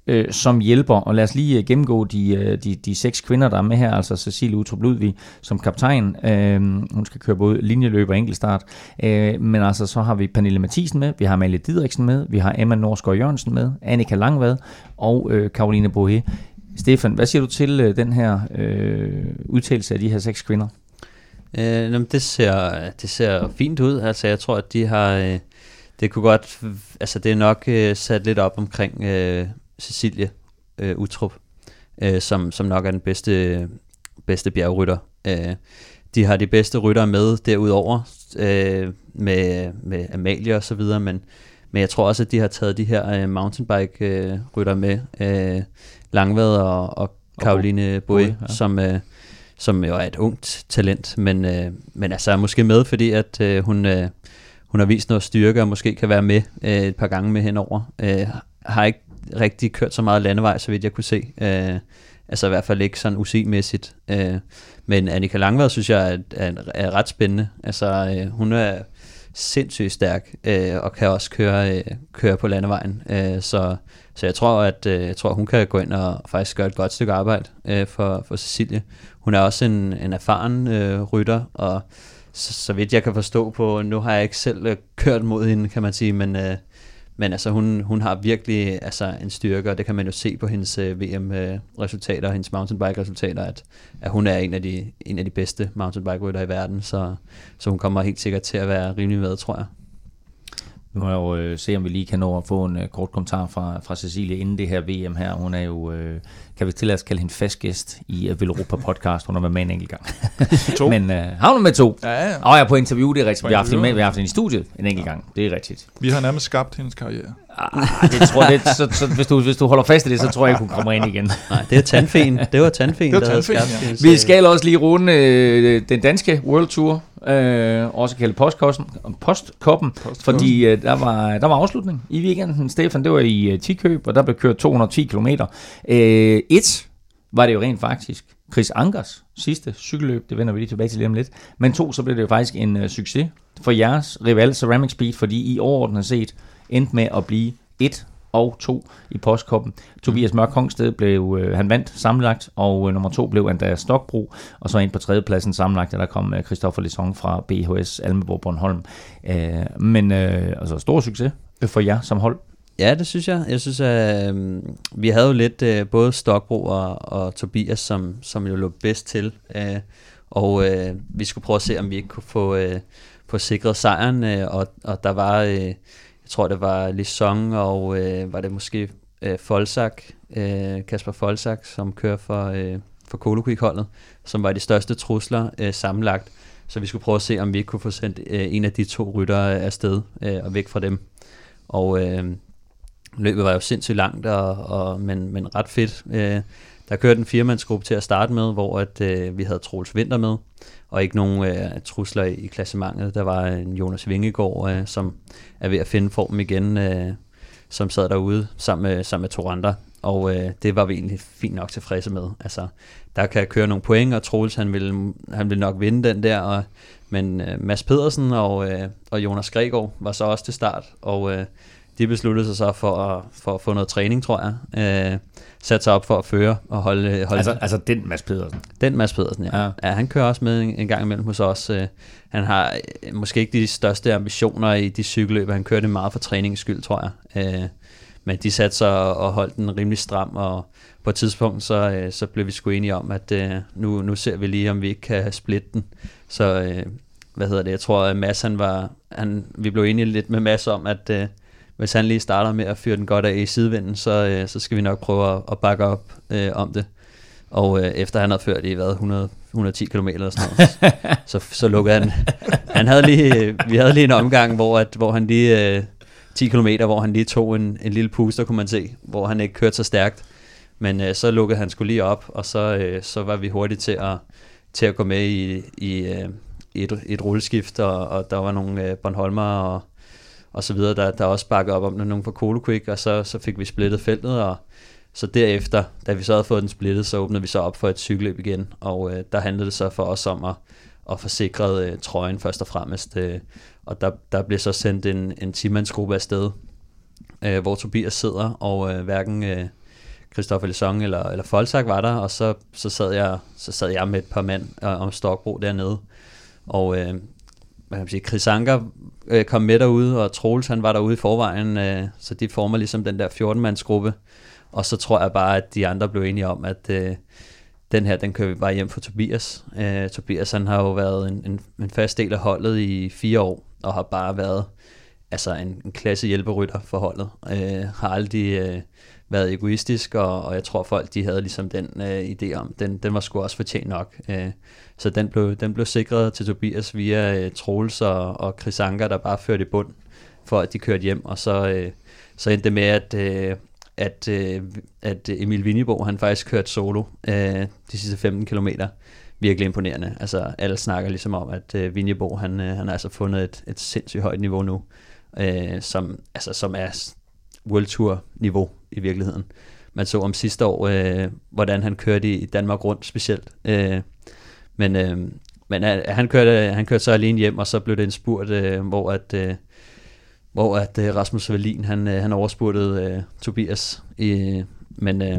øh, som hjælper, og lad os lige gennemgå de, de, de seks kvinder, der er med her, altså Cecilie Uttrup Ludvig som kaptajn, øh, hun skal køre både linjeløb og enkeltstart, øh, men altså så har vi Pernille Mathisen med, vi har Amalie Didriksen med, vi har Emma Norsgaard Jørgensen med, Annika Langvad og øh, Caroline Bohe. Stefan, hvad siger du til øh, den her øh, udtalelse af de her seks kvinder? Øh, det, ser, det ser fint ud, altså jeg tror, at de har, øh, det kunne godt, altså det er nok øh, sat lidt op omkring øh, Cecilie øh, Uttrup, øh, som, som nok er den bedste, bedste bjergrytter. Øh, de har de bedste ryttere med derudover, øh, med, med Amalie og så videre, men, men jeg tror også, at de har taget de her øh, mountainbike øh, rytter med, øh, Langvad og, og Caroline Boe, ja. som, øh, som jo er et ungt talent, men, øh, men altså er måske med, fordi at øh, hun, øh, hun har vist noget styrke, og måske kan være med øh, et par gange med henover. Øh, har ikke rigtig kørt så meget landevej, så vidt jeg kunne se. Øh, altså i hvert fald ikke sådan U C I-mæssigt. Øh, men Annika Langvad, synes jeg, er, er, er ret spændende. Altså øh, hun er sindssygt stærk, øh, og kan også køre, øh, køre på landevejen. Øh, så, så jeg tror, at øh, jeg tror, hun kan gå ind og faktisk gøre et godt stykke arbejde øh, for, for Cecilie. Hun er også en, en erfaren øh, rytter, og så, så vidt jeg kan forstå på, nu har jeg ikke selv øh, kørt mod hende, kan man sige, men, øh, men altså, hun, hun har virkelig altså, en styrke, og det kan man jo se på hendes øh, V M-resultater, hendes mountainbike-resultater, at, at hun er en af de, en af de bedste mountainbike-rytter i verden, så, så hun kommer helt sikkert til at være rimelig med, tror jeg. Vi må jo øh, se, om vi lige kan nå at få en øh, kort kommentar fra, fra Cecilie inden det her V M her. Hun er jo, øh, kan vi tillade os kalde hende fast gæst i uh, Villeuropa podcast. Hun har været med en enkelt gang. to. Men øh, har hun med to? Ja, ja. Og jeg er på interview, det er rigtigt. På Vi har haft hende med, interview. vi har haft hende i studiet en enkelt gang. Det er rigtigt. Vi har nærmest skabt hendes karriere. Ah, det tror jeg, det, så, så, hvis, du, hvis du holder fast i det, så tror jeg ikke, hun kommer ind igen. Nej, det er tandfen. Det var tandfen, Det var der havde tandfen, skabt ja. hendes, Vi skal også lige runde øh, den danske World Tour, øh, også kaldet postkoppen, postkoppen, fordi øh, der, var, der var afslutning i weekenden. Stefan, det var i øh, Tikøb, og der blev kørt to hundrede og ti kilometer. Øh, et var det jo rent faktisk Chris Ankers sidste cykelløb, det vender vi lige tilbage til lige om lidt. Men to, så blev det jo faktisk en øh, succes for jeres rival Ceramic Speed, fordi I overordnet set endte med at blive et og to i postkoppen. Tobias Mørk Kongsted blev, øh, han vandt sammenlagt, og øh, nummer to blev Andreas Stokbro, og så ind på tredjepladsen sammenlagt, der kom øh, Christoffer Lisson fra B H S Almeborg Bornholm. Øh, men øh, altså stor succes for jer som hold. Ja, det synes jeg. Jeg synes, at øh, vi havde jo lidt øh, både Stokbro og, og Tobias, som, som jo lå bedst til, øh, og øh, vi skulle prøve at se, om vi ikke kunne få, øh, få sikret sejren, øh, og, og der var, øh, jeg tror det var Lisson, og øh, var det måske øh, Folsak, øh, Kasper Folsak, som kører for, øh, for Koloquik-holdet, som var de største trusler øh, sammenlagt, så vi skulle prøve at se, om vi ikke kunne få sendt øh, en af de to ryttere afsted øh, og væk fra dem. Og øh, løbet var jo sindssygt langt, og, og, men, men ret fedt. Øh, der kørte en firemandsgruppe til at starte med, hvor at, øh, vi havde Troels Vinter med, og ikke nogen øh, trusler i, i klassementet. Der var en Jonas Vingegaard, øh, som er ved at finde formen igen, øh, som sad derude sammen med, sammen med to andre, og øh, det var vi egentlig fint nok tilfredse med. Altså, der kan jeg køre nogle point, og Troels, han ville, han ville nok vinde den der, og, men øh, Mads Pedersen og, øh, og Jonas Gregor var så også til start, og øh, de besluttede sig så for at, for at få noget træning, tror jeg. Øh, satte sig op for at føre og holde... holde Altså, altså den Mads Pedersen. Den Mads Pedersen, ja. Ja. ja. Han kører også med en, en gang imellem hos os. Øh, han har øh, måske ikke de største ambitioner i de cykelløb. Han kører det meget for træningens skyld, tror jeg. Øh, men de satte sig og holdt den rimelig stram, og på et tidspunkt, så, øh, så blev vi sgu enige om, at øh, nu, nu ser vi lige, om vi ikke kan splitte den. Så, øh, hvad hedder det? Jeg tror, at Mads, han var... Han, vi blev enige lidt med Mads om, at... Øh, hvis han lige starter med at fyre den godt af i sidevinden, så, øh, så skal vi nok prøve at, at bakke op øh, om det. Og øh, efter han havde ført i hvad, hundrede, hundrede og ti kilometer eller sådan noget, så, så lukkede han. Han havde lige, vi havde lige en omgang, hvor, at, hvor han lige, øh, ti kilometer, hvor han lige tog en, en lille puster, kunne man se, hvor han ikke kørte så stærkt. Men øh, så lukkede han skulle lige op, og så, øh, så var vi hurtigt til at, til at gå med i, i, øh, i et, et rulleskift, og, og der var nogle øh, Bornholmer og og så videre, der, der også bakkede op om det, nogen fra Koloquik, og så, så fik vi splittet feltet, og så derefter, da vi så havde fået den splittet, så åbnede vi så op for et cykelløb igen, og øh, der handlede det så for os om at, at få sikret øh, trøjen først og fremmest, øh, og der, der blev så sendt en, en ti-mandsgruppe afsted, øh, hvor Tobias sidder, og øh, hverken, øh, Christopher Lesson eller, eller Folsak var der, og så, så, sad jeg, så sad jeg med et par mand øh, om Stokbro dernede. Og øh, hvad kan man sige, Chris Anker øh, kom med derude, og Troels han var derude i forvejen, øh, så de former ligesom den der fjorten-mandsgruppe. Og så tror jeg bare, at de andre blev enige om, at øh, den her, den kører vi bare hjem for Tobias. Øh, Tobias han har jo været en, en, en fast del af holdet i fire år, og har bare været altså en, en klasse hjælperytter for holdet. Øh, har aldrig øh, været egoistisk, og, og jeg tror folk de havde ligesom den øh, idé om, den, den var sgu også fortjent nok. Øh, så den blev, den blev sikret til Tobias via øh, Troels og, og Chris Anker, der bare førte i bund, for at de kørte hjem, og så, øh, så endte det med, at, øh, at, øh, at Emil Vinjebo, han faktisk kørte solo øh, de sidste femten kilometer. Virkelig imponerende. Altså alle snakker ligesom om, at øh, Vinjebo, han, øh, han har altså fundet et, et sindssygt højt niveau nu, øh, som, altså, som er World Tour niveau i virkeligheden. Man så om sidste år, øh, hvordan han kørte i Danmark rundt specielt. Øh, men øh, men øh, han, kørte, han kørte så alene hjem, og så blev det en spurt, øh, hvor at, øh, hvor at øh, Rasmus Wallin, han, øh, han overspurtede øh, Tobias. I, men øh,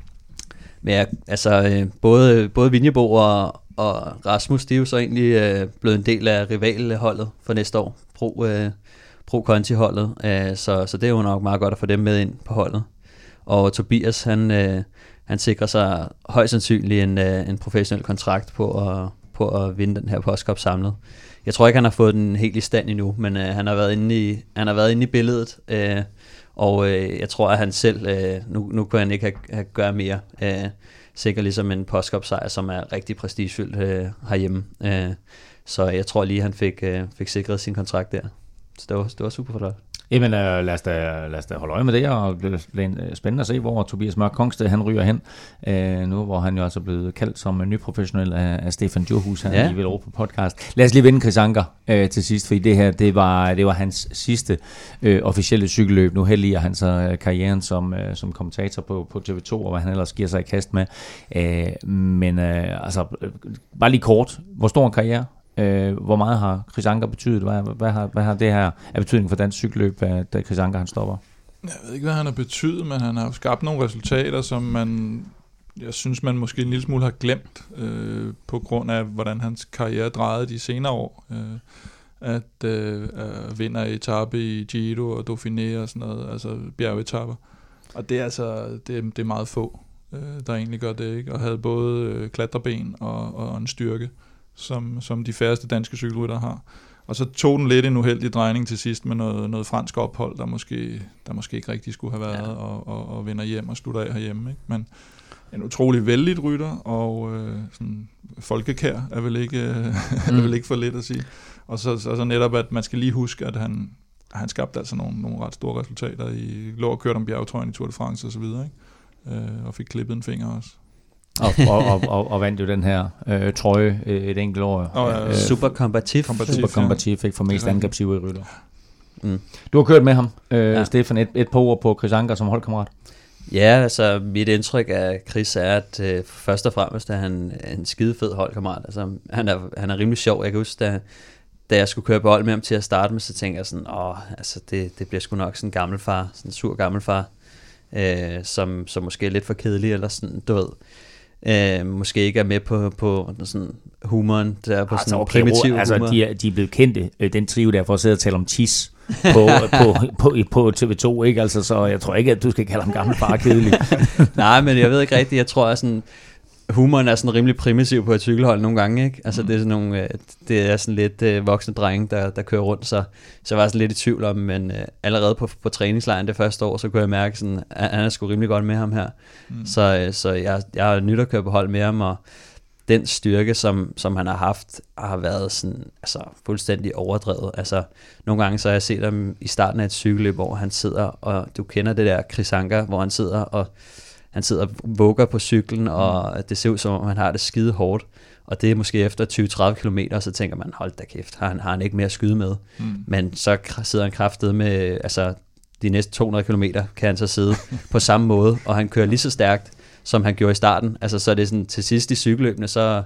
men ja, altså øh, både, både Vinjebo og, og Rasmus, de er jo så egentlig øh, blevet en del af rivalholdet for næste år. Pro, øh, Pro Conti-holdet, øh, så, så det er jo nok meget godt at få dem med ind på holdet. Og Tobias, han, øh, han sikrer sig højst sandsynligt en, øh, en professionel kontrakt på at, på at vinde den her Postcup samlet. Jeg tror ikke, han har fået den helt i stand endnu, men øh, han har været inde i, han har været inde i billedet, øh, og øh, jeg tror, at han selv, øh, nu, nu kunne han ikke have, have gøre mere, øh, sikkert ligesom en Postcup-sejr, som er rigtig prestigefyldt øh, herhjemme. Øh, så jeg tror lige, han fik, øh, fik sikret sin kontrakt der. Så det var, det var super flot. Jamen uh, lad, os da, lad os da holde øje med det, og det bliver spændende at se, hvor Tobias Mørk Kongsted han ryger hen, uh, nu hvor han jo også er blevet kaldt som en ny professionel af, af Stefan Djurhus her ja. i Velropa podcast. Lad os lige vende Chris Anker uh, til sidst, fordi det her, det var, det var hans sidste uh, officielle cykelløb. Nu heldiger han så uh, karrieren som, uh, som kommentator på, på T V to, og hvad han ellers giver sig i kast med. Uh, men uh, altså, bare lige kort, hvor stor en karriere? Øh, hvor meget har Chris Anker betydet? Hvad, hvad, har, hvad har det her af betydning for dansk cykelløb, da Chris Anker han stopper? Jeg ved ikke, hvad han har betydet, men han har skabt nogle resultater, som man, jeg synes, man måske en lille smule har glemt, øh, på grund af, hvordan hans karriere drejede de senere år. Øh, at øh, øh, vinder etape i Giro og Dauphiné og sådan noget, altså bjergetapper. Og det er altså, det, det er meget få, øh, der egentlig gør det, ikke? Og havde både øh, klatreben og, og en styrke, Som, som de færreste danske cykelrytter har. Og så tog den lidt en uheldig drejning til sidst med noget, noget fransk ophold, der måske, der måske ikke rigtig skulle have været, ja. og, og, og vender hjem og slutter af herhjemme. Ikke? Men en utrolig vældig rytter, og øh, sådan, folkekær er vel ikke, øh, mm. er vel ikke for lidt at sige. Og så, så, så netop, at man skal lige huske, at han, han skabte altså nogle, nogle ret store resultater i lå og kørte om bjergetrøjen i Tour de France og så videre, ikke? Øh, og fik klippet en finger også. og, og, og, og, og vandt jo den her øh, trøje øh, et enkelt år. Oh, ja, øh, super kombativ. Super kombativ, fik for mest angrebsive rytter. Mm. Du har kørt med ham, øh, ja. Stefan, et, et par ord på Chris Anker som holdkammerat. Ja, altså mit indtryk af Chris er, at øh, først og fremmest er han en skide fed holdkammerat. Altså, han, er, han er rimelig sjov. Jeg kan huske, da, da jeg skulle køre på hold med ham til at starte med, så tænkte jeg sådan, åh, altså det, det bliver sgu nok sådan en gammelfar, sådan en sur gammelfar, øh, som, som måske er lidt for kedelig, eller sådan, du ved. Øh, måske ikke er med på, på sådan humoren, der på altså, sådan okay, primitiv humor. Altså, de er, de er blevet kendte, den trio der, for at sidde og tale om tis på, på, på, på T V to, ikke? Altså, så jeg tror ikke, at du skal kalde ham gammel far kedelig. Nej, men jeg ved ikke rigtigt, jeg tror, at sådan, humoren er sådan rimelig primitiv på et cykelhold nogle gange, ikke? Altså, mm. det er sådan nogle, det er sådan lidt øh, voksne drenge, der, der kører rundt, så, så var jeg sådan lidt i tvivl om, men øh, allerede på, på træningslejren det første år, så kunne jeg mærke, sådan, at han er sgu rimelig godt med ham her. Mm. Så, så jeg, jeg har nyt at køre på hold med ham, og den styrke, som, som han har haft, har været sådan, altså, fuldstændig overdrevet. Altså, nogle gange så har jeg set ham i starten af et cykelløb, hvor han sidder, og du kender det der Chris Anker, hvor han sidder og han sidder og vugger på cyklen, og det ser ud som om han har det skide hårdt. Og det er måske efter tyve til tredive kilometer, så tænker man, hold da kæft, har han, har han ikke mere at skyde med. Mm. Men så sidder han kraftet med, altså de næste to hundrede kilometer kan han så sidde på samme måde, og han kører lige så stærkt, som han gjorde i starten. Altså så er det sådan, til sidst i cykelløbene, så,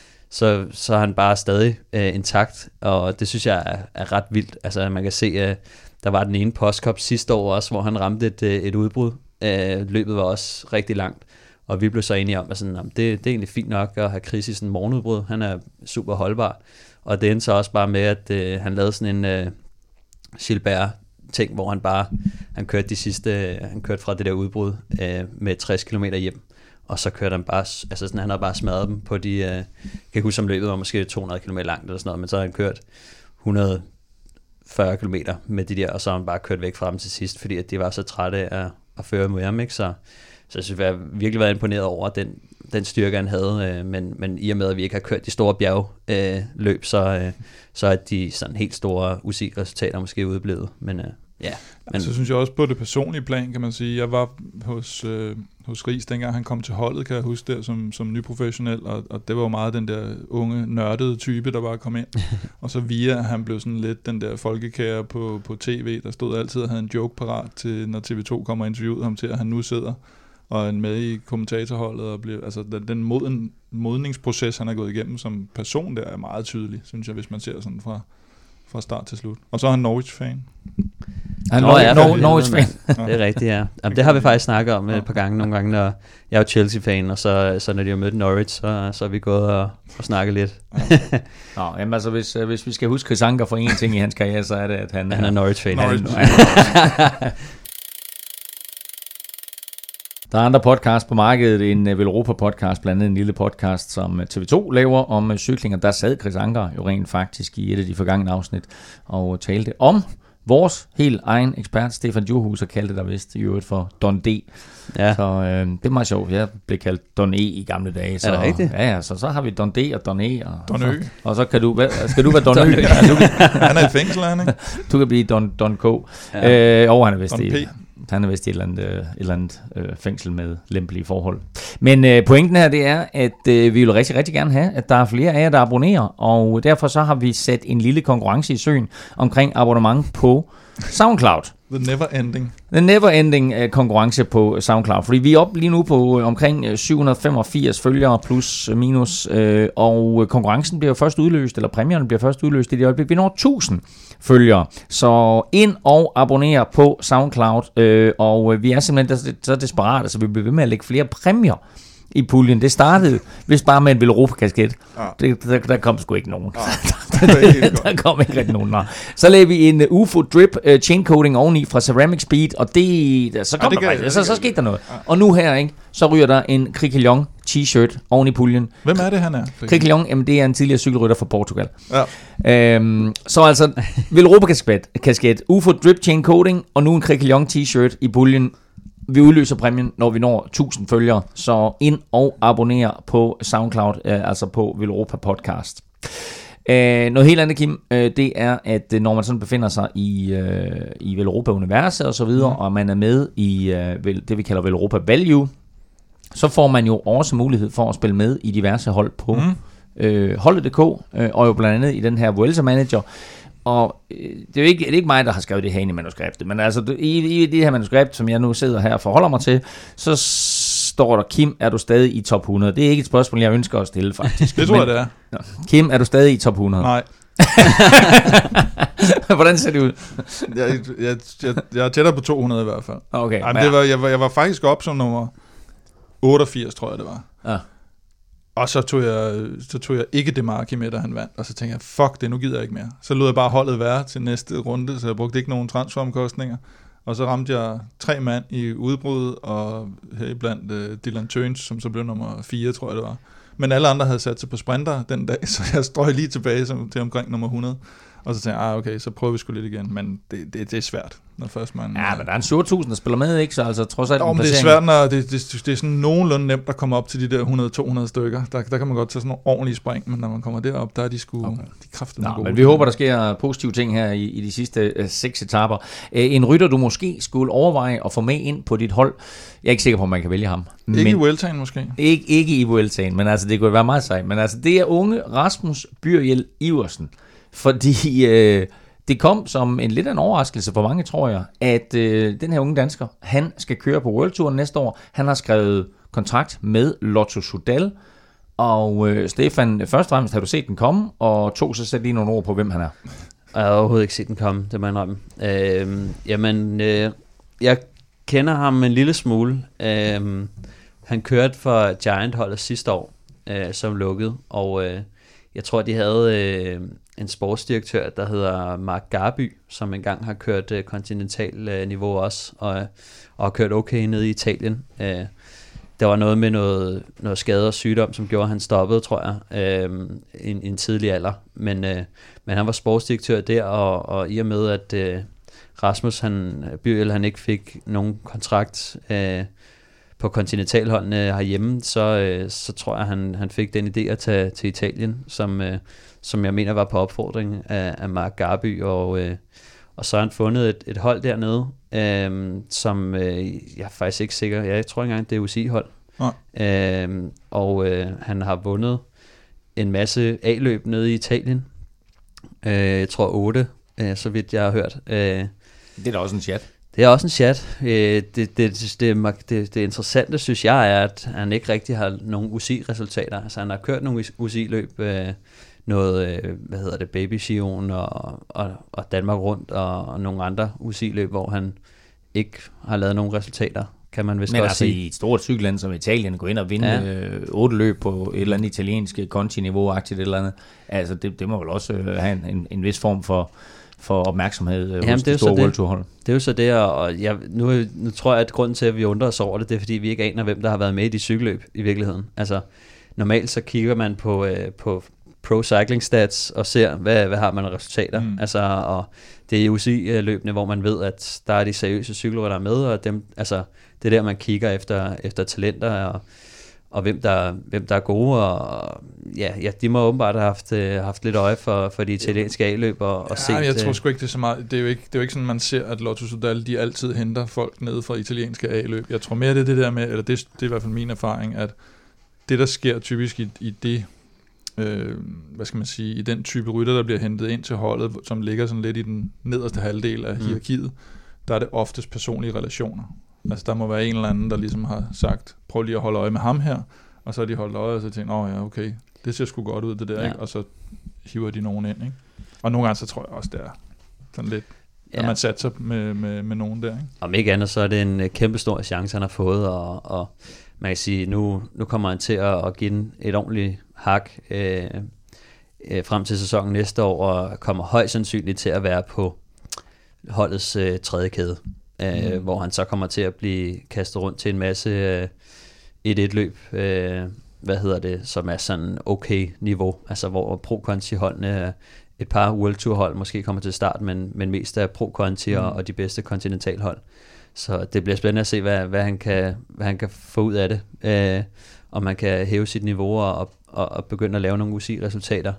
så, så er han bare stadig øh, intakt, og det synes jeg er, er ret vildt. Altså man kan se, øh, der var den ene Postcup sidste år også, hvor han ramte et, et udbrud, Øh, løbet var også rigtig langt, og vi blev så enige om, at sådan, det, det er egentlig fint nok at have Chris i sådan en morgenudbrud. Han er super holdbar. Og det endte så også bare med, at øh, han lavede sådan en øh, Gilbert-ting, hvor han bare, han kørte de sidste, han kørte fra det der udbrud øh, med tres kilometer hjem. Og så kørte han bare, altså sådan, han havde bare smadret dem på de, øh, jeg kan huske, som løbet var måske to hundrede kilometer langt eller sådan noget, men så havde han kørt hundrede og fyrre kilometer med de der, og så har han bare kørt væk fra dem til sidst, fordi at de var så trætte af at føre mod ham, ikke? Så, så jeg synes, jeg har virkelig været imponeret over den, den styrke, han havde, øh, men, men i og med, at vi ikke har kørt de store bjergløb, øh, løb, så, øh, så er de sådan helt store usikre resultater måske udeblevet, men øh, ja. Men så synes jeg også på det personlige plan, kan man sige. Jeg var hos, øh, hos Riis, dengang han kom til holdet, kan jeg huske der, som, som nyprofessionel, og, og det var jo meget den der unge, nørdede type, der bare kom ind. Og så via, han blev sådan lidt den der folkekære på, på tv, der stod altid og havde en joke parat til, når T V to kommer og interviewede ham til, at han nu sidder og er med i kommentatorholdet, og bliver, altså den, den moden, modningsproces, han har gået igennem som person, der er meget tydelig, synes jeg, hvis man ser sådan fra, fra start til slut. Og så er han Norwich-fan. Han er Norwich-fan. Det er rigtigt, ja. Jamen, det har vi faktisk snakket om et par gange nogle gange, når jeg er jo Chelsea-fan, og så, så når de har mødt Norwich, så, så er vi gået og, og snakket lidt. Nå, jamen altså, hvis, hvis vi skal huske Chris Anker for en ting i hans karriere, så er det, at han, han er Norwich-fan. Norwich. Der er andre podcasts på markedet, en Velropa-podcast, blandt andet en lille podcast, som T V to laver om cyklinger. Der sad Chris Anker jo rent faktisk i et af de forgangne afsnit og talte om vores helt egen ekspert, Stefan Djurhuus, kaldte der vist i øvrigt for Don D. Ja. Så øh, det er meget sjovt. Jeg blev kaldt Don E i gamle dage. Så, er det rigtigt? Ja, ja, så, så har vi Don D og Don E. Og, Don Ø. Og, og så kan du, skal du være Don Ø. Ja, du, han er i fængsel, han, ikke? Du kan blive Don, Don K. Ja. Øh, og han er vist Don i... P. Han er vist i et eller andet, et eller andet øh, fængsel med lempelige forhold. Men øh, pointen her, det er, at øh, vi vil rigtig, rigtig gerne have, at der er flere af jer, der abonnerer. Og derfor så har vi sat en lille konkurrence i søen omkring abonnement på SoundCloud. The never ending. The never ending uh, konkurrence på SoundCloud. Fordi vi er oppe lige nu på uh, omkring syv hundrede og femogfirs følgere plus minus. Uh, og konkurrencen bliver først udløst, eller præmierne bliver først udløst i det øjeblik, vi når tusind følgere. Så ind og abonner på SoundCloud. Uh, og uh, vi er simpelthen så desperate, så vi bliver ved med at lægge flere præmier i puljen. Det startede vist bare med en Velropa-kasket. Ja. Det, der, der kom sgu ikke nogen. Ja. Der kom ikke rigtig nogen. Nej. Så lavede vi en U F O Drip uh, chain coating oveni fra Ceramic Speed, og det, så kom ja, det der faktisk, så, så skete der noget. Ja. Og nu her, ikke, så ryger der en Krikeljon t-shirt oven i puljen. Hvem er det, han er? Krikeljon, jamen det er en tidligere cykelrytter fra Portugal. Ja. Øhm, så altså, Velropa-kasket, U F O Drip chain coating, og nu en Krikeljon t-shirt i puljen. Vi udløser præmien, når vi når tusind følgere, så ind og abonner på SoundCloud, øh, altså på Velropa Podcast. Øh, noget helt andet, Kim, øh, det er, at når man sådan befinder sig i, øh, i Velropa-universet og så videre, mm. og man er med i øh, det, vi kalder Velropa Value, så får man jo også mulighed for at spille med i diverse hold på mm. øh, holdet punktum d k, øh, og jo blandt andet i den her Vuelta Manager. Og det er jo ikke, det er ikke mig, der har skrevet det her ind i manuskriptet, men altså i, i det her manuskript, som jeg nu sidder her og forholder mig til, så står der, Kim, er du stadig i top hundrede? Det er ikke et spørgsmål, jeg ønsker at stille, faktisk. Det tror jeg, det er. Nå, Kim, er du stadig i top hundrede? Nej. Hvordan ser det ud? jeg, jeg, jeg, jeg er tættere på to hundrede i hvert fald. Okay. Ej, men det var, jeg, var, jeg var faktisk op som nummer otteogfirs, tror jeg det var. Ja. Og så tog jeg, så tog jeg ikke Demarchi med, da han vandt. Og så tænkte jeg, fuck det, nu gider jeg ikke mere. Så lod jeg bare holdet være til næste runde, så jeg brugte ikke nogen transferomkostninger. Og så ramte jeg tre mand i udbruddet, og heriblandt uh, Dylan Tøns, som så blev nummer fire, tror jeg det var. Men alle andre havde sat sig på sprinter den dag, så jeg strøg lige tilbage som, til omkring nummer hundrede. Og så tænkte jeg, ah, okay, så prøver vi sgu lidt igen. Men det, det, det er svært, når først man... Ja, men der er en syv tusind, der spiller med, ikke? Så altså trods alt... Jo, men det er svært, når det, det, det er sådan nogenlunde nemt at komme op til de der hundrede til to hundrede stykker. Der, der kan man godt tage sådan nogle ordentlige spring, men når man kommer derop, der er de sgu... Okay. De kræfter gode. Men vi håber, der sker positive ting her i, i de sidste uh, seks etaper. Uh, en rytter, du måske skulle overveje at få med ind på dit hold. Jeg er ikke sikker på, om man kan vælge ham. Ikke men, i Vueltaen måske? Ikke, ikke i Vueltaen, men altså det kunne være meget sejt. Men altså det er unge Rasmus Byrjel Iversen. Fordi... Uh, Det kom som en lidt af en overraskelse for mange, tror jeg, at øh, den her unge dansker, han skal køre på World Touren næste år. Han har skrevet kontrakt med Lotto Soudal. Og øh, Stefan, først og fremmest har du set den komme, og to så sæt lige nogle ord på, hvem han er. Jeg har overhovedet ikke set den komme, det må jeg indrømme. Øh, jamen, øh, jeg kender ham en lille smule. Øh, han kørte for Giant-holdet sidste år, øh, som lukkede, og øh, jeg tror, de havde øh, en sportsdirektør, der hedder Mark Garby, som engang har kørt øh, kontinental øh, niveau også, og, og har kørt okay nede i Italien. Øh, der var noget med noget, noget skade og sygdom, som gjorde, at han stoppede, tror jeg, øh, i, i en tidlig alder. Men, øh, men han var sportsdirektør der, og, og i og med, at øh, Rasmus han, Byrjel, han ikke fik nogen kontrakt øh, på kontinentalholdene herhjemme, så, øh, så tror jeg, han, han fik den idé at tage til Italien, som, øh, som jeg mener var på opfordring af, af Mark Garby, og, øh, og så har han fundet et, et hold dernede, øh, som øh, jeg er faktisk ikke sikker, jeg tror ikke engang, det er U C I-hold, ja. øh, og øh, han har vundet en masse A-løb nede i Italien, øh, jeg tror otte, øh, så vidt jeg har hørt. Øh, det er da også en chat. Det er også en chat. Øh, det, det, det, det, det, det interessante, synes jeg, er, at han ikke rigtig har nogen U C I-resultater. Altså, han har kørt nogle U C I-løb, øh, noget, øh, hvad hedder det, Baby Sion og, og, og Danmark Rundt og, og nogle andre U C I-løb, hvor han ikke har lavet nogen resultater, kan man vist Men godt altså sige. i et stort cykelland som Italien, gå ind og vinde ja. øh, otte løb på et eller andet italiensk konti-niveau-agtigt eller andet, altså det, det må vel også øh, have en, en, en vis form for for opmærksomhed øh, hos det store World Tour hold. Det er jo så det, og jeg, nu, nu tror jeg, at grunden til, at vi undrer os over det, det er, fordi vi ikke aner, hvem der har været med i de cykelløb i virkeligheden. Altså, normalt så kigger man på, øh, på Pro Cycling Stats og ser, hvad, hvad har man af resultater. Mm. Altså, og det er U C I-løbene, hvor man ved, at der er de seriøse cykelryttere med, og dem, altså, det er der, man kigger efter, efter talenter, og og hvem der, hvem der er gode, og ja, ja, de må åbenbart have haft, haft lidt øje for, for de italienske A-løb og, og ja, set. Jeg tror sgu ikke, det er så meget. Det er jo ikke, det er jo ikke sådan, man ser, at Lotto Soudal, de altid henter folk nede fra italienske A-løb. Jeg tror mere, det er det der med, eller det, det er i hvert fald min erfaring, at det, der sker typisk i, i det, øh, hvad skal man sige, i den type rytter, der bliver hentet ind til holdet, som ligger sådan lidt i den nederste halvdel af hierarkiet, mm. der er det oftest personlige relationer. Altså der må være en eller anden, der ligesom har sagt, prøv lige at holde øje med ham her, og så har de holdt øje, og så tænkt, åh ja, okay, det ser sgu godt ud, det der, ja. Ikke? Og så hiver de nogen ind, ikke? Og nogle gange, så tror jeg også, det er sådan lidt, ja. Når man satser med, med, med nogen der, ikke? Om ikke andet, så er det en kæmpe stor chance, han har fået, og, og man kan sige, nu, nu kommer han til at, at give den et ordentligt hak øh, øh, frem til sæsonen næste år, og kommer højst sandsynligt til at være på holdets øh, tredje kæde. Øh, mm. Hvor han så kommer til at blive kastet rundt til en masse øh, et-et-løb, øh, hvad hedder det, som er sådan okay niveau, altså hvor pro-conti-holdene, et par World Tour hold måske kommer til start, men, men mest af pro-conti mm. og, og de bedste kontinentalhold. Så det bliver spændende at se, hvad, hvad, han, kan, hvad han kan få ud af det, øh, om man kan hæve sit niveau og, og, og begynde at lave nogle U C I-resultater.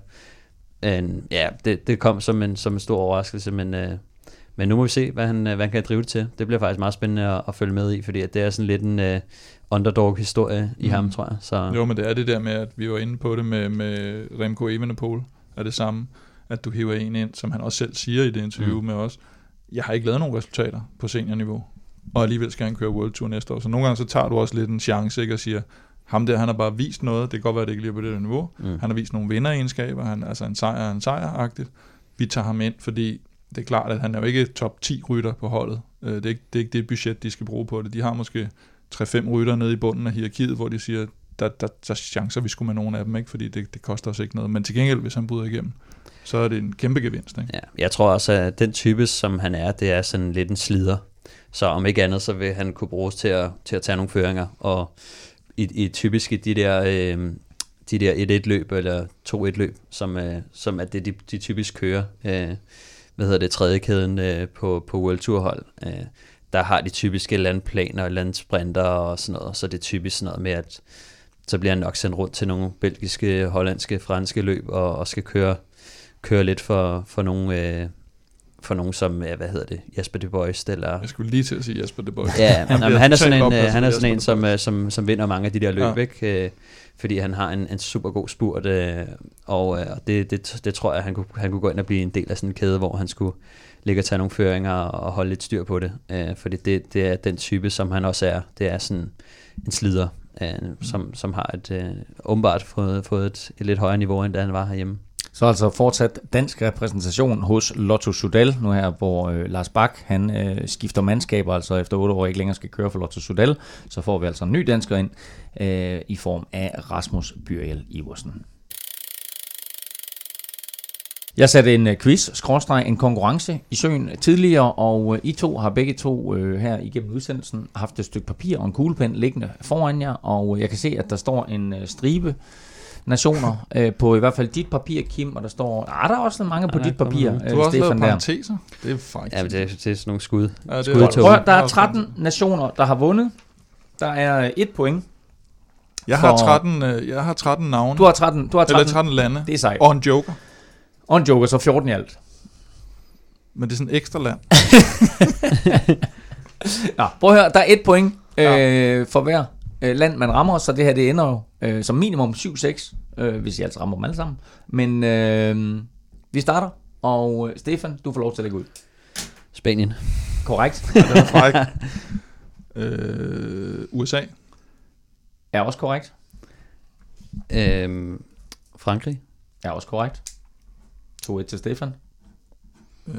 Øh, ja, det, det kom som en, som en stor overraskelse, men øh, Men nu må vi se, hvad han, hvad han kan drive det til. Det bliver faktisk meget spændende at, at følge med i, fordi at det er sådan lidt en uh, underdog-historie i mm. ham, tror jeg. Så. Jo, men det er det der med, at vi var inde på det med, med Remco Evenepoel, er det samme, at du hiver en ind, som han også selv siger i det interview mm. med os. Jeg har ikke lavet nogen resultater på seniorniveau, og alligevel skal han køre World Tour næste år. Så nogle gange så tager du også lidt en chance, ikke, og siger, ham der, han har bare vist noget, det kan godt være, at det ikke lige er på det der niveau. Mm. Han har vist nogle vinderegenskaber, han, altså en sejr en sejr-agtigt. Vi tager ham ind, fordi det er klart, at han er jo ikke top ti rytter på holdet. Det er ikke det, er ikke det budget, de skal bruge på det. De har måske tre fem rytter nede i bunden af hierarkiet, hvor de siger, der, der, der chancer vi sgu med nogle af dem, ikke? Fordi det, det koster os ikke noget. Men til gengæld, hvis han bryder igennem, så er det en kæmpe gevinst. Ikke? Ja, jeg tror også, at den type, som han er, det er sådan lidt en slider. Så om ikke andet, så vil han kunne bruges til at, til at tage nogle føringer. Og i, i typisk i de der, øh, de der et-et-løb eller to-et-løb, som, øh, som er det, de, de typisk kører, øh, hvad hedder det, tredje kæden øh, på, på World Tour hold, øh, der har de typiske landplaner, landsprinter og sådan noget, så det er typisk sådan noget med, at så bliver han nok sendt rundt til nogle belgiske, hollandske, franske løb, og, og skal køre, køre lidt for, for nogle, øh, for nogen som, ja, hvad hedder det, Jasper De Boist, eller... Jeg skulle lige til at sige Jasper De Boist. Ja, han, jamen, han er sådan en, han er sådan en som, som, som vinder mange af de der løb, ja. Ikke? Øh, fordi han har en, en super god spurt, øh, og øh, det, det, det tror jeg, han kunne, han kunne gå ind og blive en del af sådan en kæde, hvor han skulle ligge og tage nogle føringer og holde lidt styr på det, øh, fordi det, det er den type, som han også er. Det er sådan en slider, øh, som, som har et øh, åbenbart fået, fået et, et lidt højere niveau, end da han var herhjemme. Så altså fortsat dansk repræsentation hos Lotto Soudal, nu her, hvor øh, Lars Bak, han øh, skifter mandskaber, altså efter otte år ikke længere skal køre for Lotto Soudal, så får vi altså en ny dansker ind øh, i form af Rasmus Byrjel Iversen. Jeg satte en quiz, skråstreg, en konkurrence i søen tidligere, og I to har begge to øh, her igennem udsendelsen haft et stykke papir og en kuglepen liggende foran jer, og jeg kan se, at der står en øh, stribe nationer øh, på i hvert fald dit papir, Kim, og der står, ah, der er også mange på ja, dit papir, øh, du har også Stefan, lavet parenteser. Det er faktisk. Ja, men det er, det er sådan nogle skud. Ja, det Skudtog. Prøv, der er tretten nationer, der har vundet. Der er et point. Jeg har tretten, øh, jeg har tretten navne. Du har tretten, du har tretten, eller tretten lande. Det er sejt. Og en joker. Og en joker, så fjorten i alt. Men det er sådan en ekstra land. Nå, prøv at høre, der er et point øh, ja. for hver øh, land, man rammer, så det her det ender jo øh, som minimum syv seks, øh, hvis I altså rammer dem alle sammen. Men øh, vi starter, og øh, Stefan, du får lov til at lægge ud. Spanien. Korrekt. Ja, det var fræk. øh, U S A. Er også korrekt. Øhm, Frankrig. Er også korrekt. to et til Stefan. Øh,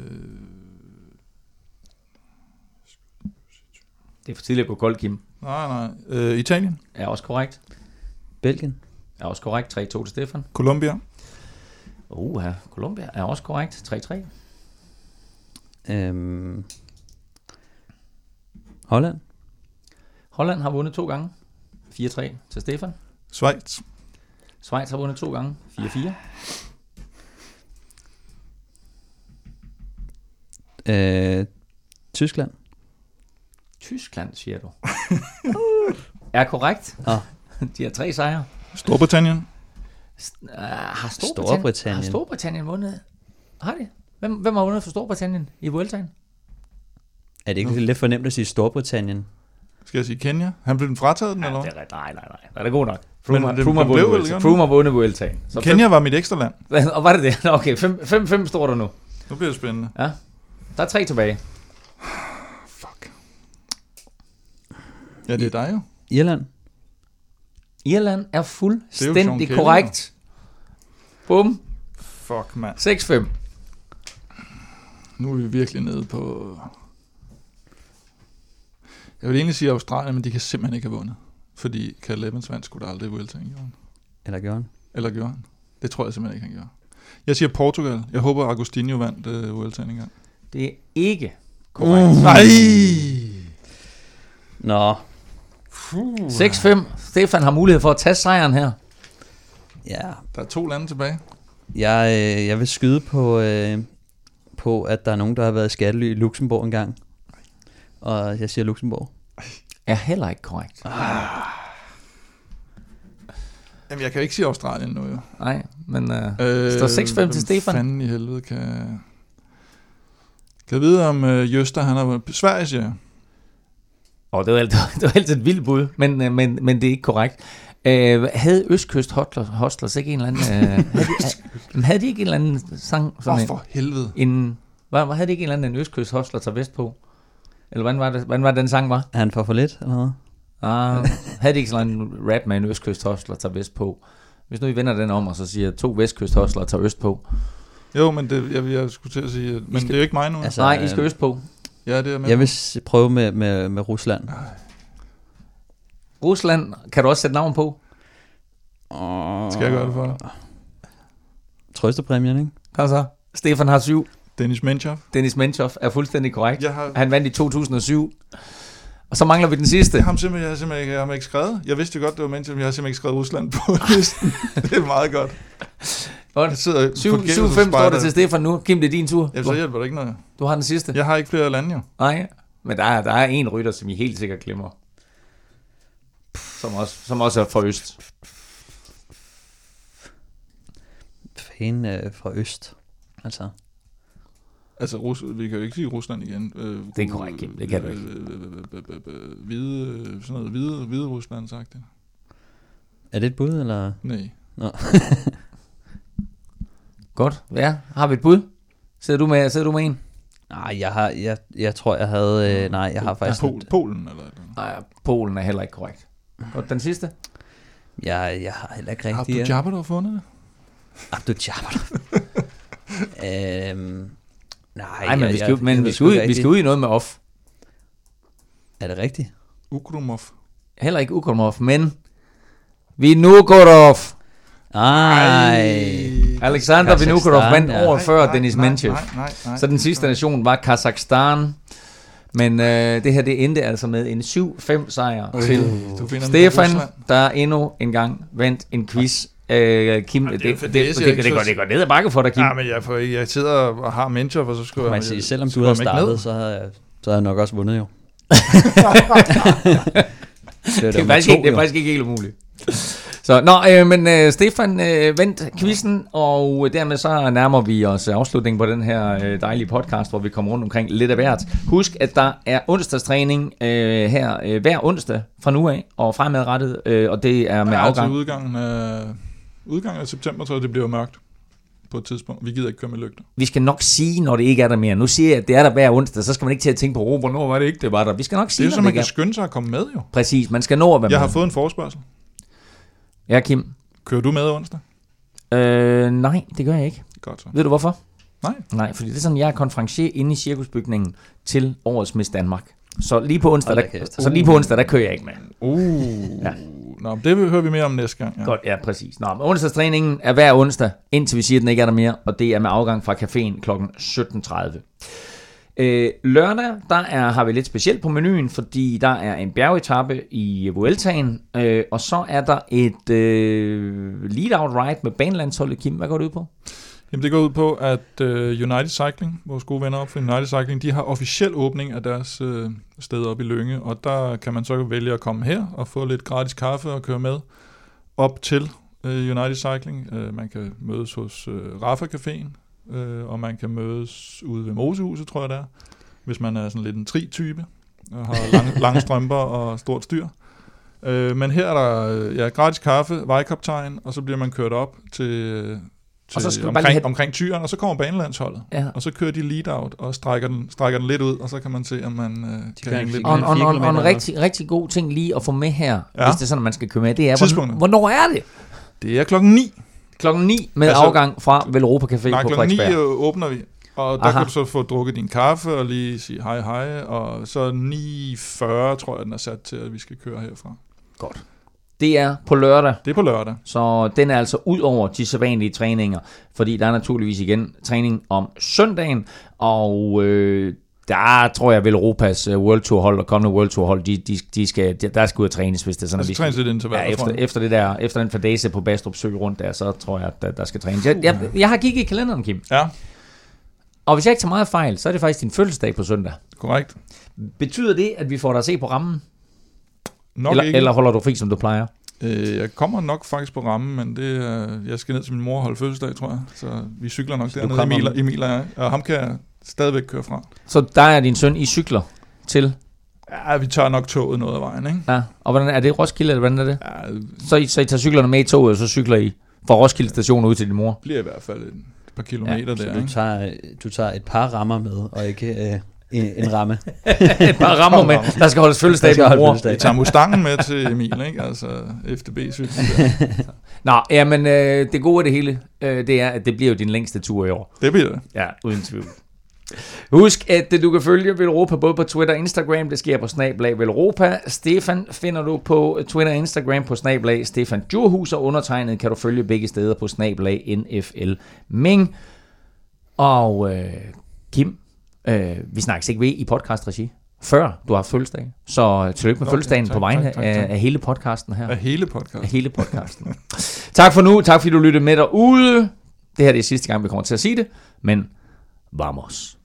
Det er for tidligt at gå kold, Kim. nej, nej. Øh, Italien. Er også korrekt. Belgien. Er også korrekt. tre to til Stefan. Colombia. Uh, her. Colombia er også korrekt. tre tre. Øhm, Holland. Holland har vundet to gange. fire tre til Stefan. Schweiz. Schweiz har vundet to gange. fire fire. Øh, Tyskland. Tyskland, siger du. Er korrekt. Ah. De har tre sejre. Storbritannien. Uh, har Storbritannien, Storbritannien. Har Storbritannien vundet? Har de? Hvem, hvem har vundet for Storbritannien i Vueltaen? Er det ikke lidt for nemt at sige Storbritannien? Skal jeg sige Kenya? Han blev den frataget den, Ja, eller det hvad? er, nej, nej, nej. Det er god nok. Froome Men har- det- Froome har det blev vundet vel Vueltaen. godt. Froome har vundet Vueltaen. Så Kenya var mit ekstra land. fem, og var det det? Nå, okay, fem fem står der nu. Nu bliver det spændende. Ja. Der er tre tilbage. Fuck. Ja, det er dig jo. Irland. Irland er Sean fuldstændig Kelly, korrekt. Bum. Fuck, mand. seks fem. Nu er vi virkelig nede på... Jeg vil egentlig sige Australien, men de kan simpelthen ikke have vundet. Fordi Cal Evans vandt sgu da aldrig Vueltaen, gjorde han. Eller Jørgen. Eller gjorde han? Det tror jeg simpelthen ikke, han gjorde. Jeg siger Portugal. Jeg håber, Agostinho vandt uh, Vueltaen engang. Det er ikke korrekt. Nej! Nå. seks fem. Stefan har mulighed for at tage sejren her. Ja. Der er to lande tilbage. Jeg, øh, jeg vil skyde på, øh, på, at der er nogen, der har været i skattely i Luxembourg engang. Og jeg siger Luxembourg. Er heller ikke korrekt. Jamen, jeg kan ikke sige Australien nu, jo. Nej, men uh, Øh, står seks fem til hvem Stefan. fanden i helvede kan... Kan jeg vide, om uh, Jøster, han har... Sverige, siger jeg. Og det var, det, var, det var altid et vildt bud, men, øh, men, men det er ikke korrekt. Uh, havde Østkyst Hostlers, Hostlers ikke en eller anden... Uh, havde, de, havde de ikke en eller anden sang? Åh, oh, for helvede. en, en, hvad, hvad havde de ikke en eller anden en Østkyst Hostler tager vest på? Eller hvordan var, det, hvordan var det, den sang var? Er han for for lidt, eller noget? Ah, havde de ikke sådan en rap med en Østkyst Hostler tager vest på? Hvis nu I vender den om, og så siger to Vestkyst Hostler tager øst på. Jo, men det, jeg, jeg skulle til at sige... Men skal- det er jo ikke mig nu. Altså, Altså, Nej, I skal øst på. ja, det er med. Jeg vil s- prøve med, med, med Rusland. Rusland, kan du også sætte navn på? Oh. Skal jeg gøre det for dig? Trøstepræmien, ikke? Kom så. Stefan har syv. Dennis Menchov. Dennis Menchov er fuldstændig korrekt. Jeg har... Han vandt i to tusind og syv. Og så mangler vi den sidste. Jeg har simpelthen, jeg har simpelthen ikke, jeg har ikke skrevet. Jeg vidste jo godt, det var Menchov, men jeg har simpelthen ikke skrevet Rusland på listen. Det er meget godt. Jeg sidder syv forgæves fem og står spejder. det til Stefan nu. Kim, det er din tur. Jamen, så hjælper det ikke noget. Du har den sidste. Jeg har ikke flere lande, jo. Nej, men der er, der er en rytter, som I helt sikkert glemmer. Som også, som også er fra øst. Fan øh, fra øst. Altså. Altså, Rus, vi kan jo ikke sige Rusland igen. Øh, Det er korrekt, Kim. Det kan du ikke. Hvide, sådan noget hvide, hvide Rusland, sagt det. Er det et bud, eller? Nej. Nå. Godt. Ja, har vi et bud? Sidder du med, sidder du med en? Nej, jeg har, jeg, jeg tror, jeg havde, øh, nej, jeg har faktisk, Pol, Polen, eller noget. Nej, Polen er heller ikke korrekt. Godt, den sidste? jeg, jeg har heller ikke Har rigtig, du ja. Jabba, der har fundet det? Abdul Jabbar. øhm, nej, Nej, men, jeg, vi skal, jeg, men jeg vi, skal ud, vi skal ud i noget med off. Er det rigtigt? Ukrumov. Heller ikke Ukrumov, men Vinokurov. Ej. Alexander Vinokurov vandt ja. året før Denis Menchev. Nej, nej, nej. Så den sidste nation var Kazakhstan. Men øh, det her, det endte altså med en syv fem sejr Øh, til du finder den på Stefan, Rusland. der der endnu en gang vandt en quiz. Øh, Kim, det, det er det, for- det, det det, siger det, ikke det, går, så- det går ned ad bakke for dig, Kim. Ja, men jeg, får, jeg sidder og har Menchev, og så skulle Man jeg... siger, selvom så du havde kommer jeg ikke ned. startet, så havde, jeg, så havde jeg nok også vundet jo. det, Det er, faktisk ikke, det er faktisk ikke helt umuligt. Så, nå, øh, men øh, Stefan øh, vandt quizzen, og dermed så nærmer vi os afslutningen på den her øh, dejlige podcast, hvor vi kommer rundt omkring lidt af hvert. Husk, at der er onsdagstræning øh, her øh, hver onsdag fra nu af, og fremadrettet, øh, og det er med Ja, afgang. til udgangen af, udgangen af september, så det bliver mørkt på et tidspunkt. Vi gider ikke køre med lygter. Vi skal nok sige, når det ikke er der mere. Nu siger jeg, at det er der hver onsdag, så skal man ikke til at tænke på, oh, hvornår var det ikke, det var der. Vi skal nok Det er sige, jo så, når man det kan ikke er. skynde sig at komme med jo. Præcis, man skal nå at være Jeg med. har fået en forespørgsel. Ja, Kim. Kører du med onsdag? Øh, nej, det gør jeg ikke. Godt så. Ved du hvorfor? Nej. Nej, fordi det er sådan, jeg er konferencier inde i cirkusbygningen til årets Miss Danmark. Så lige på onsdag, Hold da der, kæft. så lige på onsdag, der kører jeg ikke med. Uh. Ja. Nå, det hører vi mere om næste gang. Ja. Godt, ja, præcis. Nå, men onsdagstræningen er hver onsdag, indtil vi siger, at den ikke er der mere, og det er med afgang fra caféen klokken sytten tredive. Øh, lørdag, der er, har vi lidt specielt på menuen, fordi der er en bjergetappe i Vueltaen, øh, og så er der et øh, lead-out ride med banelandsholdet. Kim, hvad går det ud på? Jamen, det går ud på, at uh, United Cycling, vores gode venner op for United Cycling, de har officiel åbning af deres uh, sted op i Lynge, og der kan man så vælge at komme her og få lidt gratis kaffe og køre med op til uh, United Cycling. Uh, man kan mødes hos uh, Rafa Caféen, uh, og man kan mødes ude ved Mosehuset, tror jeg det er, hvis man er sådan lidt en tri-type og har lange, lange strømper og stort styr. Uh, men her er der uh, ja, gratis kaffe, vejkaptajn, og så bliver man kørt op til... Uh, Og så skal til du bare lige omkring, have- omkring tyren, og så kommer banelandsholdet. Ja. Og så kører de lead-out og strækker den, strækker den lidt ud, og så kan man se, om man øh, kan kører hænge en lidt Og, med. og, og, og en kilometer rigtig, rigtig god ting lige at få med her, Ja. ja. hvis det er sådan, at man skal køre med, det er, Tidspunktet. hvornår, hvornår er det? Det er klokken ni. Klokken ni med Altså- altså, afgang fra Velropa Café Nej, på klokken ni Frederiksberg. øh, åbner vi. Og der Aha. kan du så få drukket din kaffe og lige sige hej hej. Og så ni fyrre, tror jeg, den er sat til, at vi skal køre herfra. Godt. Det er på lørdag, Det er på lørdag. så den er altså ud over de sædvanlige træninger, fordi der er naturligvis igen træning om søndagen, og øh, der tror jeg, at Velropas uh, World Tour hold og kommende World Tour hold, de, de, de skal, de, der skal ud og trænes, hvis det er sådan, Og så at vi trænes lidt ja, intervaller, efter, tror jeg. efter, det der, efter den fadese på Bastrup Sø rundt der, så tror jeg, at der, der skal trænes. Jeg, jeg, jeg har kigget i kalenderen, Kim, Ja, og hvis jeg ikke tager meget fejl, så er det faktisk din fødselsdag på søndag. korrekt. Betyder det, at vi får dig at se på rammen? Nok Eller, ikke. eller holder du fri, som du plejer? Øh, jeg kommer nok faktisk på rammen, men det er, jeg skal ned til min mor og holde fødselsdag, tror jeg. Så vi cykler nok Så du dernede, kommer Emil, om- Emil og jeg. Og ham kan jeg stadigvæk køre fra. Så der er din søn i cykler til, Ja, vi tager nok toget noget af vejen, ikke? ja. Og hvordan er det Roskilde, eller hvordan er det? Ja, Så I, så I tager cyklerne med i toget, og så cykler I fra Roskilde station ud til din mor? bliver i hvert fald et par kilometer Ja, der, Så du ikke? tager, du tager et par rammer med, og ikke øh, en, en ramme. Et par rammer med, der skal holdes fødselsdag Der skal med holde mor. fødselsdag. Vi tager Mustangen med til Emil, ikke? Altså F D B-cyklen der. Nå, jamen øh, det gode af det hele, øh, det er, at det bliver jo din længste tur i år. Det bliver det. Ja, uden tvivl. Husk, at du kan følge Velropa både på Twitter og Instagram. Det sker på snablag Velropa. Stefan finder du på Twitter og Instagram på snablag Stefan Djurhus, og undertegnet kan du følge begge steder på snablag N F L Ming. Og øh, Kim, øh, vi snakkes ikke ved i podcast-regi, før du har haft fødselsdag. Så tillykke med Nå, fødselsdagen tak, på vegne tak, tak, tak. Af, af hele podcasten her. Af hele podcast. Af hele podcasten. Tak for nu. Tak fordi du lyttede med derude. Det her det er sidste gang, vi kommer til at sige det. Men vamos.